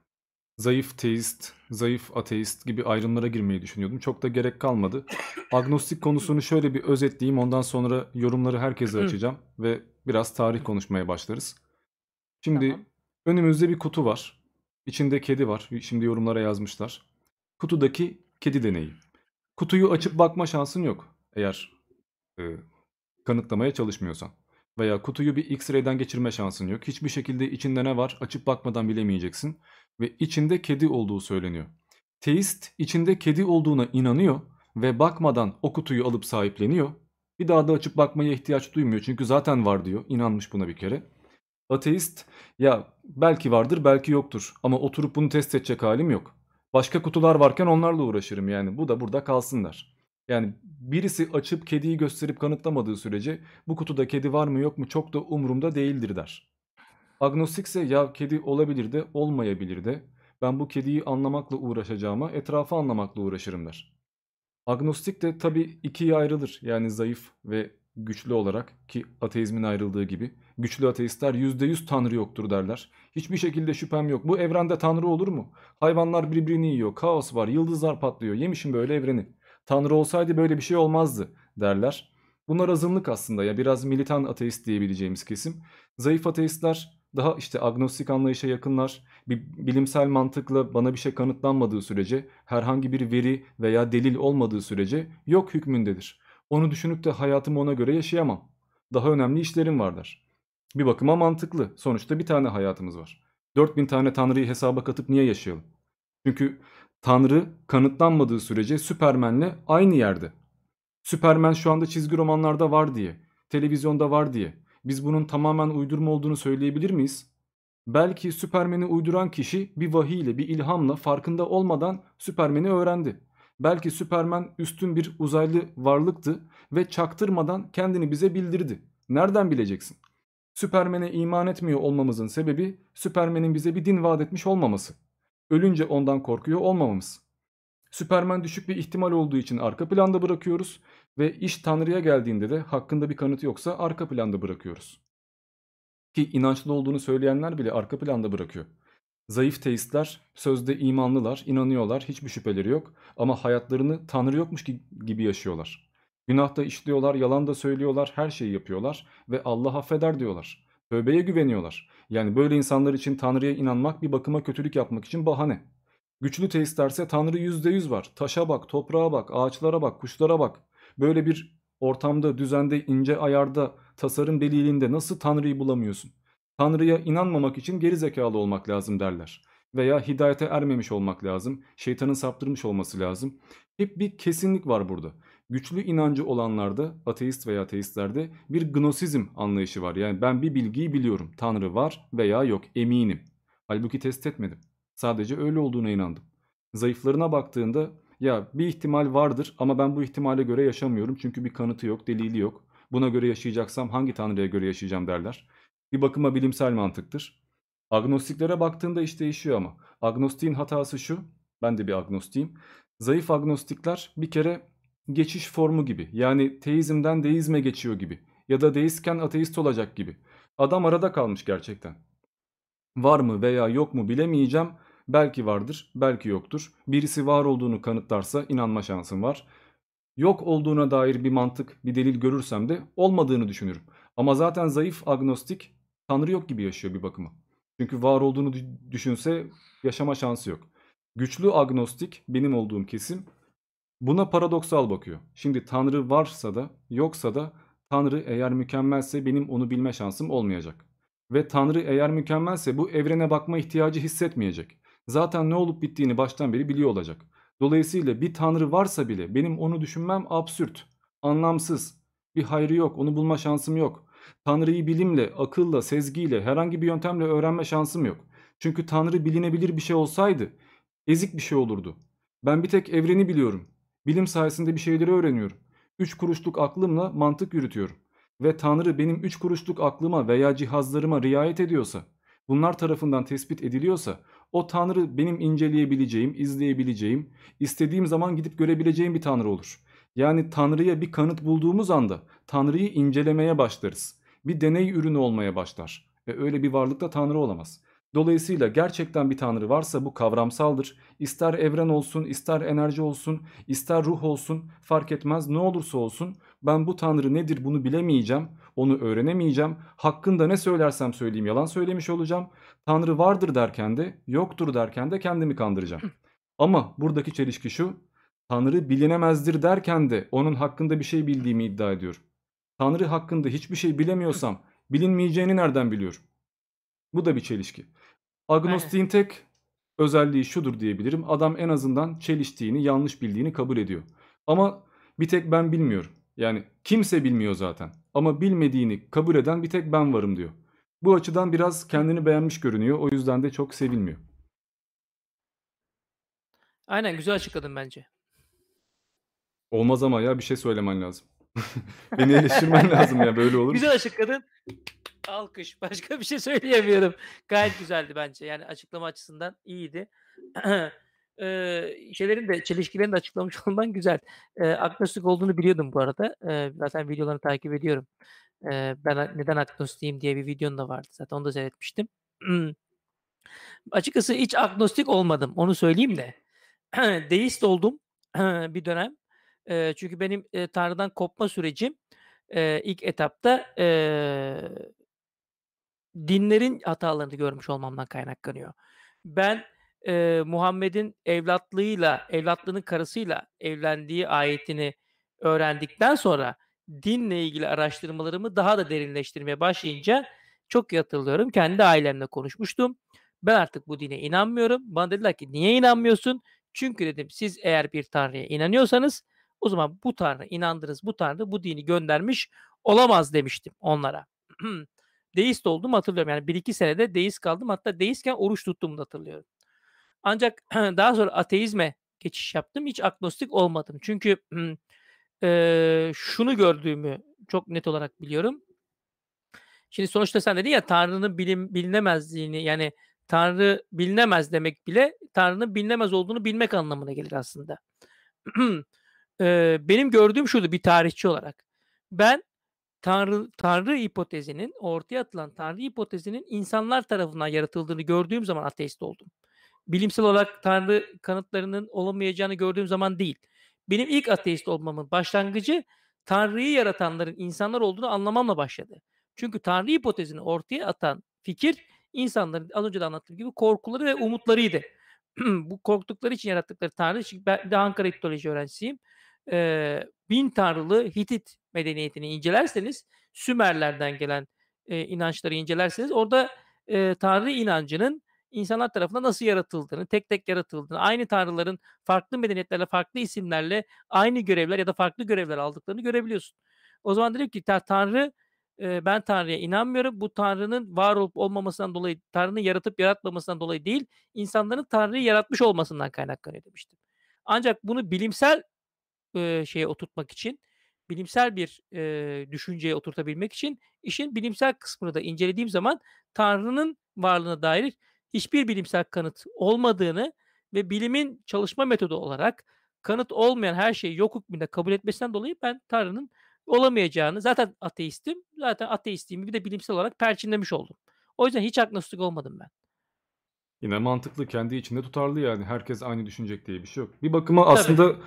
zayıf teist, zayıf ateist gibi ayrımlara girmeyi düşünüyordum. Çok da gerek kalmadı. Agnostik konusunu şöyle bir özetleyeyim. Ondan sonra yorumları herkese açacağım ve biraz tarih konuşmaya başlarız. Tamam. Şimdi önümüzde bir kutu var. İçinde kedi var. Şimdi yorumlara yazmışlar. Kutudaki kedi deneyi. Kutuyu açıp bakma şansın yok. Eğer e, kanıtlamaya çalışmıyorsan. Veya kutuyu bir X-ray'den geçirme şansın yok. Hiçbir şekilde içinde ne var açıp bakmadan bilemeyeceksin. Ve içinde kedi olduğu söyleniyor. Teist içinde kedi olduğuna inanıyor ve bakmadan o kutuyu alıp sahipleniyor. Bir daha da açıp bakmaya ihtiyaç duymuyor çünkü zaten var diyor. İnanmış buna bir kere. Ateist ya belki vardır belki yoktur ama oturup bunu test edecek halim yok. Başka kutular varken onlarla uğraşırım yani bu da burada kalsınlar. Yani birisi açıp kediyi gösterip kanıtlamadığı sürece bu kutuda kedi var mı yok mu çok da umurumda değildir der. Agnostikse ya kedi olabilir de olmayabilir de ben bu kediyi anlamakla uğraşacağıma etrafı anlamakla uğraşırım der. Agnostik de tabii ikiye ayrılır. Yani zayıf ve güçlü olarak ki ateizmin ayrıldığı gibi. Güçlü ateistler %100 tanrı yoktur derler. Hiçbir şekilde şüphem yok. Bu evrende tanrı olur mu? Hayvanlar birbirini yiyor. Kaos var. Yıldızlar patlıyor. Yemişim böyle evreni. Tanrı olsaydı böyle bir şey olmazdı derler. Bunlar azınlık aslında ya biraz militan ateist diyebileceğimiz kesim. Zayıf ateistler daha işte agnostik anlayışa yakınlar. Bir bilimsel mantıkla bana bir şey kanıtlanmadığı sürece, herhangi bir veri veya delil olmadığı sürece yok hükmündedir. Onu düşünüp de hayatımı ona göre yaşayamam. Daha önemli işlerim var der. Bir bakıma mantıklı. Sonuçta bir tane hayatımız var. 4000 tane tanrıyı hesaba katıp niye yaşayalım? Çünkü tanrı kanıtlanmadığı sürece Süpermen'le aynı yerde. Süpermen şu anda çizgi romanlarda var diye, televizyonda var diye. Biz bunun tamamen uydurma olduğunu söyleyebilir miyiz? Belki Süpermen'i uyduran kişi bir vahiyle, bir ilhamla farkında olmadan Süpermen'i öğrendi. Belki Süpermen üstün bir uzaylı varlıktı ve çaktırmadan kendini bize bildirdi. Nereden bileceksin? Süpermen'e iman etmiyor olmamızın sebebi Süpermen'in bize bir din vaat etmiş olmaması. Ölünce ondan korkuyor olmamamız. Süpermen düşük bir ihtimal olduğu için arka planda bırakıyoruz ve iş Tanrı'ya geldiğinde de hakkında bir kanıt yoksa arka planda bırakıyoruz. Ki inançlı olduğunu söyleyenler bile arka planda bırakıyor. Zayıf teistler sözde imanlılar, inanıyorlar, hiçbir şüpheleri yok ama hayatlarını Tanrı yokmuş gibi yaşıyorlar. Günah da işliyorlar, yalan da söylüyorlar, her şeyi yapıyorlar ve Allah affeder diyorlar. Tövbeye güveniyorlar. Yani böyle insanlar için Tanrı'ya inanmak bir bakıma kötülük yapmak için bahane. Güçlü teistlerse Tanrı %100 var. Taşa bak, toprağa bak, ağaçlara bak, kuşlara bak. Böyle bir ortamda, düzende, ince ayarda, tasarım deliliğinde nasıl Tanrı'yı bulamıyorsun? Tanrı'ya inanmamak için geri zekalı olmak lazım derler. Veya hidayete ermemiş olmak lazım. Şeytanın saptırmış olması lazım. Hep bir kesinlik var burada. Güçlü inancı olanlarda, ateist veya teistlerde bir gnosizm anlayışı var. Yani ben bir bilgiyi biliyorum. Tanrı var veya yok, eminim. Halbuki test etmedim. Sadece öyle olduğuna inandım. Zayıflarına baktığında ya bir ihtimal vardır ama ben bu ihtimale göre yaşamıyorum çünkü bir kanıtı yok, delili yok. Buna göre yaşayacaksam hangi tanrıya göre yaşayacağım derler. Bir bakıma bilimsel mantıktır. Agnostiklere baktığında iş değişiyor ama. Agnostiğin hatası şu, ben de bir agnostiyim. Zayıf agnostikler bir kere geçiş formu gibi. Yani teizmden deizme geçiyor gibi. Ya da deistken ateist olacak gibi. Adam arada kalmış gerçekten. Var mı veya yok mu bilemeyeceğim. Belki vardır, belki yoktur. Birisi var olduğunu kanıtlarsa inanma şansım var. Yok olduğuna dair bir mantık, bir delil görürsem de olmadığını düşünürüm. Ama zaten zayıf agnostik Tanrı yok gibi yaşıyor bir bakıma. Çünkü var olduğunu düşünse yaşama şansı yok. Güçlü agnostik benim olduğum kesim buna paradoksal bakıyor. Şimdi Tanrı varsa da yoksa da Tanrı eğer mükemmelse benim onu bilme şansım olmayacak. Ve Tanrı eğer mükemmelse bu evrene bakma ihtiyacı hissetmeyecek. Zaten ne olup bittiğini baştan beri biliyor olacak. Dolayısıyla bir Tanrı varsa bile benim onu düşünmem absürt, anlamsız. Bir hayrı yok, onu bulma şansım yok. Tanrı'yı bilimle, akılla, sezgiyle, herhangi bir yöntemle öğrenme şansım yok. Çünkü Tanrı bilinebilir bir şey olsaydı ezik bir şey olurdu. Ben bir tek evreni biliyorum. Bilim sayesinde bir şeyleri öğreniyorum. 3 kuruşluk aklımla mantık yürütüyorum. Ve Tanrı benim 3 kuruşluk aklıma veya cihazlarıma riayet ediyorsa, bunlar tarafından tespit ediliyorsa, o Tanrı benim inceleyebileceğim, izleyebileceğim, istediğim zaman gidip görebileceğim bir Tanrı olur. Yani Tanrı'ya bir kanıt bulduğumuz anda Tanrı'yı incelemeye başlarız. Bir deney ürünü olmaya başlar. Ve öyle bir varlıkta Tanrı olamaz. Dolayısıyla gerçekten bir Tanrı varsa bu kavramsaldır. İster evren olsun, ister enerji olsun, ister ruh olsun fark etmez, ne olursa olsun ben bu Tanrı nedir bunu bilemeyeceğim, onu öğrenemeyeceğim. Hakkında ne söylersem söyleyeyim yalan söylemiş olacağım. Tanrı vardır derken de yoktur derken de kendimi kandıracağım. Ama buradaki çelişki şu, Tanrı bilinemezdir derken de onun hakkında bir şey bildiğimi iddia ediyorum. Tanrı hakkında hiçbir şey bilemiyorsam bilinmeyeceğini nereden biliyorum? Bu da bir çelişki. Aynen. Agnostiğin tek özelliği şudur diyebilirim. Adam en azından çeliştiğini, yanlış bildiğini kabul ediyor. Ama bir tek ben bilmiyorum. Yani kimse bilmiyor zaten. Ama bilmediğini kabul eden bir tek ben varım diyor. Bu açıdan biraz kendini beğenmiş görünüyor. O yüzden de çok sevilmiyor. Aynen, güzel açıkladın bence. Olmaz ama ya bir şey söylemen lazım. Beni eleştirmen lazım ya böyle olur mu? Güzel açıkladın. Alkış. Başka bir şey söyleyemiyorum. Gayet güzeldi bence. Yani açıklama açısından iyiydi. Şeylerin de çelişkilerini de açıklamış olman güzel. Agnostik olduğunu biliyordum bu arada. Zaten videolarını takip ediyorum. Ben neden agnostiyim diye bir videon da vardı zaten. Onu da seyretmiştim. Açıkçası hiç agnostik olmadım. Onu söyleyeyim de. Deist oldum bir dönem. Çünkü benim, Tanrı'dan kopma sürecim, ilk etapta, dinlerin hatalarını görmüş olmamdan kaynaklanıyor. Ben, Muhammed'in evlatlığının karısıyla evlendiği ayetini öğrendikten sonra dinle ilgili araştırmalarımı daha da derinleştirmeye başlayınca çok iyi hatırlıyorum, kendi ailemle konuşmuştum. Ben artık bu dine inanmıyorum. Bana dediler ki, "Niye inanmıyorsun?" "Çünkü" dedim, "siz eğer bir tanrıya inanıyorsanız o zaman bu tanrı, inandığınız bu tanrı bu dini göndermiş olamaz." demiştim onlara. Deist olduğumu hatırlıyorum. Yani 1-2 senede deist kaldım. Hatta deistken oruç tuttuğumu da hatırlıyorum. Ancak daha sonra ateizme geçiş yaptım. Hiç agnostik olmadım. Çünkü, şunu gördüğümü çok net olarak biliyorum. Şimdi sonuçta sen dedin ya Tanrı'nın bilinemezliğini, yani Tanrı bilinemez demek bile Tanrı'nın bilinemez olduğunu bilmek anlamına gelir aslında. Benim gördüğüm şuydu bir tarihçi olarak. Ben Tanrı hipotezinin, ortaya atılan Tanrı hipotezinin insanlar tarafından yaratıldığını gördüğüm zaman ateist oldum. Bilimsel olarak Tanrı kanıtlarının olamayacağını gördüğüm zaman değil. Benim ilk ateist olmamın başlangıcı Tanrı'yı yaratanların insanlar olduğunu anlamamla başladı. Çünkü Tanrı hipotezini ortaya atan fikir insanların az önce de anlattığım gibi korkuları ve umutlarıydı. Bu korktukları için yarattıkları Tanrı, çünkü ben de Ankara İptoloji öğrencisiyim. Bin tanrılı Hitit medeniyetini incelerseniz, Sümerlerden gelen, inançları incelerseniz orada, Tanrı inancının insanlar tarafından nasıl yaratıldığını, tek tek yaratıldığını, aynı tanrıların farklı medeniyetlerle, farklı isimlerle aynı görevler ya da farklı görevler aldıklarını görebiliyorsun. O zaman dedim ki Tanrı, ben Tanrı'ya inanmıyorum. Bu Tanrı'nın var olup olmamasından dolayı, Tanrı'nın yaratıp yaratmamasından dolayı değil, insanların Tanrı'yı yaratmış olmasından kaynaklanıyor demiştim. Ancak bunu bilimsel şeye oturtmak için, bilimsel bir, düşünceye oturtabilmek için işin bilimsel kısmını da incelediğim zaman Tanrı'nın varlığına dair hiçbir bilimsel kanıt olmadığını ve bilimin çalışma metodu olarak kanıt olmayan her şeyi yok hükmünde kabul etmesinden dolayı ben Tanrı'nın olamayacağını, zaten ateistim, zaten ateistliğimi bir de bilimsel olarak perçinlemiş oldum. O yüzden hiç agnostik olmadım ben. Yine mantıklı, kendi içinde tutarlı yani. Herkes aynı düşünecek diye bir şey yok. Bir bakıma Tabii. aslında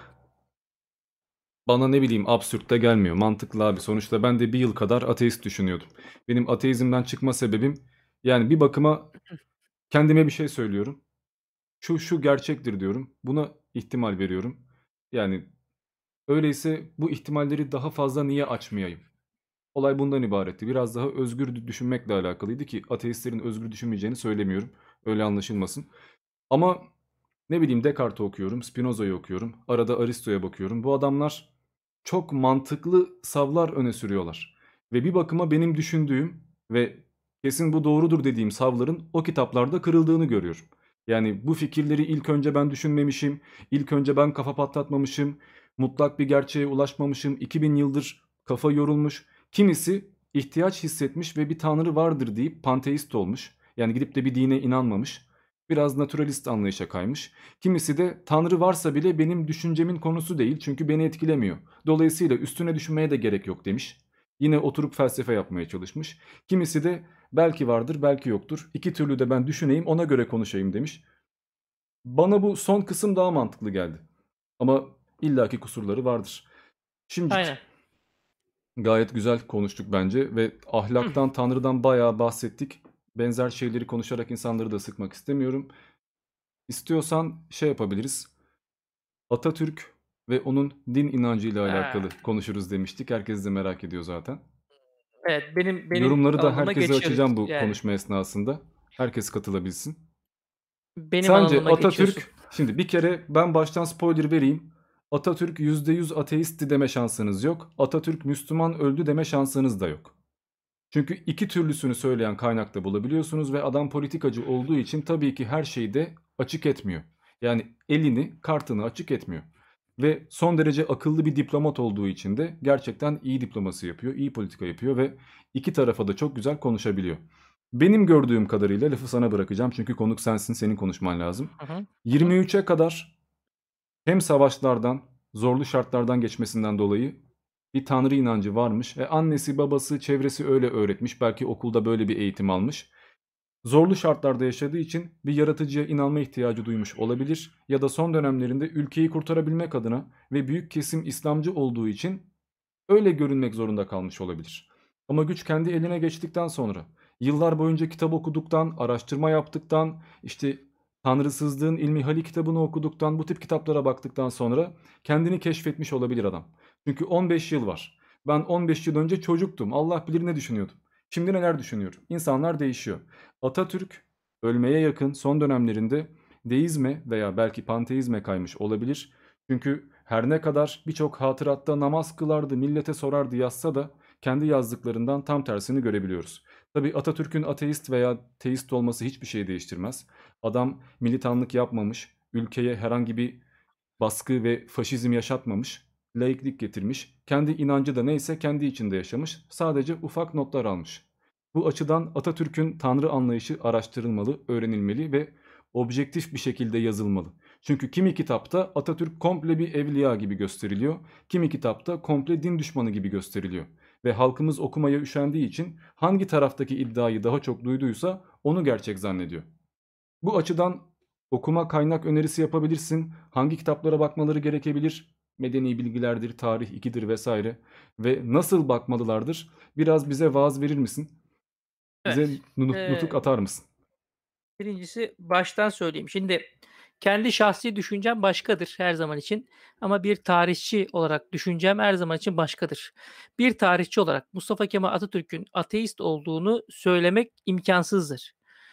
bana ne bileyim absürt de gelmiyor. Mantıklı abi. Sonuçta ben de bir yıl kadar ateist düşünüyordum. Benim ateizmden çıkma sebebim yani bir bakıma kendime bir şey söylüyorum. Şu gerçektir diyorum. Buna ihtimal veriyorum. Yani öyleyse bu ihtimalleri daha fazla niye açmayayım? Olay bundan ibaretti. Biraz daha özgür düşünmekle alakalıydı ki ateistlerin özgür düşünmeyeceğini söylemiyorum. Öyle anlaşılmasın. Ama ne bileyim Descartes'i okuyorum, Spinoza'yı okuyorum, arada Aristo'ya bakıyorum. Bu adamlar çok mantıklı savlar öne sürüyorlar. Ve bir bakıma benim düşündüğüm ve kesin bu doğrudur dediğim savların o kitaplarda kırıldığını görüyorum. Yani bu fikirleri ilk önce ben düşünmemişim, ilk önce ben kafa patlatmamışım, mutlak bir gerçeğe ulaşmamışım, 2000 yıldır kafa yorulmuş. Kimisi ihtiyaç hissetmiş ve bir tanrı vardır deyip panteist olmuş. Yani gidip de bir dine inanmamış. Biraz naturalist anlayışa kaymış. Kimisi de tanrı varsa bile benim düşüncemin konusu değil çünkü beni etkilemiyor. Dolayısıyla üstüne düşünmeye de gerek yok demiş. Yine oturup felsefe yapmaya çalışmış. Kimisi de belki vardır belki yoktur. İki türlü de ben düşüneyim ona göre konuşayım demiş. Bana bu son kısım daha mantıklı geldi. Ama illaki kusurları vardır. Şimdicik Aynen. gayet güzel konuştuk bence ve ahlaktan, tanrıdan bayağı bahsettik. Benzer şeyleri konuşarak insanları da sıkmak istemiyorum. İstiyorsan şey yapabiliriz. Atatürk ve onun din inancıyla alakalı Ha. konuşuruz demiştik. Herkes de merak ediyor zaten. Evet, benim Yorumları da alanıma herkese geçiyor açacağım bu yani. konuşma esnasında. Herkes katılabilsin. Benim Sence alanıma geçiyorsun. Atatürk, şimdi bir kere ben baştan spoiler vereyim. Atatürk %100 ateistti deme şansınız yok. Atatürk Müslüman öldü deme şansınız da yok. Çünkü iki türlüsünü söyleyen kaynakta bulabiliyorsunuz ve adam politikacı olduğu için tabii ki her şeyi de açık etmiyor. Yani elini, kartını açık etmiyor. Ve son derece akıllı bir diplomat olduğu için de gerçekten iyi diplomasi yapıyor, iyi politika yapıyor ve iki tarafa da çok güzel konuşabiliyor. Benim gördüğüm kadarıyla lafı sana bırakacağım çünkü konuk sensin, senin konuşman lazım. Hı hı. Hı hı. 23'e kadar hem savaşlardan, zorlu şartlardan geçmesinden dolayı bir tanrı inancı varmış ve annesi, babası, çevresi öyle öğretmiş. Belki okulda böyle bir eğitim almış. Zorlu şartlarda yaşadığı için bir yaratıcıya inanma ihtiyacı duymuş olabilir ya da son dönemlerinde ülkeyi kurtarabilmek adına ve büyük kesim İslamcı olduğu için öyle görünmek zorunda kalmış olabilir. Ama güç kendi eline geçtikten sonra, yıllar boyunca kitap okuduktan, araştırma yaptıktan, işte Tanrısızlığın İlmihali kitabını okuduktan, bu tip kitaplara baktıktan sonra kendini keşfetmiş olabilir adam. Çünkü 15 yıl var. Ben 15 yıl önce çocuktum. Allah bilir ne düşünüyordum. Şimdi neler düşünüyorum? İnsanlar değişiyor. Atatürk ölmeye yakın son dönemlerinde deizme veya belki panteizme kaymış olabilir. Çünkü her ne kadar birçok hatıratta namaz kılardı, millete sorardı yazsa da kendi yazdıklarından tam tersini görebiliyoruz. Tabii Atatürk'ün ateist veya teist olması hiçbir şey değiştirmez. Adam militanlık yapmamış, ülkeye herhangi bir baskı ve faşizm yaşatmamış, laiklik getirmiş, kendi inancı da neyse kendi içinde yaşamış, sadece ufak notlar almış. Bu açıdan Atatürk'ün tanrı anlayışı araştırılmalı, öğrenilmeli ve objektif bir şekilde yazılmalı. Çünkü kimi kitapta Atatürk komple bir evliya gibi gösteriliyor, kimi kitapta komple din düşmanı gibi gösteriliyor. Ve halkımız okumaya üşendiği için hangi taraftaki iddiayı daha çok duyduysa onu gerçek zannediyor. Bu açıdan okuma kaynak önerisi yapabilirsin. Hangi kitaplara bakmaları gerekebilir? Medeni bilgilerdir, tarih 2'dir vesaire. Ve nasıl bakmalılardır? Biraz bize vaaz verir misin? Bize Evet. nutuk atar mısın? Birincisi baştan söyleyeyim. Şimdi kendi şahsi düşüncem başkadır her zaman için ama bir tarihçi olarak düşüncem her zaman için başkadır. Bir tarihçi olarak Mustafa Kemal Atatürk'ün ateist olduğunu söylemek imkansızdır.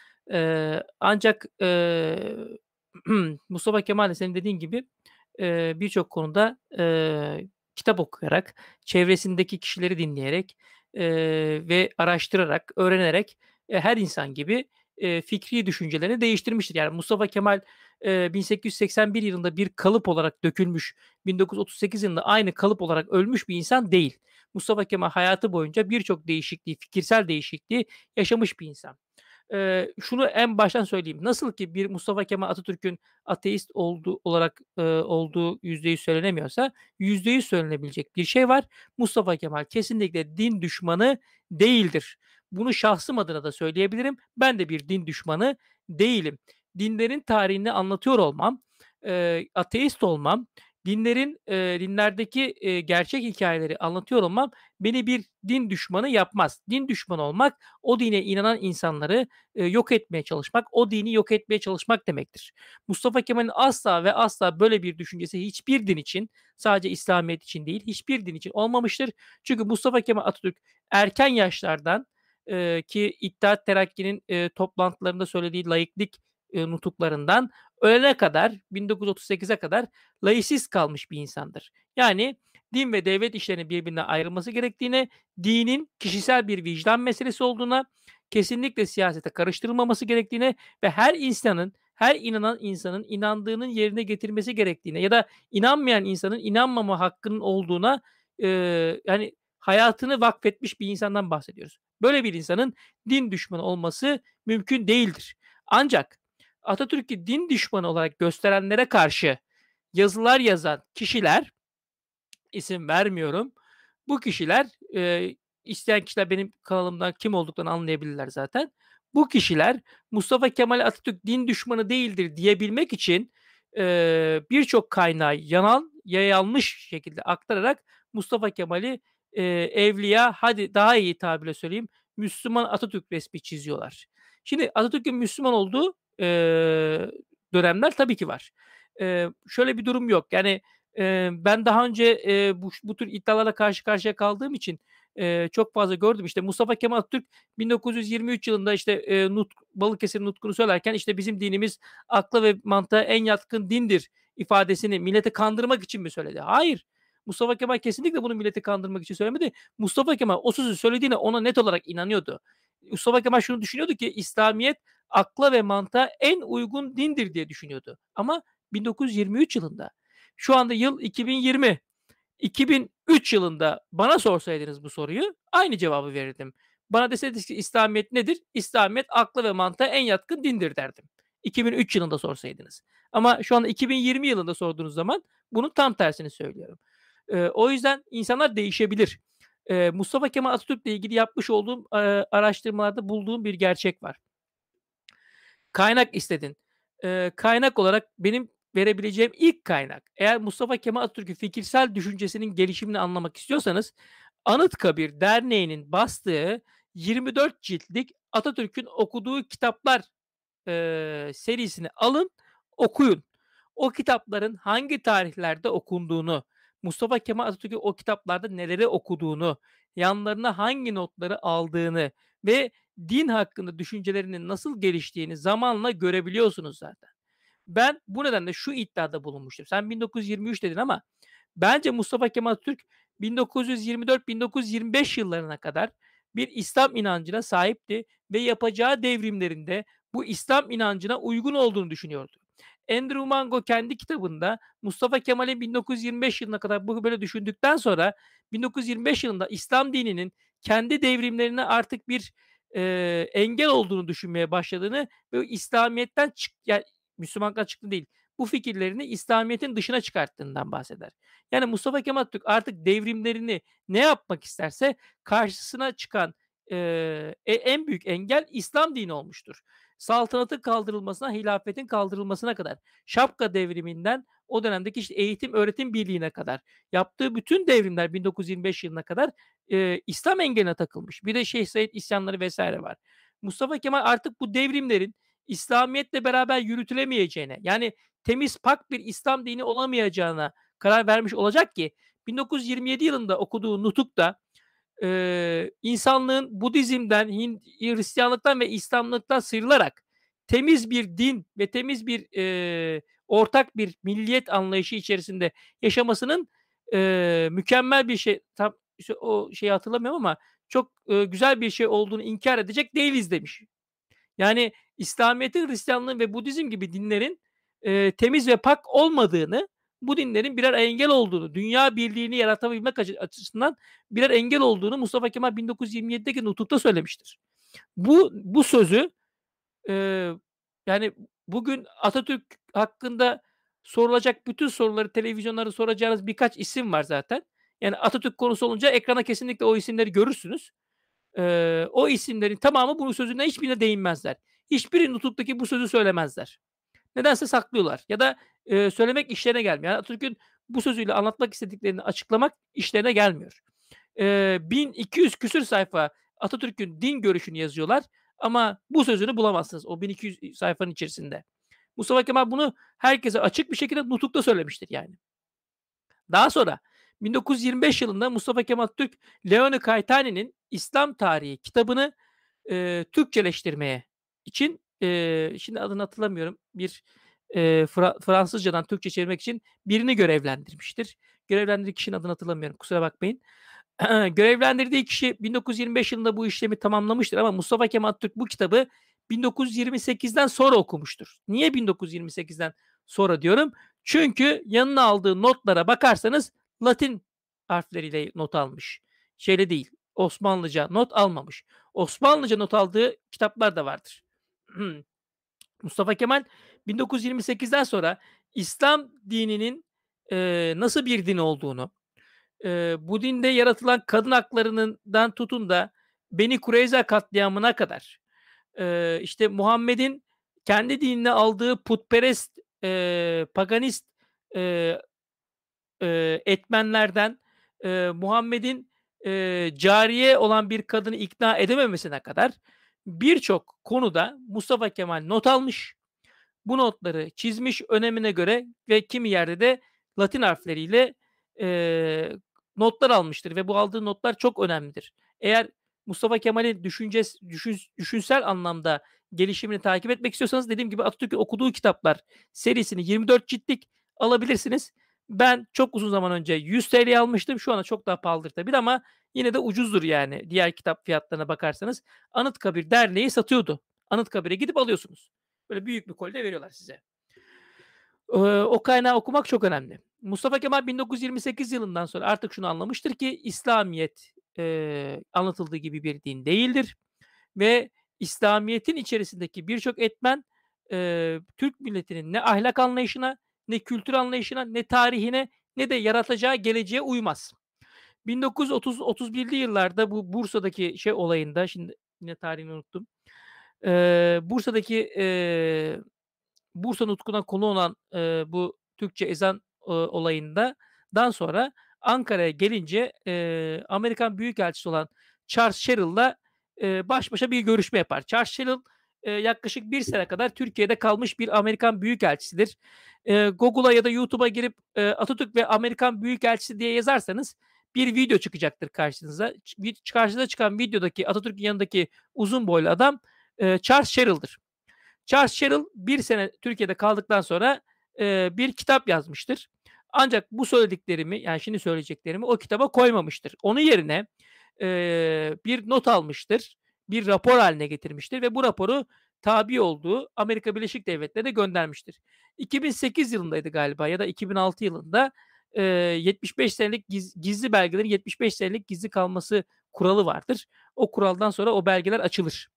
Ancak Mustafa Kemal de senin dediğin gibi, birçok konuda, kitap okuyarak, çevresindeki kişileri dinleyerek, ve araştırarak, öğrenerek, her insan gibi, fikri düşüncelerini değiştirmiştir. Yani Mustafa Kemal, 1881 yılında bir kalıp olarak dökülmüş, 1938 yılında aynı kalıp olarak ölmüş bir insan değil. Mustafa Kemal hayatı boyunca birçok değişikliği, fikirsel değişikliği yaşamış bir insan. Şunu en baştan söyleyeyim. Nasıl ki bir Mustafa Kemal Atatürk'ün ateist olduğu %100 söylenemiyorsa %100 söylenebilecek bir şey var. Mustafa Kemal kesinlikle din düşmanı değildir. Bunu şahsım adına da söyleyebilirim. Ben de bir din düşmanı değilim. Dinlerin tarihini anlatıyor olmam, ateist olmam, dinlerdeki, gerçek hikayeleri anlatıyor olmam beni bir din düşmanı yapmaz. Din düşmanı olmak, o dine inanan insanları, yok etmeye çalışmak, o dini yok etmeye çalışmak demektir. Mustafa Kemal'in asla ve asla böyle bir düşüncesi hiçbir din için, sadece İslamiyet için değil, hiçbir din için olmamıştır. Çünkü Mustafa Kemal Atatürk erken yaşlardan, ki İttihat Terakki'nin, toplantılarında söylediği laiklik, nutuklarından ölene kadar, 1938'e kadar laisist kalmış bir insandır. Yani din ve devlet işlerinin birbirinden ayrılması gerektiğine, dinin kişisel bir vicdan meselesi olduğuna, kesinlikle siyasete karıştırılmaması gerektiğine ve her inanan insanın inandığının yerine getirmesi gerektiğine ya da inanmayan insanın inanmama hakkının olduğuna, yani hayatını vakfetmiş bir insandan bahsediyoruz. Böyle bir insanın din düşmanı olması mümkün değildir. Ancak Atatürk'ü din düşmanı olarak gösterenlere karşı yazılar yazan kişiler, isim vermiyorum. Bu kişiler, isteyen kişiler benim kanalımdan kim olduklarını anlayabilirler zaten. Bu kişiler Mustafa Kemal Atatürk din düşmanı değildir diyebilmek için, birçok kaynağı yanlış şekilde aktararak Mustafa Kemal'i, evliya, hadi daha iyi tabirle söyleyeyim, Müslüman Atatürk resmi çiziyorlar. Şimdi Atatürk'ün Müslüman olduğu, dönemler tabii ki var. Şöyle bir durum yok. Yani, ben daha önce, bu tür iddialarla karşı karşıya kaldığım için, çok fazla gördüm. İşte Mustafa Kemal Atatürk 1923 yılında işte, Balıkesir nutkunu söylerken işte bizim dinimiz akla ve mantığa en yatkın dindir ifadesini milleti kandırmak için mi söyledi? Hayır. Mustafa Kemal kesinlikle bunu milleti kandırmak için söylemedi. Mustafa Kemal o sözü söylediğine ona net olarak inanıyordu. Mustafa Kemal şunu düşünüyordu ki İslamiyet akla ve mantığa en uygun dindir diye düşünüyordu. Ama 1923 yılında, şu anda yıl 2020. 2003 yılında bana sorsaydınız bu soruyu aynı cevabı verirdim. Bana deseydiniz ki İslamiyet nedir? İslamiyet akla ve mantığa en yatkın dindir derdim. 2003 yılında sorsaydınız. Ama şu anda 2020 yılında sorduğunuz zaman bunun tam tersini söylüyorum. O yüzden insanlar değişebilir. Mustafa Kemal Atatürk'le ilgili yapmış olduğum, araştırmalarda bulduğum bir gerçek var. Kaynak istedin. Kaynak olarak benim verebileceğim ilk kaynak, eğer Mustafa Kemal Atatürk'ün fikirsel düşüncesinin gelişimini anlamak istiyorsanız, Anıtkabir Derneği'nin bastığı 24 ciltlik Atatürk'ün okuduğu kitaplar, serisini alın, okuyun. O kitapların hangi tarihlerde okunduğunu, Mustafa Kemal Atatürk'ün o kitaplarda neleri okuduğunu, yanlarına hangi notları aldığını ve din hakkında düşüncelerinin nasıl geliştiğini zamanla görebiliyorsunuz zaten. Ben bu nedenle şu iddiada bulunmuştum. Sen 1923 dedin ama bence Mustafa Kemal Atatürk 1924-1925 yıllarına kadar bir İslam inancına sahipti ve yapacağı devrimlerinde bu İslam inancına uygun olduğunu düşünüyordu. Andrew Mango kendi kitabında Mustafa Kemal'in 1925 yılına kadar bu böyle düşündükten sonra 1925 yılında İslam dininin kendi devrimlerine artık bir, engel olduğunu düşünmeye başladığını ve İslamiyet'ten yani Müslümanlıktan çıktı değil, bu fikirlerini İslamiyet'in dışına çıkarttığından bahseder. Yani Mustafa Kemal Atatürk artık devrimlerini ne yapmak isterse karşısına çıkan, en büyük engel İslam dini olmuştur. Saltanatın kaldırılmasına, hilafetin kaldırılmasına kadar, şapka devriminden o dönemdeki işte eğitim öğretim birliğine kadar yaptığı bütün devrimler 1925 yılına kadar, İslam engeline takılmış. Bir de Şeyh Said isyanları vesaire var. Mustafa Kemal artık bu devrimlerin İslamiyetle beraber yürütülemeyeceğine, yani temiz pak bir İslam dini olamayacağına karar vermiş olacak ki 1927 yılında okuduğu nutukta, insanlığın Budizm'den, Hristiyanlıktan ve İslamlıktan sıyrılarak temiz bir din ve temiz bir, ortak bir milliyet anlayışı içerisinde yaşamasının, mükemmel bir şey, tam işte o şeyi hatırlamıyorum ama çok, güzel bir şey olduğunu inkar edecek değiliz demiş. Yani İslamiyet'in, Hristiyanlığın ve Budizm gibi dinlerin, temiz ve pak olmadığını, bu dinlerin birer engel olduğunu, dünya birliğini yaratabilmek açısından birer engel olduğunu Mustafa Kemal 1927'deki Nutuk'ta söylemiştir. Bu sözü Eee, yani bugün Atatürk hakkında sorulacak bütün soruları televizyonlarda soracağınız birkaç isim var zaten. Yani Atatürk konusu olunca ekrana kesinlikle o isimleri görürsünüz. O isimlerin tamamı bunun sözünden hiçbirine değinmezler. Hiçbiri Nutuk'taki bu sözü söylemezler. Nedense saklıyorlar ya da, söylemek işlerine gelmiyor. Yani Atatürk'ün bu sözüyle anlatmak istediklerini açıklamak işlerine gelmiyor. 1200 küsur sayfa Atatürk'ün din görüşünü yazıyorlar ama bu sözünü bulamazsınız o 1200 sayfanın içerisinde. Mustafa Kemal bunu herkese açık bir şekilde Nutuk'ta söylemiştir yani. Daha sonra 1925 yılında Mustafa Kemal Atatürk, Leoni Caetani'nin İslam Tarihi kitabını, Türkçeleştirmeye için, şimdi adını hatırlamıyorum, bir, Fransızcadan Türkçe çevirmek için birini görevlendirmiştir. Görevlendirdiği kişinin adını hatırlamıyorum, kusura bakmayın. Görevlendirdiği kişi 1925 yılında bu işlemi tamamlamıştır ama Mustafa Kemal Atatürk bu kitabı 1928'den sonra okumuştur. Niye 1928'den sonra diyorum? Çünkü yanına aldığı notlara bakarsanız Latin harfleriyle not almış. Şeyle değil, Osmanlıca not almamış. Osmanlıca not aldığı kitaplar da vardır. Mustafa Kemal 1928'den sonra İslam dininin, nasıl bir din olduğunu, bu dinde yaratılan kadın haklarından tutun da Beni Kureyza katliamına kadar, işte Muhammed'in kendi dinine aldığı putperest, paganist, eee, etmenlerden, Muhammed'in, cariye olan bir kadını ikna edememesine kadar birçok konuda Mustafa Kemal not almış. Bu notları çizmiş önemine göre ve kimi yerde de Latin harfleriyle, eee, notlar almıştır ve bu aldığı notlar çok önemlidir. Eğer Mustafa Kemal'in düşünsel anlamda gelişimini takip etmek istiyorsanız dediğim gibi Atatürk'ün okuduğu kitaplar serisini 24 ciltlik alabilirsiniz. Ben çok uzun zaman önce 100 TL'ye almıştım. Şu anda çok daha pahalıdır tabii ama yine de ucuzdur yani diğer kitap fiyatlarına bakarsanız. Anıtkabir Derneği satıyordu. Anıtkabir'e gidip alıyorsunuz. Böyle büyük bir kolide veriyorlar size. O kaynağı okumak çok önemli. Mustafa Kemal 1928 yılından sonra artık şunu anlamıştır ki İslamiyet, anlatıldığı gibi bir din değildir ve İslamiyet'in içerisindeki birçok etmen, Türk milletinin ne ahlak anlayışına, ne kültür anlayışına, ne tarihine, ne de yaratacağı geleceğe uymaz. 1930-31'li yıllarda bu Bursa'daki şey olayında, şimdi yine tarihini unuttum. Bursa'daki, Bursa Nutku'na konu olan, bu Türkçe ezan, olayından sonra Ankara'ya gelince, Amerikan Büyükelçisi olan Charles Sherrill'la, baş başa bir görüşme yapar. Charles Sherrill, yaklaşık bir sene kadar Türkiye'de kalmış bir Amerikan Büyükelçisidir. Google'a ya da YouTube'a girip, Atatürk ve Amerikan Büyükelçisi diye yazarsanız bir video çıkacaktır karşınıza. Karşınıza çıkan videodaki Atatürk'ün yanındaki uzun boylu adam, Charles Sherrill'dir. Charles Sherrill bir sene Türkiye'de kaldıktan sonra, bir kitap yazmıştır. Ancak bu söylediklerimi, yani şimdi söyleyeceklerimi o kitaba koymamıştır. Onun yerine, bir not almıştır, bir rapor haline getirmiştir ve bu raporu tabi olduğu Amerika Birleşik Devletleri'ne göndermiştir. 2008 yılındaydı galiba ya da 2006 yılında, 75 senelik gizli belgelerin 75 senelik gizli kalması kuralı vardır. O kuraldan sonra o belgeler açılır.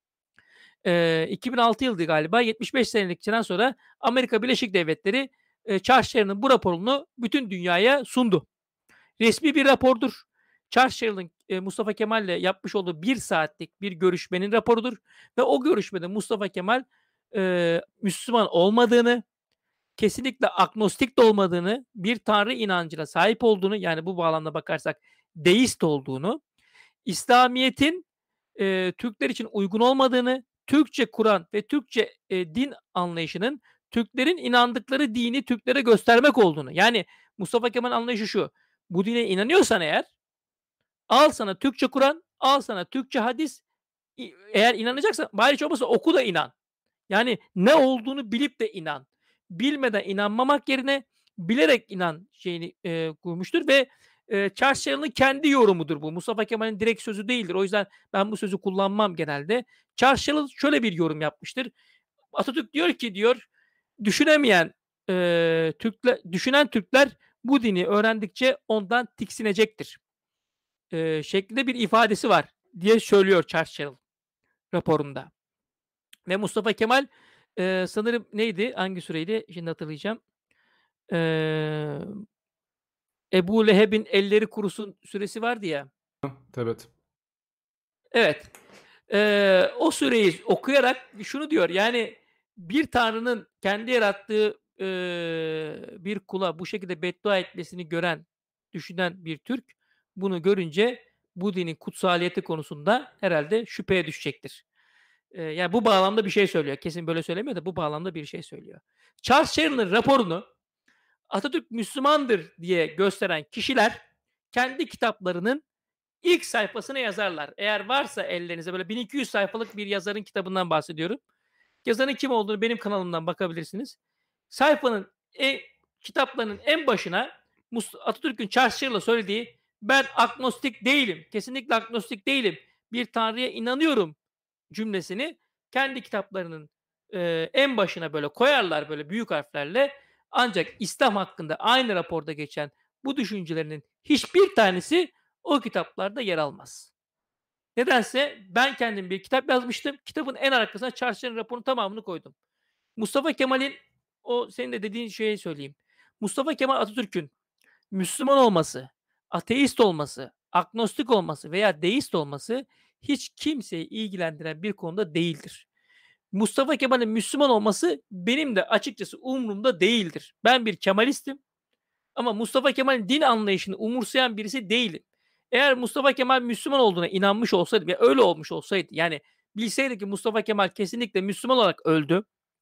2006 yılıydı galiba. 75 senelikten sonra Amerika Birleşik Devletleri, Charles Sherrill'in bu raporunu bütün dünyaya sundu. Resmi bir rapordur. Charles Sherrill'in, Mustafa Kemal'le yapmış olduğu bir saatlik bir görüşmenin raporudur ve o görüşmede Mustafa Kemal, Müslüman olmadığını, kesinlikle agnostik de olmadığını, bir tanrı inancına sahip olduğunu, yani bu bağlamda bakarsak deist olduğunu, İslamiyet'in, Türkler için uygun olmadığını, Türkçe Kur'an ve Türkçe, din anlayışının Türklerin inandıkları dini Türklere göstermek olduğunu. Yani Mustafa Kemal'in anlayışı şu: bu dine inanıyorsan eğer, al sana Türkçe Kur'an, al sana Türkçe hadis. Eğer inanacaksan bari hiç olmazsa oku da inan. Yani ne olduğunu bilip de inan. Bilmeden inanmamak yerine bilerek inan şeyini, kurmuştur ve, Charles Sherrill'in kendi yorumudur bu. Mustafa Kemal'in direkt sözü değildir. O yüzden ben bu sözü kullanmam genelde. Charles Sherrill şöyle bir yorum yapmıştır. Atatürk diyor ki diyor, düşünemeyen, düşünen Türkler bu dini öğrendikçe ondan tiksinecektir, şeklinde bir ifadesi var diye söylüyor Charles Sherrill raporunda. Ve Mustafa Kemal, sanırım neydi? Hangi sureydi? Şimdi hatırlayacağım. Eee, Ebu Leheb'in elleri kurusun suresi vardı ya. Evet. Evet. O sureyi okuyarak şunu diyor, yani bir tanrının kendi yarattığı, bir kula bu şekilde beddua etmesini gören, düşünen bir Türk, bunu görünce bu dinin kutsaliyeti konusunda herhâlde şüpheye düşecektir. Yani bu bağlamda bir şey söylüyor. Kesin böyle söylemiyor da bu bağlamda bir şey söylüyor. Charles Sherrin'in raporunu Atatürk Müslümandır diye gösteren kişiler kendi kitaplarının İlk sayfasına yazarlar. Eğer varsa ellerinizde böyle 1200 sayfalık bir yazarın kitabından bahsediyorum. Yazarın kim olduğunu benim kanalımdan bakabilirsiniz. Sayfanın kitaplarının en başına Atatürk'ün Churchill'la söylediği ben agnostik değilim. Kesinlikle agnostik değilim. Bir tanrıya inanıyorum cümlesini kendi kitaplarının en başına böyle koyarlar böyle büyük harflerle. Ancak İslam hakkında aynı raporda geçen bu düşüncelerinin hiçbir tanesi o kitaplarda yer almaz. Nedense ben kendim bir kitap yazmıştım. Kitabın en arkasına Churchill'in raporunun tamamını koydum. Mustafa Kemal'in o senin de dediğin şeyi söyleyeyim. Mustafa Kemal Atatürk'ün Müslüman olması, ateist olması, agnostik olması veya deist olması hiç kimseyi ilgilendiren bir konuda değildir. Mustafa Kemal'in Müslüman olması benim de açıkçası umurumda değildir. Ben bir Kemalistim ama Mustafa Kemal'in din anlayışını umursayan birisi değilim. Eğer Mustafa Kemal Müslüman olduğuna inanmış olsaydı ve öyle olmuş olsaydı, yani bilseydi ki Mustafa Kemal kesinlikle Müslüman olarak öldü,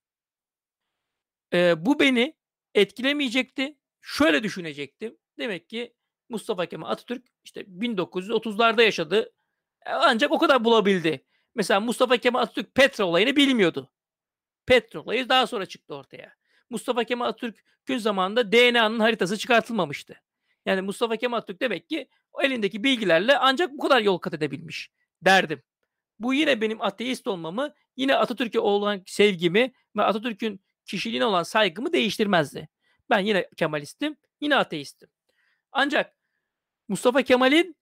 bu beni etkilemeyecekti. Şöyle düşünecektim. Demek ki Mustafa Kemal Atatürk işte 1930'larda yaşadı. Ancak o kadar bulabildi. Mesela Mustafa Kemal Atatürk Petra olayını bilmiyordu. Petra olayı daha sonra çıktı ortaya. Mustafa Kemal Atatürk'ün zamanında DNA'nın haritası çıkartılmamıştı. Yani Mustafa Kemal Atatürk demek ki o elindeki bilgilerle ancak bu kadar yol kat edebilmiş derdim. Bu yine benim ateist olmamı, yine Atatürk'e olan sevgimi ve Atatürk'ün kişiliğine olan saygımı değiştirmezdi. Ben yine Kemalistim, yine ateistim. Ancak Mustafa Kemal'in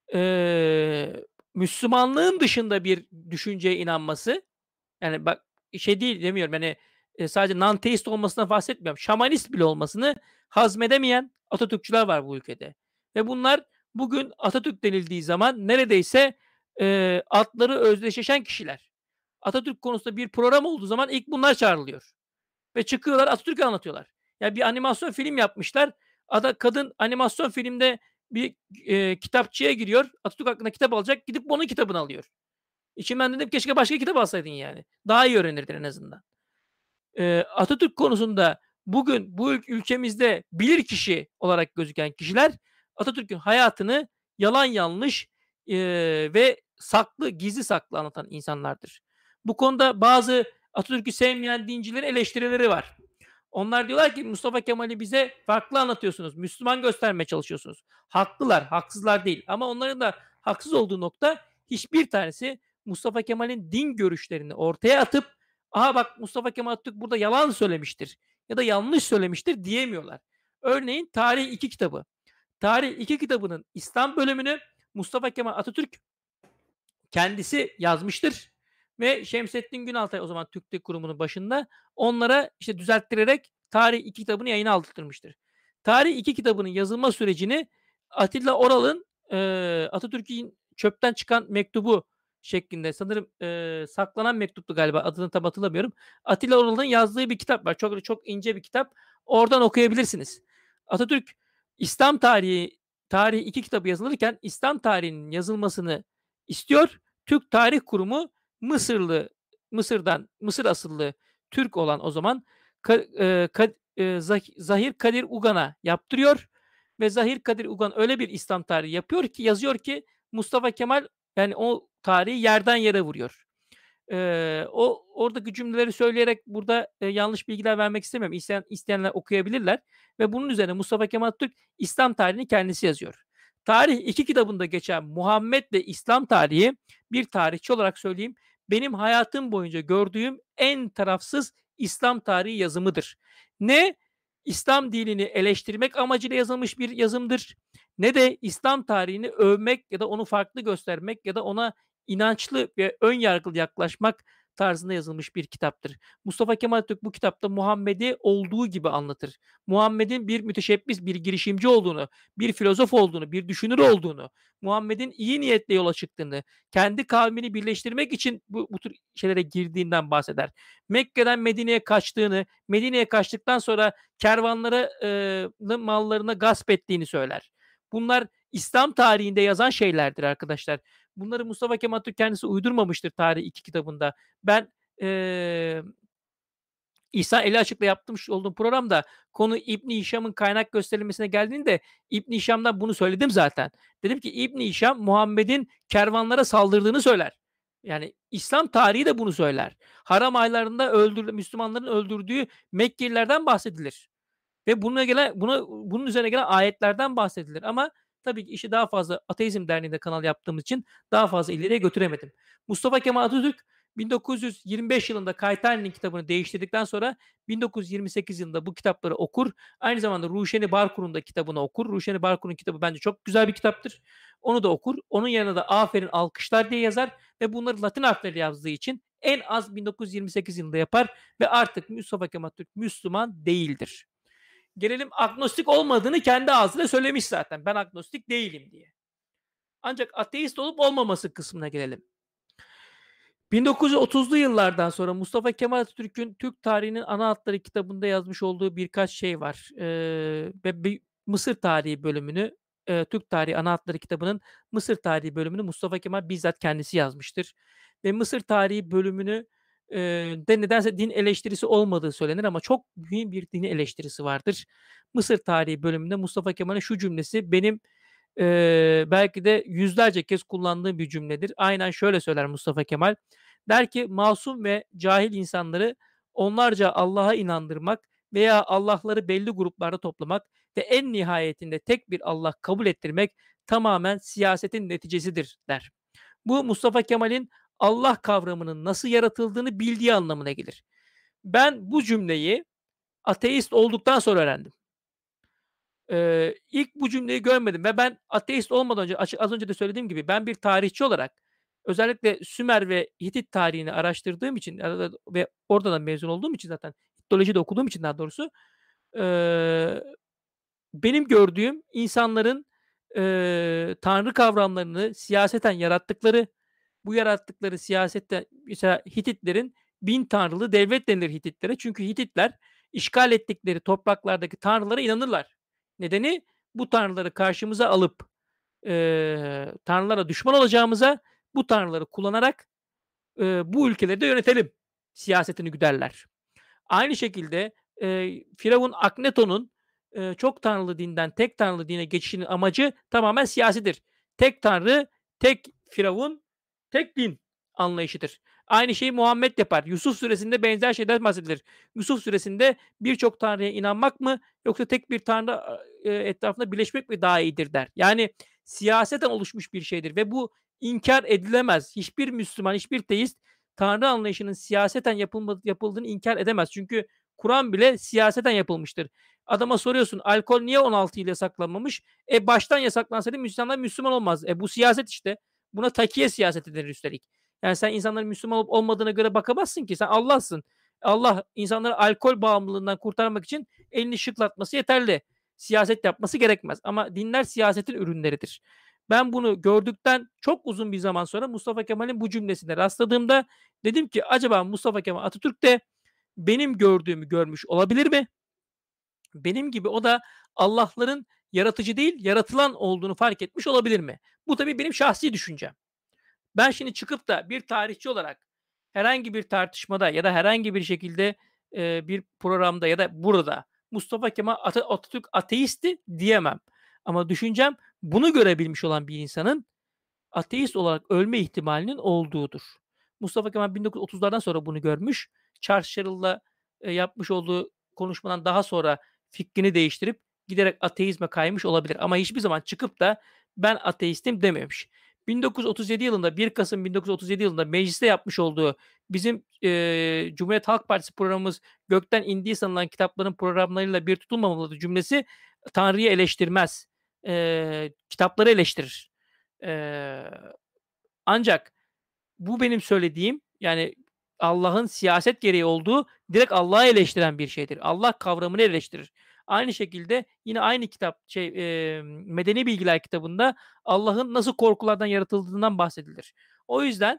Müslümanlığın dışında bir düşünceye inanması, yani bak şey değil demiyorum yani sadece non-teist olmasından bahsetmiyorum. Şamanist bile olmasını hazmedemeyen Atatürkçüler var bu ülkede. Ve bunlar bugün Atatürk denildiği zaman neredeyse adları özdeşleşen kişiler. Atatürk konusunda bir program olduğu zaman ilk bunlar çağrılıyor. Ve çıkıyorlar Atatürk'ü anlatıyorlar. Ya bir animasyon film yapmışlar. Kadın animasyon filmde bir kitapçıya giriyor. Atatürk hakkında kitap alacak. Gidip onun kitabını alıyor. İçimden dedim keşke başka kitap alsaydın yani. Daha iyi öğrenirdin en azından. Atatürk konusunda bugün bu ülkemizde bilirkişi olarak gözüken kişiler Atatürk'ün hayatını yalan yanlış ve saklı, gizli saklı anlatan insanlardır. Bu konuda bazı Atatürk'ü sevmeyen dincilerin eleştirileri var. Onlar diyorlar ki Mustafa Kemal'i bize farklı anlatıyorsunuz. Müslüman göstermeye çalışıyorsunuz. Haklılar, haksızlar değil. Ama onların da haksız olduğu nokta hiçbir tanesi Mustafa Kemal'in din görüşlerini ortaya atıp aha bak Mustafa Kemal Atatürk burada yalan söylemiştir ya da yanlış söylemiştir diyemiyorlar. Örneğin Tarih 2 kitabı. Tarih 2 kitabının İslam bölümünü Mustafa Kemal Atatürk kendisi yazmıştır ve Şemsettin Günaltay o zaman Türk Dil Kurumu'nun başında onlara işte düzelttirerek Tarih 2 kitabını yayına aldırtmıştır. Tarih 2 kitabının yazılma sürecini Atilla Oral'ın Atatürk'ün çöpten çıkan mektubu şeklinde sanırım saklanan mektuptu galiba adını tam hatırlamıyorum. Atilla Oral'ın yazdığı bir kitap var. Çok çok ince bir kitap. Oradan okuyabilirsiniz. Atatürk İslam tarihi Tarih 2 kitabı yazılırken İslam tarihinin yazılmasını istiyor. Türk Tarih Kurumu Mısır asıllı Türk olan o zaman Zahir Kadir Ugan'a yaptırıyor ve Zahir Kadir Ugan öyle bir İslam tarihi yapıyor ki yazıyor ki Mustafa Kemal yani o tarihi yerden yere vuruyor. O oradaki cümleleri söyleyerek burada yanlış bilgiler vermek istemiyorum. İsteyenler okuyabilirler ve bunun üzerine Mustafa Kemal Atatürk İslam tarihini kendisi yazıyor. Tarih 2 kitabında geçen Muhammed ve İslam tarihi bir tarihçi olarak söyleyeyim benim hayatım boyunca gördüğüm en tarafsız İslam tarihi yazımıdır. Ne İslam dinini eleştirmek amacıyla yazılmış bir yazımdır ne de İslam tarihini övmek ya da onu farklı göstermek ya da ona inançlı ve ön yargılı yaklaşmak tarzında yazılmış bir kitaptır. Mustafa Kemal Atatürk bu kitapta Muhammed'i olduğu gibi anlatır. Muhammed'in bir müteşebbis, bir girişimci olduğunu, bir filozof olduğunu, bir düşünür olduğunu, Muhammed'in iyi niyetle yola çıktığını, kendi kavmini birleştirmek için bu tür şeylere girdiğinden bahseder. Mekke'den Medine'ye kaçtığını, Medine'ye kaçtıktan sonra kervanlara mallarına gasp ettiğini söyler. Bunlar İslam tarihinde yazan şeylerdir arkadaşlar. Bunları Mustafa Kemal Atatürk kendisi uydurmamıştır Tarih 2 kitabında. Ben İhsan Eli Açık'la yapmış olduğum programda konu İbn-i Hişam'ın kaynak gösterilmesine geldiğinde İbn-i Hişam'dan bunu söyledim zaten. Dedim ki İbn-i Hişam Muhammed'in kervanlara saldırdığını söyler. Yani İslam tarihi de bunu söyler. Haram aylarında Müslümanların öldürdüğü Mekkelilerden bahsedilir. Ve bunun üzerine gelen ayetlerden bahsedilir. Ama tabii ki işi daha fazla Ateizm Derneği'nde kanal yaptığımız için daha fazla ileriye götüremedim. Mustafa Kemal Atatürk 1925 yılında Kaytalin'in kitabını değiştirdikten sonra 1928 yılında bu kitapları okur. Aynı zamanda Ruşeni Barkur'un da kitabını okur. Ruşeni Barkur'un kitabı bence çok güzel bir kitaptır. Onu da okur. Onun yanına da Aferin Alkışlar diye yazar ve bunları Latin harfleri yazdığı için en az 1928 yılında yapar ve artık Mustafa Kemal Atatürk Müslüman değildir. Gelelim agnostik olmadığını kendi ağzıyla söylemiş zaten. Ben agnostik değilim diye. Ancak ateist olup olmaması kısmına gelelim. 1930'lu yıllardan sonra Mustafa Kemal Atatürk'ün Türk tarihinin ana hatları kitabında yazmış olduğu birkaç şey var. Ve bir Mısır tarihi bölümünü, Türk tarihi ana hatları kitabının Mısır tarihi bölümünü Mustafa Kemal bizzat kendisi yazmıştır. Ve Mısır tarihi bölümünü de nedense din eleştirisi olmadığı söylenir ama çok mühim bir din eleştirisi vardır. Mısır tarihi bölümünde Mustafa Kemal'in şu cümlesi benim belki de yüzlerce kez kullandığım bir cümledir. Aynen şöyle söyler Mustafa Kemal. Der ki masum ve cahil insanları onlarca Allah'a inandırmak veya Allah'ları belli gruplarda toplamak ve en nihayetinde tek bir Allah kabul ettirmek tamamen siyasetin neticesidir der. Bu Mustafa Kemal'in Allah kavramının nasıl yaratıldığını bildiği anlamına gelir. Ben bu cümleyi ateist olduktan sonra öğrendim. İlk bu cümleyi görmedim ve ben ateist olmadan önce az önce de söylediğim gibi ben bir tarihçi olarak özellikle Sümer ve Hitit tarihini araştırdığım için ve oradan mezun olduğum için zaten Hititoloji de okuduğum için daha doğrusu eee, benim gördüğüm insanların tanrı kavramlarını siyaseten yarattıkları, bu yarattıkları siyasette mesela Hititlerin bin tanrılı devlet denilir Hititlere. Çünkü Hititler işgal ettikleri topraklardaki tanrılara inanırlar. Nedeni bu tanrıları karşımıza alıp tanrılara düşman olacağımıza bu tanrıları kullanarak bu ülkeleri de yönetelim siyasetini güderler. Aynı şekilde Firavun Akhenaton'un çok tanrılı dinden tek tanrılı dine geçişinin amacı tamamen siyasidir. Tek tanrı, tek firavun, tek din anlayışıdır. Aynı şeyi Muhammed yapar. Yusuf suresinde benzer şeyler bahsedilir. Yusuf suresinde birçok tanrıya inanmak mı yoksa tek bir tanrı etrafında birleşmek mi daha iyidir der. Yani siyaseten oluşmuş bir şeydir ve bu inkar edilemez. Hiçbir Müslüman, hiçbir teist tanrı anlayışının siyaseten yapıldığını inkar edemez. Çünkü Kur'an bile siyaseten yapılmıştır. Adama soruyorsun alkol niye 16 yıl yasaklanmamış? Baştan yasaklansaydı Müslümanlar Müslüman olmaz. Bu siyaset işte. Buna takiye siyaseti denir üstelik. Yani sen insanların Müslüman olup olmadığına göre bakamazsın ki. Sen Allah'sın. Allah insanları alkol bağımlılığından kurtarmak için elini şıklatması yeterli. Siyaset yapması gerekmez. Ama dinler siyasetin ürünleridir. Ben bunu gördükten çok uzun bir zaman sonra Mustafa Kemal'in bu cümlesine rastladığımda dedim ki acaba Mustafa Kemal Atatürk de benim gördüğümü görmüş olabilir mi? Benim gibi o da Allah'ların yaratıcı değil, yaratılan olduğunu fark etmiş olabilir mi? Bu tabii benim şahsi düşüncem. Ben şimdi çıkıp da bir tarihçi olarak herhangi bir tartışmada ya da herhangi bir şekilde bir programda ya da burada Mustafa Kemal Atatürk ateisti diyemem. Ama düşüncem bunu görebilmiş olan bir insanın ateist olarak ölme ihtimalinin olduğudur. Mustafa Kemal 1930'lardan sonra bunu görmüş. Charles Schirr'la yapmış olduğu konuşmadan daha sonra fikrini değiştirip giderek ateizme kaymış olabilir. Ama hiçbir zaman çıkıp da ben ateistim dememiş. 1937 yılında 1 Kasım 1937 yılında mecliste yapmış olduğu bizim Cumhuriyet Halk Partisi programımız gökten indiği sanılan kitapların programlarıyla bir tutulmamalıdır cümlesi Tanrı'yı eleştirmez. Kitapları eleştirir. Ancak bu benim söylediğim yani Allah'ın siyaset gereği olduğu direkt Allah'ı eleştiren bir şeydir. Allah kavramını eleştirir. Aynı şekilde yine aynı kitap Medeni Bilgiler kitabında Allah'ın nasıl korkulardan yaratıldığından bahsedilir. O yüzden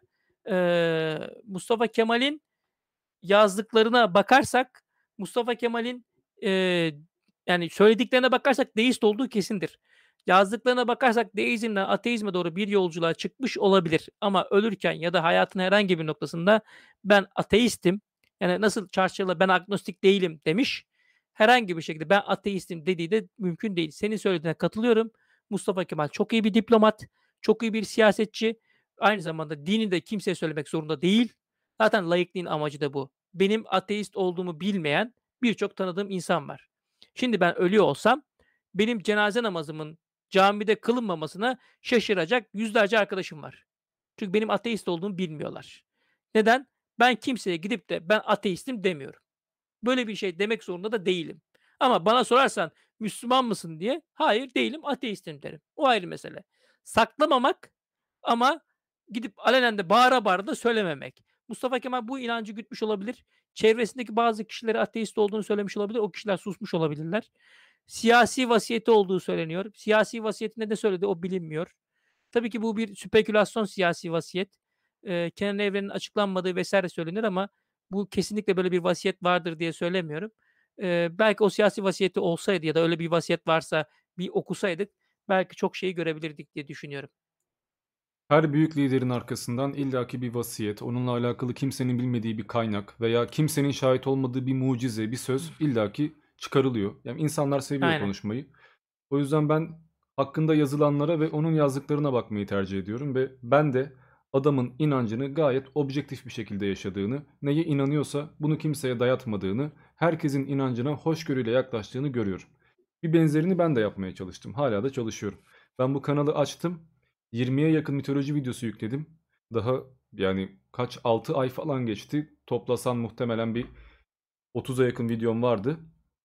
Mustafa Kemal'in yazdıklarına bakarsak Mustafa Kemal'in eee, yani söylediklerine bakarsak deist olduğu kesindir. Yazdıklarına bakarsak deizmden ateizme doğru bir yolculuğa çıkmış olabilir. Ama ölürken ya da hayatın herhangi bir noktasında ben ateistim. Yani nasıl Churchill'a ben agnostik değilim demiş. Herhangi bir şekilde ben ateistim dediği de mümkün değil. Senin söylediğine katılıyorum. Mustafa Kemal çok iyi bir diplomat, çok iyi bir siyasetçi. Aynı zamanda dini de kimseye söylemek zorunda değil. Zaten laikliğin amacı da bu. Benim ateist olduğumu bilmeyen birçok tanıdığım insan var. Şimdi ben ölüyor olsam benim cenaze namazımın camide kılınmamasına şaşıracak yüzlerce arkadaşım var. Çünkü benim ateist olduğumu bilmiyorlar. Neden? Ben kimseye gidip de ben ateistim demiyorum. Böyle bir şey demek zorunda da değilim. Ama bana sorarsan Müslüman mısın diye hayır değilim ateistim derim. O ayrı mesele. Saklamamak ama gidip alenen de bağıra bağıra da söylememek. Mustafa Kemal bu inancı gütmüş olabilir. Çevresindeki bazı kişilere ateist olduğunu söylemiş olabilir. O kişiler susmuş olabilirler. Siyasi vasiyeti olduğu söyleniyor. Siyasi vasiyetinde ne söyledi o bilinmiyor. Tabii ki bu bir spekülasyon siyasi vasiyet. Kenan Evren'in açıklanmadığı vesaire söylenir ama bu kesinlikle böyle bir vasiyet vardır diye söylemiyorum. Belki o siyasi vasiyeti olsaydı ya da öyle bir vasiyet varsa bir okusaydık belki çok şeyi görebilirdik diye düşünüyorum. Her büyük liderin arkasından illaki bir vasiyet, onunla alakalı kimsenin bilmediği bir kaynak veya kimsenin şahit olmadığı bir mucize, bir söz illaki çıkarılıyor. Yani insanlar seviyor Aynen. konuşmayı. O yüzden ben hakkında yazılanlara ve onun yazdıklarına bakmayı tercih ediyorum ve ben de adamın inancını gayet objektif bir şekilde yaşadığını, neye inanıyorsa bunu kimseye dayatmadığını, herkesin inancına hoşgörüyle yaklaştığını görüyorum. Bir benzerini ben de yapmaya çalıştım. Hala da çalışıyorum. Ben bu kanalı açtım. 20'ye yakın mitoloji videosu yükledim. Daha yani kaç 6 ay falan geçti. Toplasan muhtemelen bir 30'a yakın videom vardı.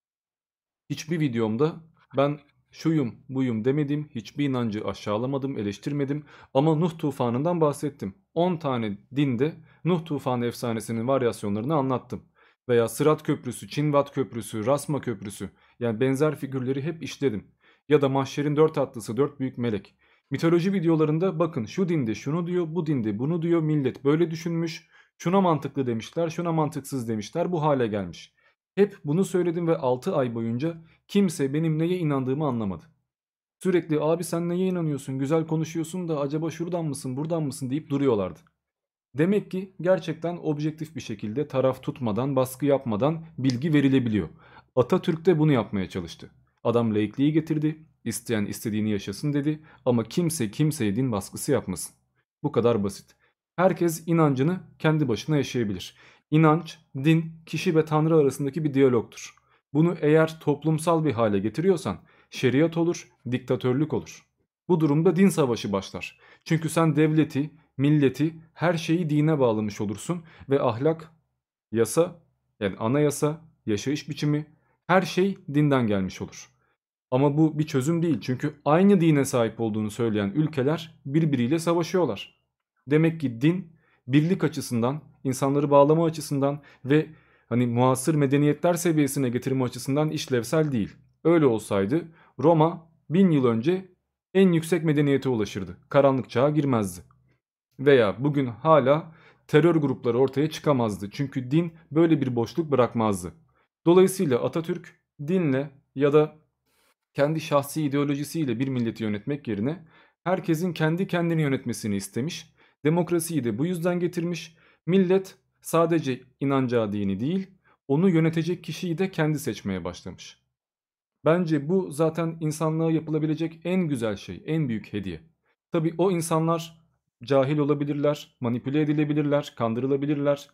Hiçbir videomda ben şuyum buyum demedim. Hiçbir inancı aşağılamadım, eleştirmedim. Ama Nuh tufanından bahsettim. 10 tane dinde Nuh tufanı efsanesinin varyasyonlarını anlattım. Veya Sırat Köprüsü, Çinvat Köprüsü, Rasma Köprüsü, yani benzer figürleri hep işledim. Ya da Mahşer'in 4 atlısı, 4 büyük melek. Mitoloji videolarında bakın şu dinde şunu diyor, bu dinde bunu diyor, millet böyle düşünmüş, şuna mantıklı demişler, şuna mantıksız demişler, bu hale gelmiş. Hep bunu söyledim ve 6 ay boyunca kimse benim neye inandığımı anlamadı. Sürekli abi sen neye inanıyorsun, güzel konuşuyorsun da acaba şuradan mısın, buradan mısın deyip duruyorlardı. Demek ki gerçekten objektif bir şekilde taraf tutmadan, baskı yapmadan bilgi verilebiliyor. Atatürk de bunu yapmaya çalıştı. Adam laikliği getirdi, isteyen istediğini yaşasın dedi ama kimse kimseye din baskısı yapmasın. Bu kadar basit. Herkes inancını kendi başına yaşayabilir. İnanç, din, kişi ve Tanrı arasındaki bir diyalogtur. Bunu eğer toplumsal bir hale getiriyorsan şeriat olur, diktatörlük olur. Bu durumda din savaşı başlar. Çünkü sen devleti, milleti, her şeyi dine bağlamış olursun ve ahlak, yasa, yani anayasa, yaşayış biçimi, her şey dinden gelmiş olur. Ama bu bir çözüm değil çünkü aynı dine sahip olduğunu söyleyen ülkeler birbiriyle savaşıyorlar. Demek ki din birlik açısından, insanları bağlama açısından ve hani muasır medeniyetler seviyesine getirme açısından işlevsel değil. Öyle olsaydı Roma 1000 yıl önce en yüksek medeniyete ulaşırdı. Karanlık çağa girmezdi. Veya bugün hala terör grupları ortaya çıkamazdı. Çünkü din böyle bir boşluk bırakmazdı. Dolayısıyla Atatürk dinle ya da kendi şahsi ideolojisiyle bir milleti yönetmek yerine herkesin kendi kendini yönetmesini istemiş. Demokrasiyi de bu yüzden getirmiş. Millet sadece inanacağı dini değil, onu yönetecek kişiyi de kendi seçmeye başlamış. Bence bu zaten insanlığa yapılabilecek en güzel şey, en büyük hediye. Tabii o insanlar cahil olabilirler, manipüle edilebilirler, kandırılabilirler.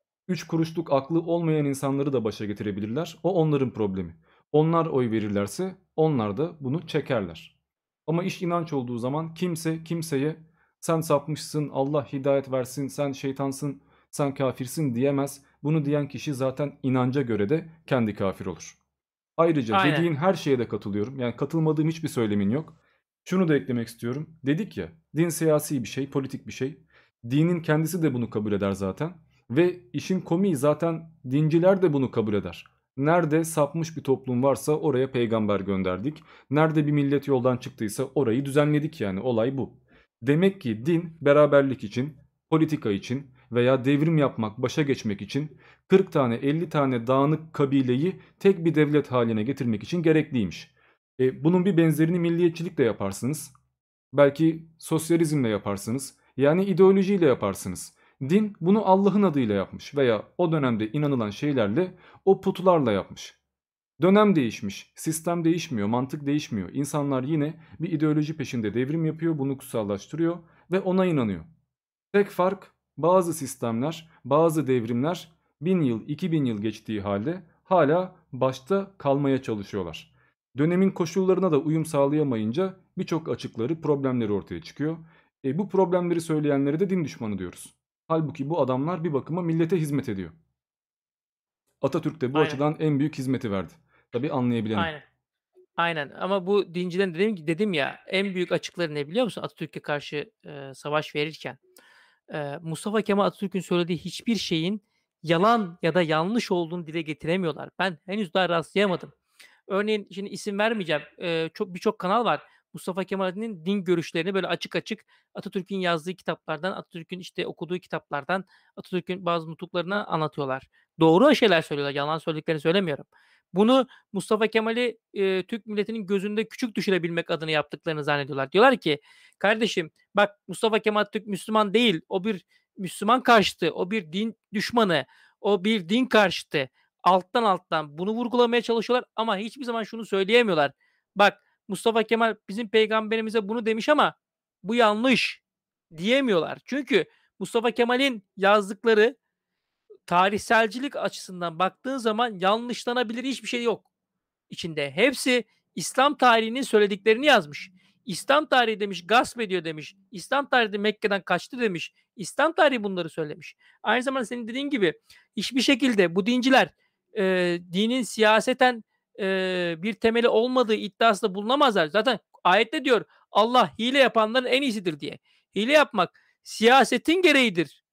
3 kuruşluk aklı olmayan insanları da başa getirebilirler. O onların problemi. Onlar oy verirlerse onlar da bunu çekerler. Ama iş inanç olduğu zaman kimse kimseye sen sapmışsın, Allah hidayet versin, sen şeytansın, sen kafirsin diyemez. Bunu diyen kişi zaten inanca göre de kendi kafir olur. Ayrıca Aynen. dediğin her şeye de katılıyorum. Yani katılmadığım hiçbir söylemin yok. Şunu da eklemek istiyorum. Dedik ya, din siyasi bir şey, politik bir şey. Dinin kendisi de bunu kabul eder zaten. Ve işin komiği zaten dinciler de bunu kabul eder. Nerede sapmış bir toplum varsa oraya peygamber gönderdik. Nerede bir millet yoldan çıktıysa orayı düzenledik, yani olay bu. Demek ki din beraberlik için, politika için veya devrim yapmak, başa geçmek için 40 tane 50 tane dağınık kabileyi tek bir devlet haline getirmek için gerekliymiş. Bunun bir benzerini milliyetçilikle yaparsınız. Belki sosyalizmle yaparsınız. Yani ideolojiyle yaparsınız. Din bunu Allah'ın adıyla yapmış veya o dönemde inanılan şeylerle, o putlarla yapmış. Dönem değişmiş, sistem değişmiyor, mantık değişmiyor. İnsanlar yine bir ideoloji peşinde devrim yapıyor, bunu kutsallaştırıyor ve ona inanıyor. Tek fark, bazı sistemler, bazı devrimler 1000 yıl, 2000 yıl geçtiği halde hala başta kalmaya çalışıyorlar. Dönemin koşullarına da uyum sağlayamayınca birçok açıkları, problemleri ortaya çıkıyor. Bu problemleri söyleyenlere de din düşmanı diyoruz. Halbuki bu adamlar bir bakıma millete hizmet ediyor. Atatürk de bu Aynen. açıdan en büyük hizmeti verdi. Tabii anlayabilene. Aynen. Aynen ama bu dincilerin dedim ya en büyük açıkları ne biliyor musun Atatürk'e karşı, savaş verirken? Mustafa Kemal Atatürk'ün söylediği hiçbir şeyin yalan ya da yanlış olduğunu dile getiremiyorlar. Ben henüz daha rastlayamadım. Örneğin şimdi isim vermeyeceğim. Birçok kanal var. Mustafa Kemal'in din görüşlerini böyle açık açık Atatürk'ün yazdığı kitaplardan, Atatürk'ün işte okuduğu kitaplardan, Atatürk'ün bazı nutuklarını anlatıyorlar. Doğru şeyler söylüyorlar. Yalan söylediklerini söylemiyorum. Bunu Mustafa Kemal'i, Türk milletinin gözünde küçük düşürebilmek adına yaptıklarını zannediyorlar. Diyorlar ki, "Kardeşim bak Mustafa Kemal Atatürk Müslüman değil. O bir Müslüman karşıtı. O bir din düşmanı. O bir din karşıtı." Alttan bunu vurgulamaya çalışıyorlar ama hiçbir zaman şunu söyleyemiyorlar. Bak Mustafa Kemal bizim peygamberimize bunu demiş ama bu yanlış diyemiyorlar. Çünkü Mustafa Kemal'in yazdıkları tarihselcilik açısından baktığın zaman yanlışlanabilir hiçbir şey yok içinde. Hepsi İslam tarihinin söylediklerini yazmış. İslam tarihi demiş gasp ediyor demiş. İslam tarihi Mekke'den kaçtı demiş. İslam tarihi bunları söylemiş. Aynı zamanda senin dediğin gibi hiçbir şekilde bu dinciler dinin siyaseten bir temeli olmadığı iddiasında bulunamazlar. Zaten ayette diyor Allah hile yapanların en iyisidir diye. Hile yapmak siyasetin gereğidir.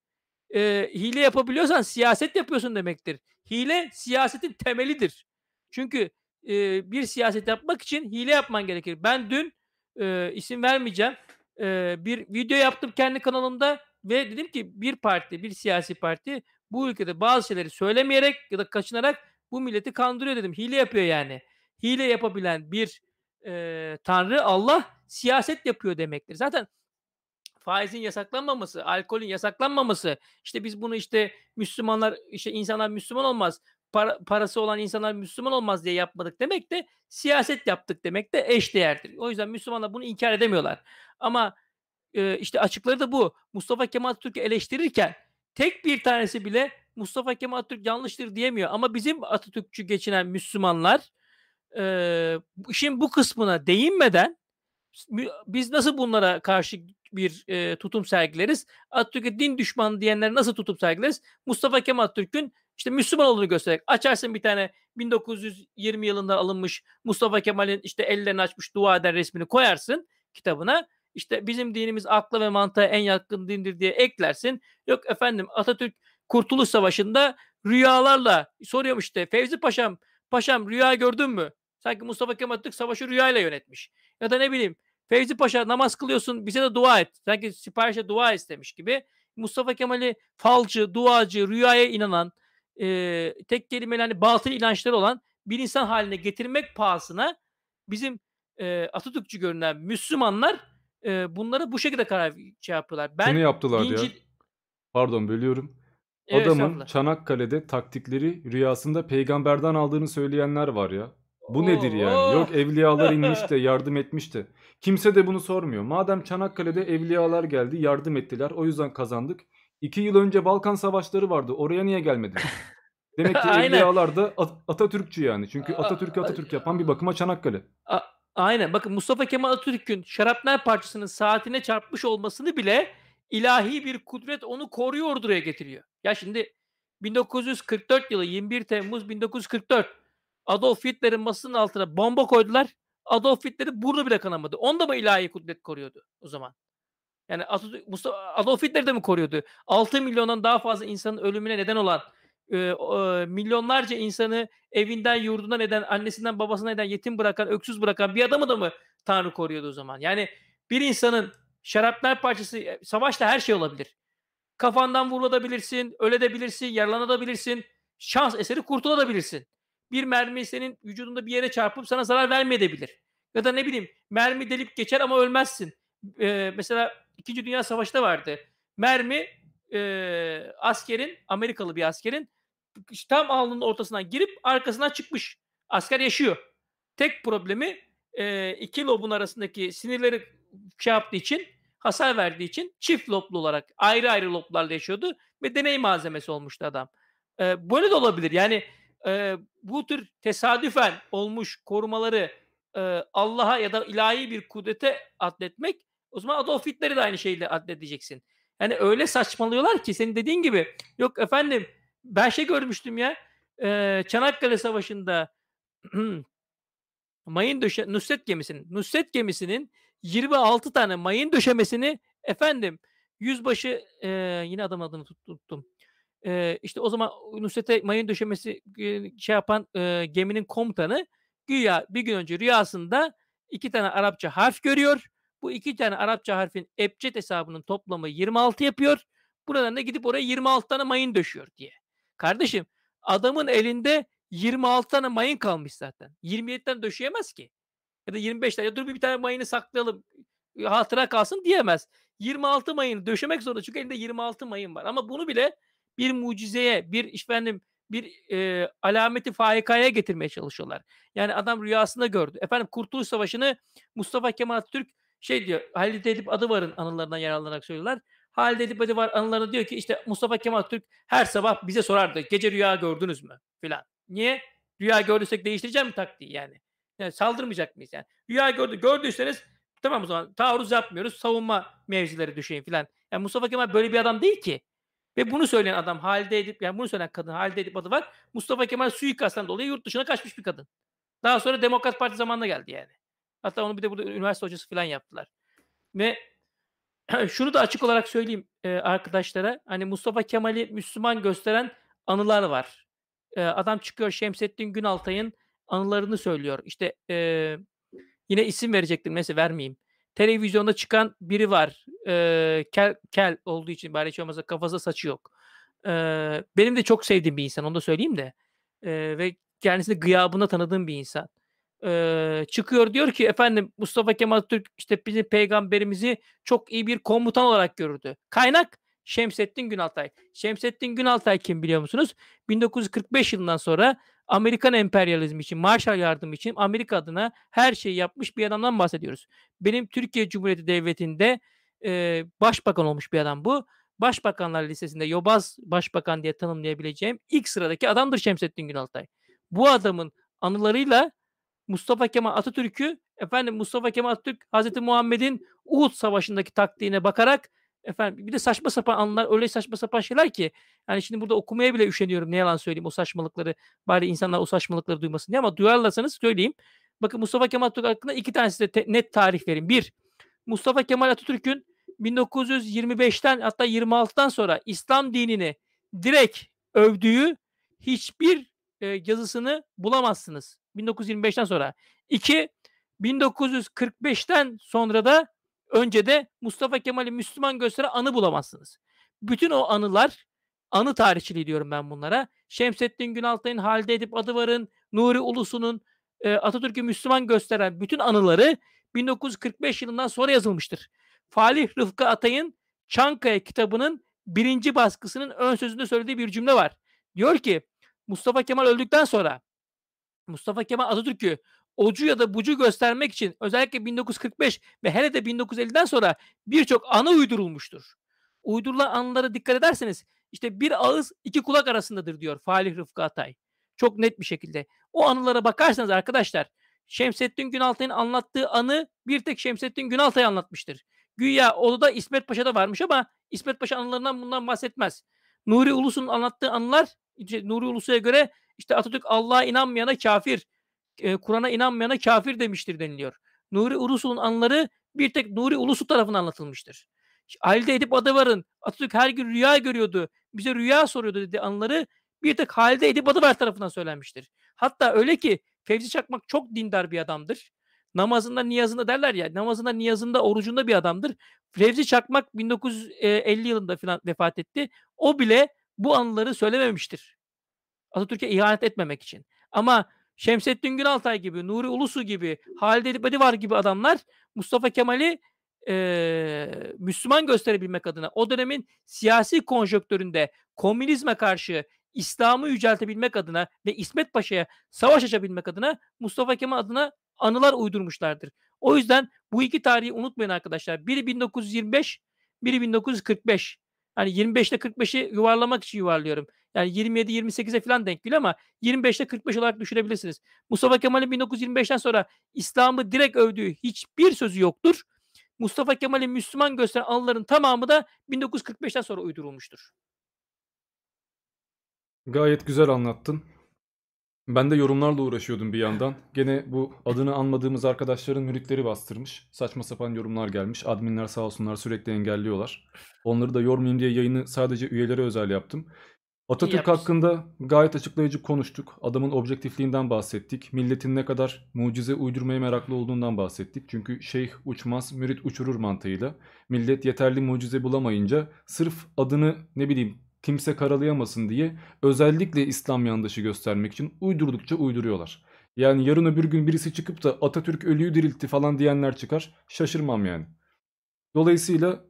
Hile yapabiliyorsan siyaset yapıyorsun demektir. Hile siyasetin temelidir. Çünkü bir siyaset yapmak için hile yapman gerekir. Ben dün isim vermeyeceğim. Bir video yaptım kendi kanalımda ve dedim ki bir siyasi parti bu ülkede bazı şeyleri söylemeyerek ya da kaçınarak bu milleti kandırıyor dedim. Hile yapıyor yani. Hile yapabilen bir tanrı Allah siyaset yapıyor demektir. Zaten faizin yasaklanmaması, alkolün yasaklanmaması, işte biz bunu işte Müslümanlar, işte insanlar Müslüman olmaz, parası olan insanlar Müslüman olmaz diye yapmadık demek de siyaset yaptık demek de eşdeğerdir. O yüzden Müslümanlar bunu inkar edemiyorlar. Ama işte açıkları da bu. Mustafa Kemal Atatürk'ü eleştirirken tek bir tanesi bile Mustafa Kemal Atatürk yanlıştır diyemiyor. Ama bizim Atatürkçü geçinen Müslümanlar işin bu kısmına değinmeden biz nasıl bunlara karşı bir tutum sergileriz? Atatürk'e din düşmanı diyenlere nasıl tutum sergileriz? Mustafa Kemal Atatürk'ün işte Müslüman olduğunu göstererek. Açarsın bir tane 1920 yılında alınmış Mustafa Kemal'in işte ellerini açmış dua eden resmini koyarsın kitabına. İşte bizim dinimiz akla ve mantığa en yakın dindir diye eklersin. Yok efendim Atatürk Kurtuluş Savaşı'nda rüyalarla soruyormuş işte Fevzi Paşam rüya gördün mü? Sanki Mustafa Kemal Atatürk savaşı rüyayla yönetmiş. Ya da ne bileyim Fevzi Paşa namaz kılıyorsun bize de dua et. Sanki siparişe dua istemiş gibi. Mustafa Kemal'i falcı, duacı, rüyaya inanan, tek kelimeyle hani batıl inançları olan bir insan haline getirmek pahasına bizim Atatürkçü görünen Müslümanlar bunlara bu şekilde şey yapıyorlar. Şunu Ben yaptılar ya. dinci... Pardon, bölüyorum. Evet Adamın estağfurullah. Çanakkale'de taktikleri rüyasında peygamberden aldığını söyleyenler var ya. Bu nedir yani? Oh! Yok evliyalar inmiş de yardım etmiş de. Kimse de bunu sormuyor. Madem Çanakkale'de evliyalar geldi, yardım ettiler, o yüzden kazandık. 2 yıl önce Balkan Savaşları vardı. Oraya niye gelmediniz? Demek ki Aynen. evliyalar da Atatürkçü yani. Çünkü Atatürk'ü Atatürk yapan bir bakıma Çanakkale. A aynen. Bakın Mustafa Kemal Atatürk'ün şarapnel parçasının saatine çarpmış olmasını bile ilahi bir kudret onu koruyor oraya getiriyor. Ya şimdi 1944 yılı 21 Temmuz 1944 Adolf Hitler'in masasının altına bomba koydular. Adolf Hitler'in burnu bile kanamadı. Onu da mı ilahi kudret koruyordu o zaman? Yani Adolf Hitler de mi koruyordu? 6 milyondan daha fazla insanın ölümüne neden olan, milyonlarca insanı evinden, yurdundan eden, annesinden, babasından eden, yetim bırakan, öksüz bırakan bir adamı da mı Tanrı koruyordu o zaman? Yani bir insanın şarapnel parçası, savaşta her şey olabilir. Kafandan vurulabilirsin, ölebilirsin, yaralanabilirsin, şans eseri kurtulabilirsin. Bir mermi senin vücudunda bir yere çarpıp sana zarar vermeyebilir. Ya da ne bileyim mermi delip geçer ama ölmezsin. Mesela İkinci Dünya Savaşı'da vardı. Mermi askerin, Amerikalı bir askerin tam alnının ortasından girip arkasından çıkmış. Asker yaşıyor. Tek problemi iki lobun arasındaki sinirleri şey yaptığı için, hasar verdiği için çift loblu olarak ayrı ayrı loblarla yaşıyordu ve deney malzemesi olmuştu adam. Böyle de olabilir. Yani bu tür tesadüfen olmuş korumaları Allah'a ya da ilahi bir kudrete atletmek, o zaman Adolf Hitler'i de aynı şeyle atledeceksin. Yani öyle saçmalıyorlar ki senin dediğin gibi. Yok efendim ben şey görmüştüm ya. Çanakkale Savaşı'nda Nusret gemisinin 26 tane mayın döşemesini efendim yüzbaşı yine adam adını tuttum. İşte o zaman Nusret'e mayın döşemesi şey yapan geminin komutanı güya bir gün önce rüyasında 2 tane Arapça harf görüyor. Bu 2 tane Arapça harfin ebced hesabının toplamı 26 yapıyor. Buradan da gidip oraya 26 tane mayın döşüyor diye. Kardeşim adamın elinde 26 tane mayın kalmış zaten. 27 tane döşeyemez ki. Ya da 25 tane. Ya dur bir tane mayını saklayalım. Hatıra kalsın diyemez. 26 mayını döşemek zorunda. Çünkü elinde 26 mayın var. Ama bunu bile bir mucizeye, bir alameti faikaya getirmeye çalışıyorlar. Yani adam rüyasında gördü. Efendim Kurtuluş Savaşı'nı Mustafa Kemal Atatürk şey diyor. Halide Edip Adıvar'ın anılarından yararlanarak söylüyorlar. Halide Edip Adıvar anılarında diyor ki işte Mustafa Kemal Atatürk her sabah bize sorardı. Gece rüya gördünüz mü? Filan. Niye? Rüya gördüysek değiştireceğim mi taktiği yani? Yani saldırmayacak mıyız yani? Rüya gördüyseniz tamam o zaman taarruz yapmıyoruz. Savunma mevzileri düşeyim filan. Yani Mustafa Kemal böyle bir adam değil ki. Ve bunu söyleyen adam Halide Edip, yani bunu söyleyen kadın Halide Edip adı var. Mustafa Kemal suikasttan dolayı yurt dışına kaçmış bir kadın. Daha sonra Demokrat Parti zamanına geldi yani. Hatta onu bir de burada üniversite hocası falan yaptılar. Ve şunu da açık olarak söyleyeyim arkadaşlara. Hani Mustafa Kemal'i Müslüman gösteren anılar var. Adam çıkıyor Şemsettin Günaltay'ın anılarını söylüyor. İşte yine isim verecektim. Neyse vermeyeyim. Televizyonda çıkan biri var. Kel olduğu için bari hiç olmazsa kafasında saçı yok. Benim de çok sevdiğim bir insan. Onu da söyleyeyim de. Ve kendisini gıyabında tanıdığım bir insan. Çıkıyor diyor ki efendim Mustafa Kemal Atatürk işte bizim peygamberimizi çok iyi bir komutan olarak görürdü. Kaynak Şemsettin Günaltay. Şemsettin Günaltay kim biliyor musunuz? 1945 yılından sonra Amerikan emperyalizmi için, Marshall yardımı için Amerika adına her şeyi yapmış bir adamdan bahsediyoruz. Benim Türkiye Cumhuriyeti Devleti'nde başbakan olmuş bir adam bu. Başbakanlar listesinde yobaz başbakan diye tanımlayabileceğim ilk sıradaki adamdır Şemsettin Günaltay. Bu adamın anılarıyla Mustafa Kemal Atatürk'ü Mustafa Kemal Atatürk Hazreti Muhammed'in Uhud Savaşı'ndaki taktiğine bakarak bir de saçma sapan anılar öyle saçma sapan şeyler ki yani şimdi burada okumaya bile üşeniyorum ne yalan söyleyeyim o saçmalıkları bari insanlar o saçmalıkları duymasın diye ama duyarlarsanız söyleyeyim. Bakın Mustafa Kemal Atatürk hakkında 2 tane size net tarih vereyim. Bir, Mustafa Kemal Atatürk'ün 1925'ten hatta 26'dan sonra İslam dinini direkt övdüğü hiçbir yazısını bulamazsınız. 1925'ten sonra. 2, 1945'ten sonra da önce de Mustafa Kemal'i Müslüman gösteren anı bulamazsınız. Bütün o anılar, anı tarihçiliği diyorum ben bunlara. Şemsettin Günaltay'ın, Halide Edip Adıvar'ın, Nuri Ulusu'nun Atatürk'ü Müslüman gösteren bütün anıları 1945 yılından sonra yazılmıştır. Falih Rıfkı Atay'ın Çankaya kitabının 1. baskısının ön sözünde söylediği bir cümle var. Diyor ki Mustafa Kemal öldükten sonra Mustafa Kemal Atatürk'ü ocu ya da bucu göstermek için özellikle 1945 ve hele de 1950'den sonra birçok anı uydurulmuştur. Uydurulan anılara dikkat ederseniz işte bir ağız iki kulak arasındadır diyor Falih Rıfkı Atay. Çok net bir şekilde. O anılara bakarsanız arkadaşlar Şemsettin Günaltay'ın anlattığı anı bir tek Şemsettin Günaltay anlatmıştır. Güya odada İsmet Paşa da varmış ama İsmet Paşa anılarından bundan bahsetmez. Nuri Ulusu'nun anlattığı anılar Nuri Ulusu'ya göre işte Atatürk Allah'a inanmayana kafir, Kur'an'a inanmayana kafir demiştir deniliyor. Nuri Ulusu'nun anıları bir tek Nuri Ulusu tarafından anlatılmıştır. Halide Edip Adıvar'ın Atatürk her gün rüya görüyordu, bize rüya soruyordu dediği anıları bir tek Halide Edip Adıvar tarafından söylenmiştir. Hatta öyle ki Fevzi Çakmak çok dindar bir adamdır. Namazında, niyazında derler ya, namazında, niyazında, orucunda bir adamdır. Fevzi Çakmak 1950 yılında filan vefat etti. O bile bu anıları söylememiştir. Atatürk'e ihanet etmemek için. Ama Şemsettin Günaltay gibi, Nuri Ulusu gibi, Halide Edip Adıvar gibi adamlar Mustafa Kemal'i Müslüman gösterebilmek adına o dönemin siyasi konjonktüründe komünizme karşı İslam'ı yüceltebilmek adına ve İsmet Paşa'ya savaş açabilmek adına Mustafa Kemal adına anılar uydurmuşlardır. O yüzden bu iki tarihi unutmayın arkadaşlar. Biri 1925, biri 1945. Hani 25 ile 45'i yuvarlamak için yuvarlıyorum. Yani 27-28'e falan denk geliyor ama 25'te 45 olarak düşürebilirsiniz. Mustafa Kemal'in 1925'ten sonra İslam'ı direkt övdüğü hiçbir sözü yoktur. Mustafa Kemal'i Müslüman gösteren anıların tamamı da 1945'ten sonra uydurulmuştur. Gayet güzel anlattın. Ben de yorumlarla uğraşıyordum bir yandan. Gene bu adını anmadığımız arkadaşların müritleri bastırmış. Saçma sapan yorumlar gelmiş. Adminler sağ olsunlar sürekli engelliyorlar. Onları da yormayayım diye yayını sadece üyelere özel yaptım. İyi Atatürk yapmışsın. hakkında gayet açıklayıcı konuştuk. Adamın objektifliğinden bahsettik. Milletin ne kadar mucize uydurmaya meraklı olduğundan bahsettik. Çünkü şeyh uçmaz, mürit uçurur mantığıyla. Millet yeterli mucize bulamayınca sırf adını ne bileyim kimse karalayamasın diye özellikle İslam yandaşı göstermek için uydurdukça uyduruyorlar. Yani yarın öbür gün birisi çıkıp da Atatürk ölüyü diriltti falan diyenler çıkar. Şaşırmam yani. Dolayısıyla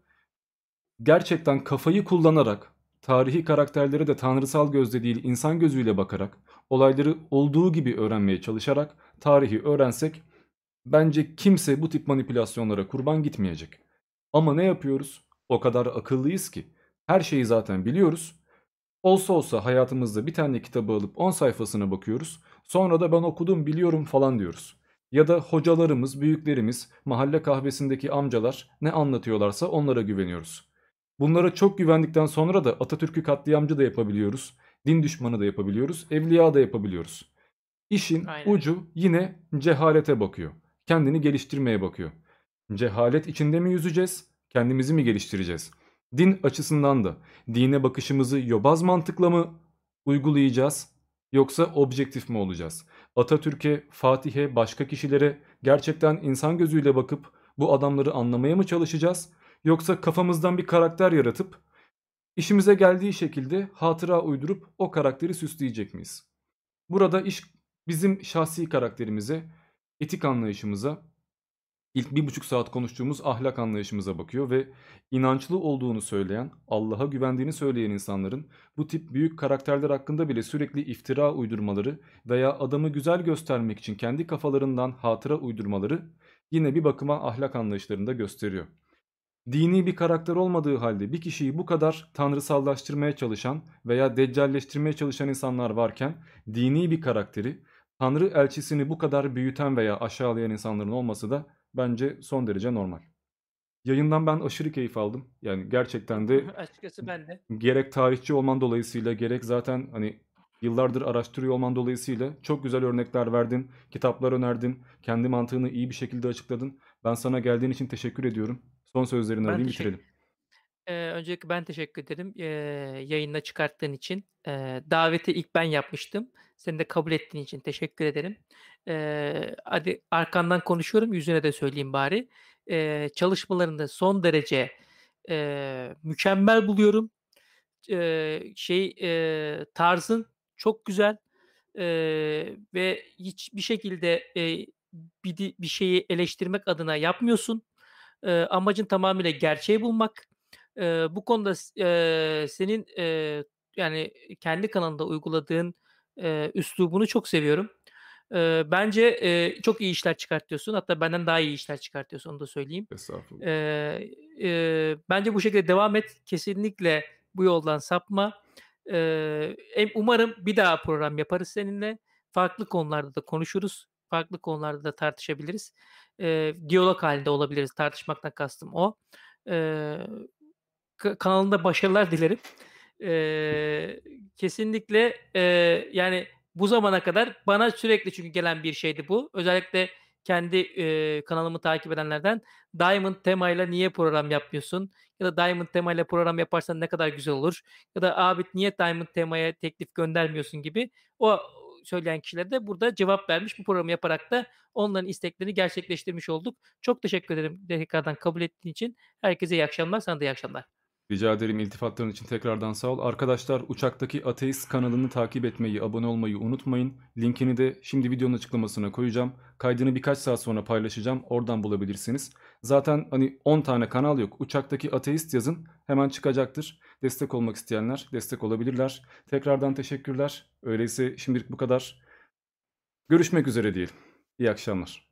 gerçekten kafayı kullanarak, tarihi karakterlere de tanrısal gözle değil insan gözüyle bakarak, olayları olduğu gibi öğrenmeye çalışarak tarihi öğrensek bence kimse bu tip manipülasyonlara kurban gitmeyecek. Ama ne yapıyoruz? O kadar akıllıyız ki her şeyi zaten biliyoruz. Olsa olsa hayatımızda bir tane kitabı alıp 10 sayfasına bakıyoruz. Sonra da ben okudum biliyorum falan diyoruz. Ya da hocalarımız, büyüklerimiz, mahalle kahvesindeki amcalar ne anlatıyorlarsa onlara güveniyoruz. Bunlara çok güvendikten sonra da Atatürk'ü katliamcı da yapabiliyoruz. Din düşmanı da yapabiliyoruz. Evliya da yapabiliyoruz. İşin Aynen. ucu yine cehalete bakıyor. Kendini geliştirmeye bakıyor. Cehalet içinde mi yüzeceğiz? Kendimizi mi geliştireceğiz? Din açısından da dine bakışımızı yobaz mantıkla mı uygulayacağız? Yoksa objektif mi olacağız? Atatürk'e, Fatih'e, başka kişilere gerçekten insan gözüyle bakıp bu adamları anlamaya mı çalışacağız? Yoksa kafamızdan bir karakter yaratıp işimize geldiği şekilde hatıra uydurup o karakteri süsleyecek miyiz? Burada iş bizim şahsi karakterimize, etik anlayışımıza, ilk 1,5 saat konuştuğumuz ahlak anlayışımıza bakıyor ve inançlı olduğunu söyleyen, Allah'a güvendiğini söyleyen insanların bu tip büyük karakterler hakkında bile sürekli iftira uydurmaları veya adamı güzel göstermek için kendi kafalarından hatıra uydurmaları yine bir bakıma ahlak anlayışlarını da gösteriyor. Dini bir karakter olmadığı halde bir kişiyi bu kadar tanrısallaştırmaya çalışan veya deccalleştirmeye çalışan insanlar varken dini bir karakteri, tanrı elçisini bu kadar büyüten veya aşağılayan insanların olması da bence son derece normal. Yayından ben aşırı keyif aldım. Yani gerçekten de Açıkçası ben de. gerek tarihçi olman dolayısıyla gerek zaten hani yıllardır araştırıyor olman dolayısıyla çok güzel örnekler verdin, kitaplar önerdin, kendi mantığını iyi bir şekilde açıkladın. Ben sana geldiğin için teşekkür ediyorum. Son sözlerini Ben alayım teşekkür bitirelim. Öncelikle ben teşekkür ederim, yayınına çıkarttığın için. Daveti ilk ben yapmıştım. Sen de kabul ettiğin için teşekkür ederim. Hadi arkandan konuşuyorum, yüzüne de söyleyeyim bari. Çalışmalarını son derece, mükemmel buluyorum. Tarzın çok güzel, ve hiçbir şekilde, bir şeyi eleştirmek adına yapmıyorsun. Amacın tamamıyla gerçeği bulmak. Bu konuda senin, yani, kendi kanalında uyguladığın, üslubunu çok seviyorum. Bence, çok iyi işler çıkartıyorsun. Hatta benden daha iyi işler çıkartıyorsun, onu da söyleyeyim. Estağfurullah. Bence bu şekilde devam et. Kesinlikle bu yoldan sapma. Umarım bir daha program yaparız seninle. Farklı konularda da konuşuruz. Farklı konularda da tartışabiliriz. Diyalog halinde olabiliriz. Tartışmaktan kastım o. Eee, kanalında başarılar dilerim. Eee, kesinlikle, yani bu zamana kadar bana sürekli çünkü gelen bir şeydi bu. Özellikle kendi, kanalımı takip edenlerden Diamond temayla niye program yapmıyorsun ya da Diamond temayla program yaparsan ne kadar güzel olur ya da abi niye Diamond temaya teklif göndermiyorsun gibi o söyleyen kişilere de burada cevap vermiş. Bu programı yaparak da onların isteklerini gerçekleştirmiş olduk. Çok teşekkür ederim tekrardan kabul ettiğin için. Herkese iyi akşamlar. Sana da iyi akşamlar. Rica ederim, iltifatların için tekrardan sağ ol. Arkadaşlar, Uçaktaki Ateist kanalını takip etmeyi, abone olmayı unutmayın. Linkini de şimdi videonun açıklamasına koyacağım. Kaydını birkaç saat sonra paylaşacağım. Oradan bulabilirsiniz. Zaten hani 10 tane kanal yok. Uçaktaki Ateist yazın, hemen çıkacaktır. Destek olmak isteyenler destek olabilirler. Tekrardan teşekkürler. Öyleyse şimdilik bu kadar. Görüşmek üzere diyelim. İyi akşamlar.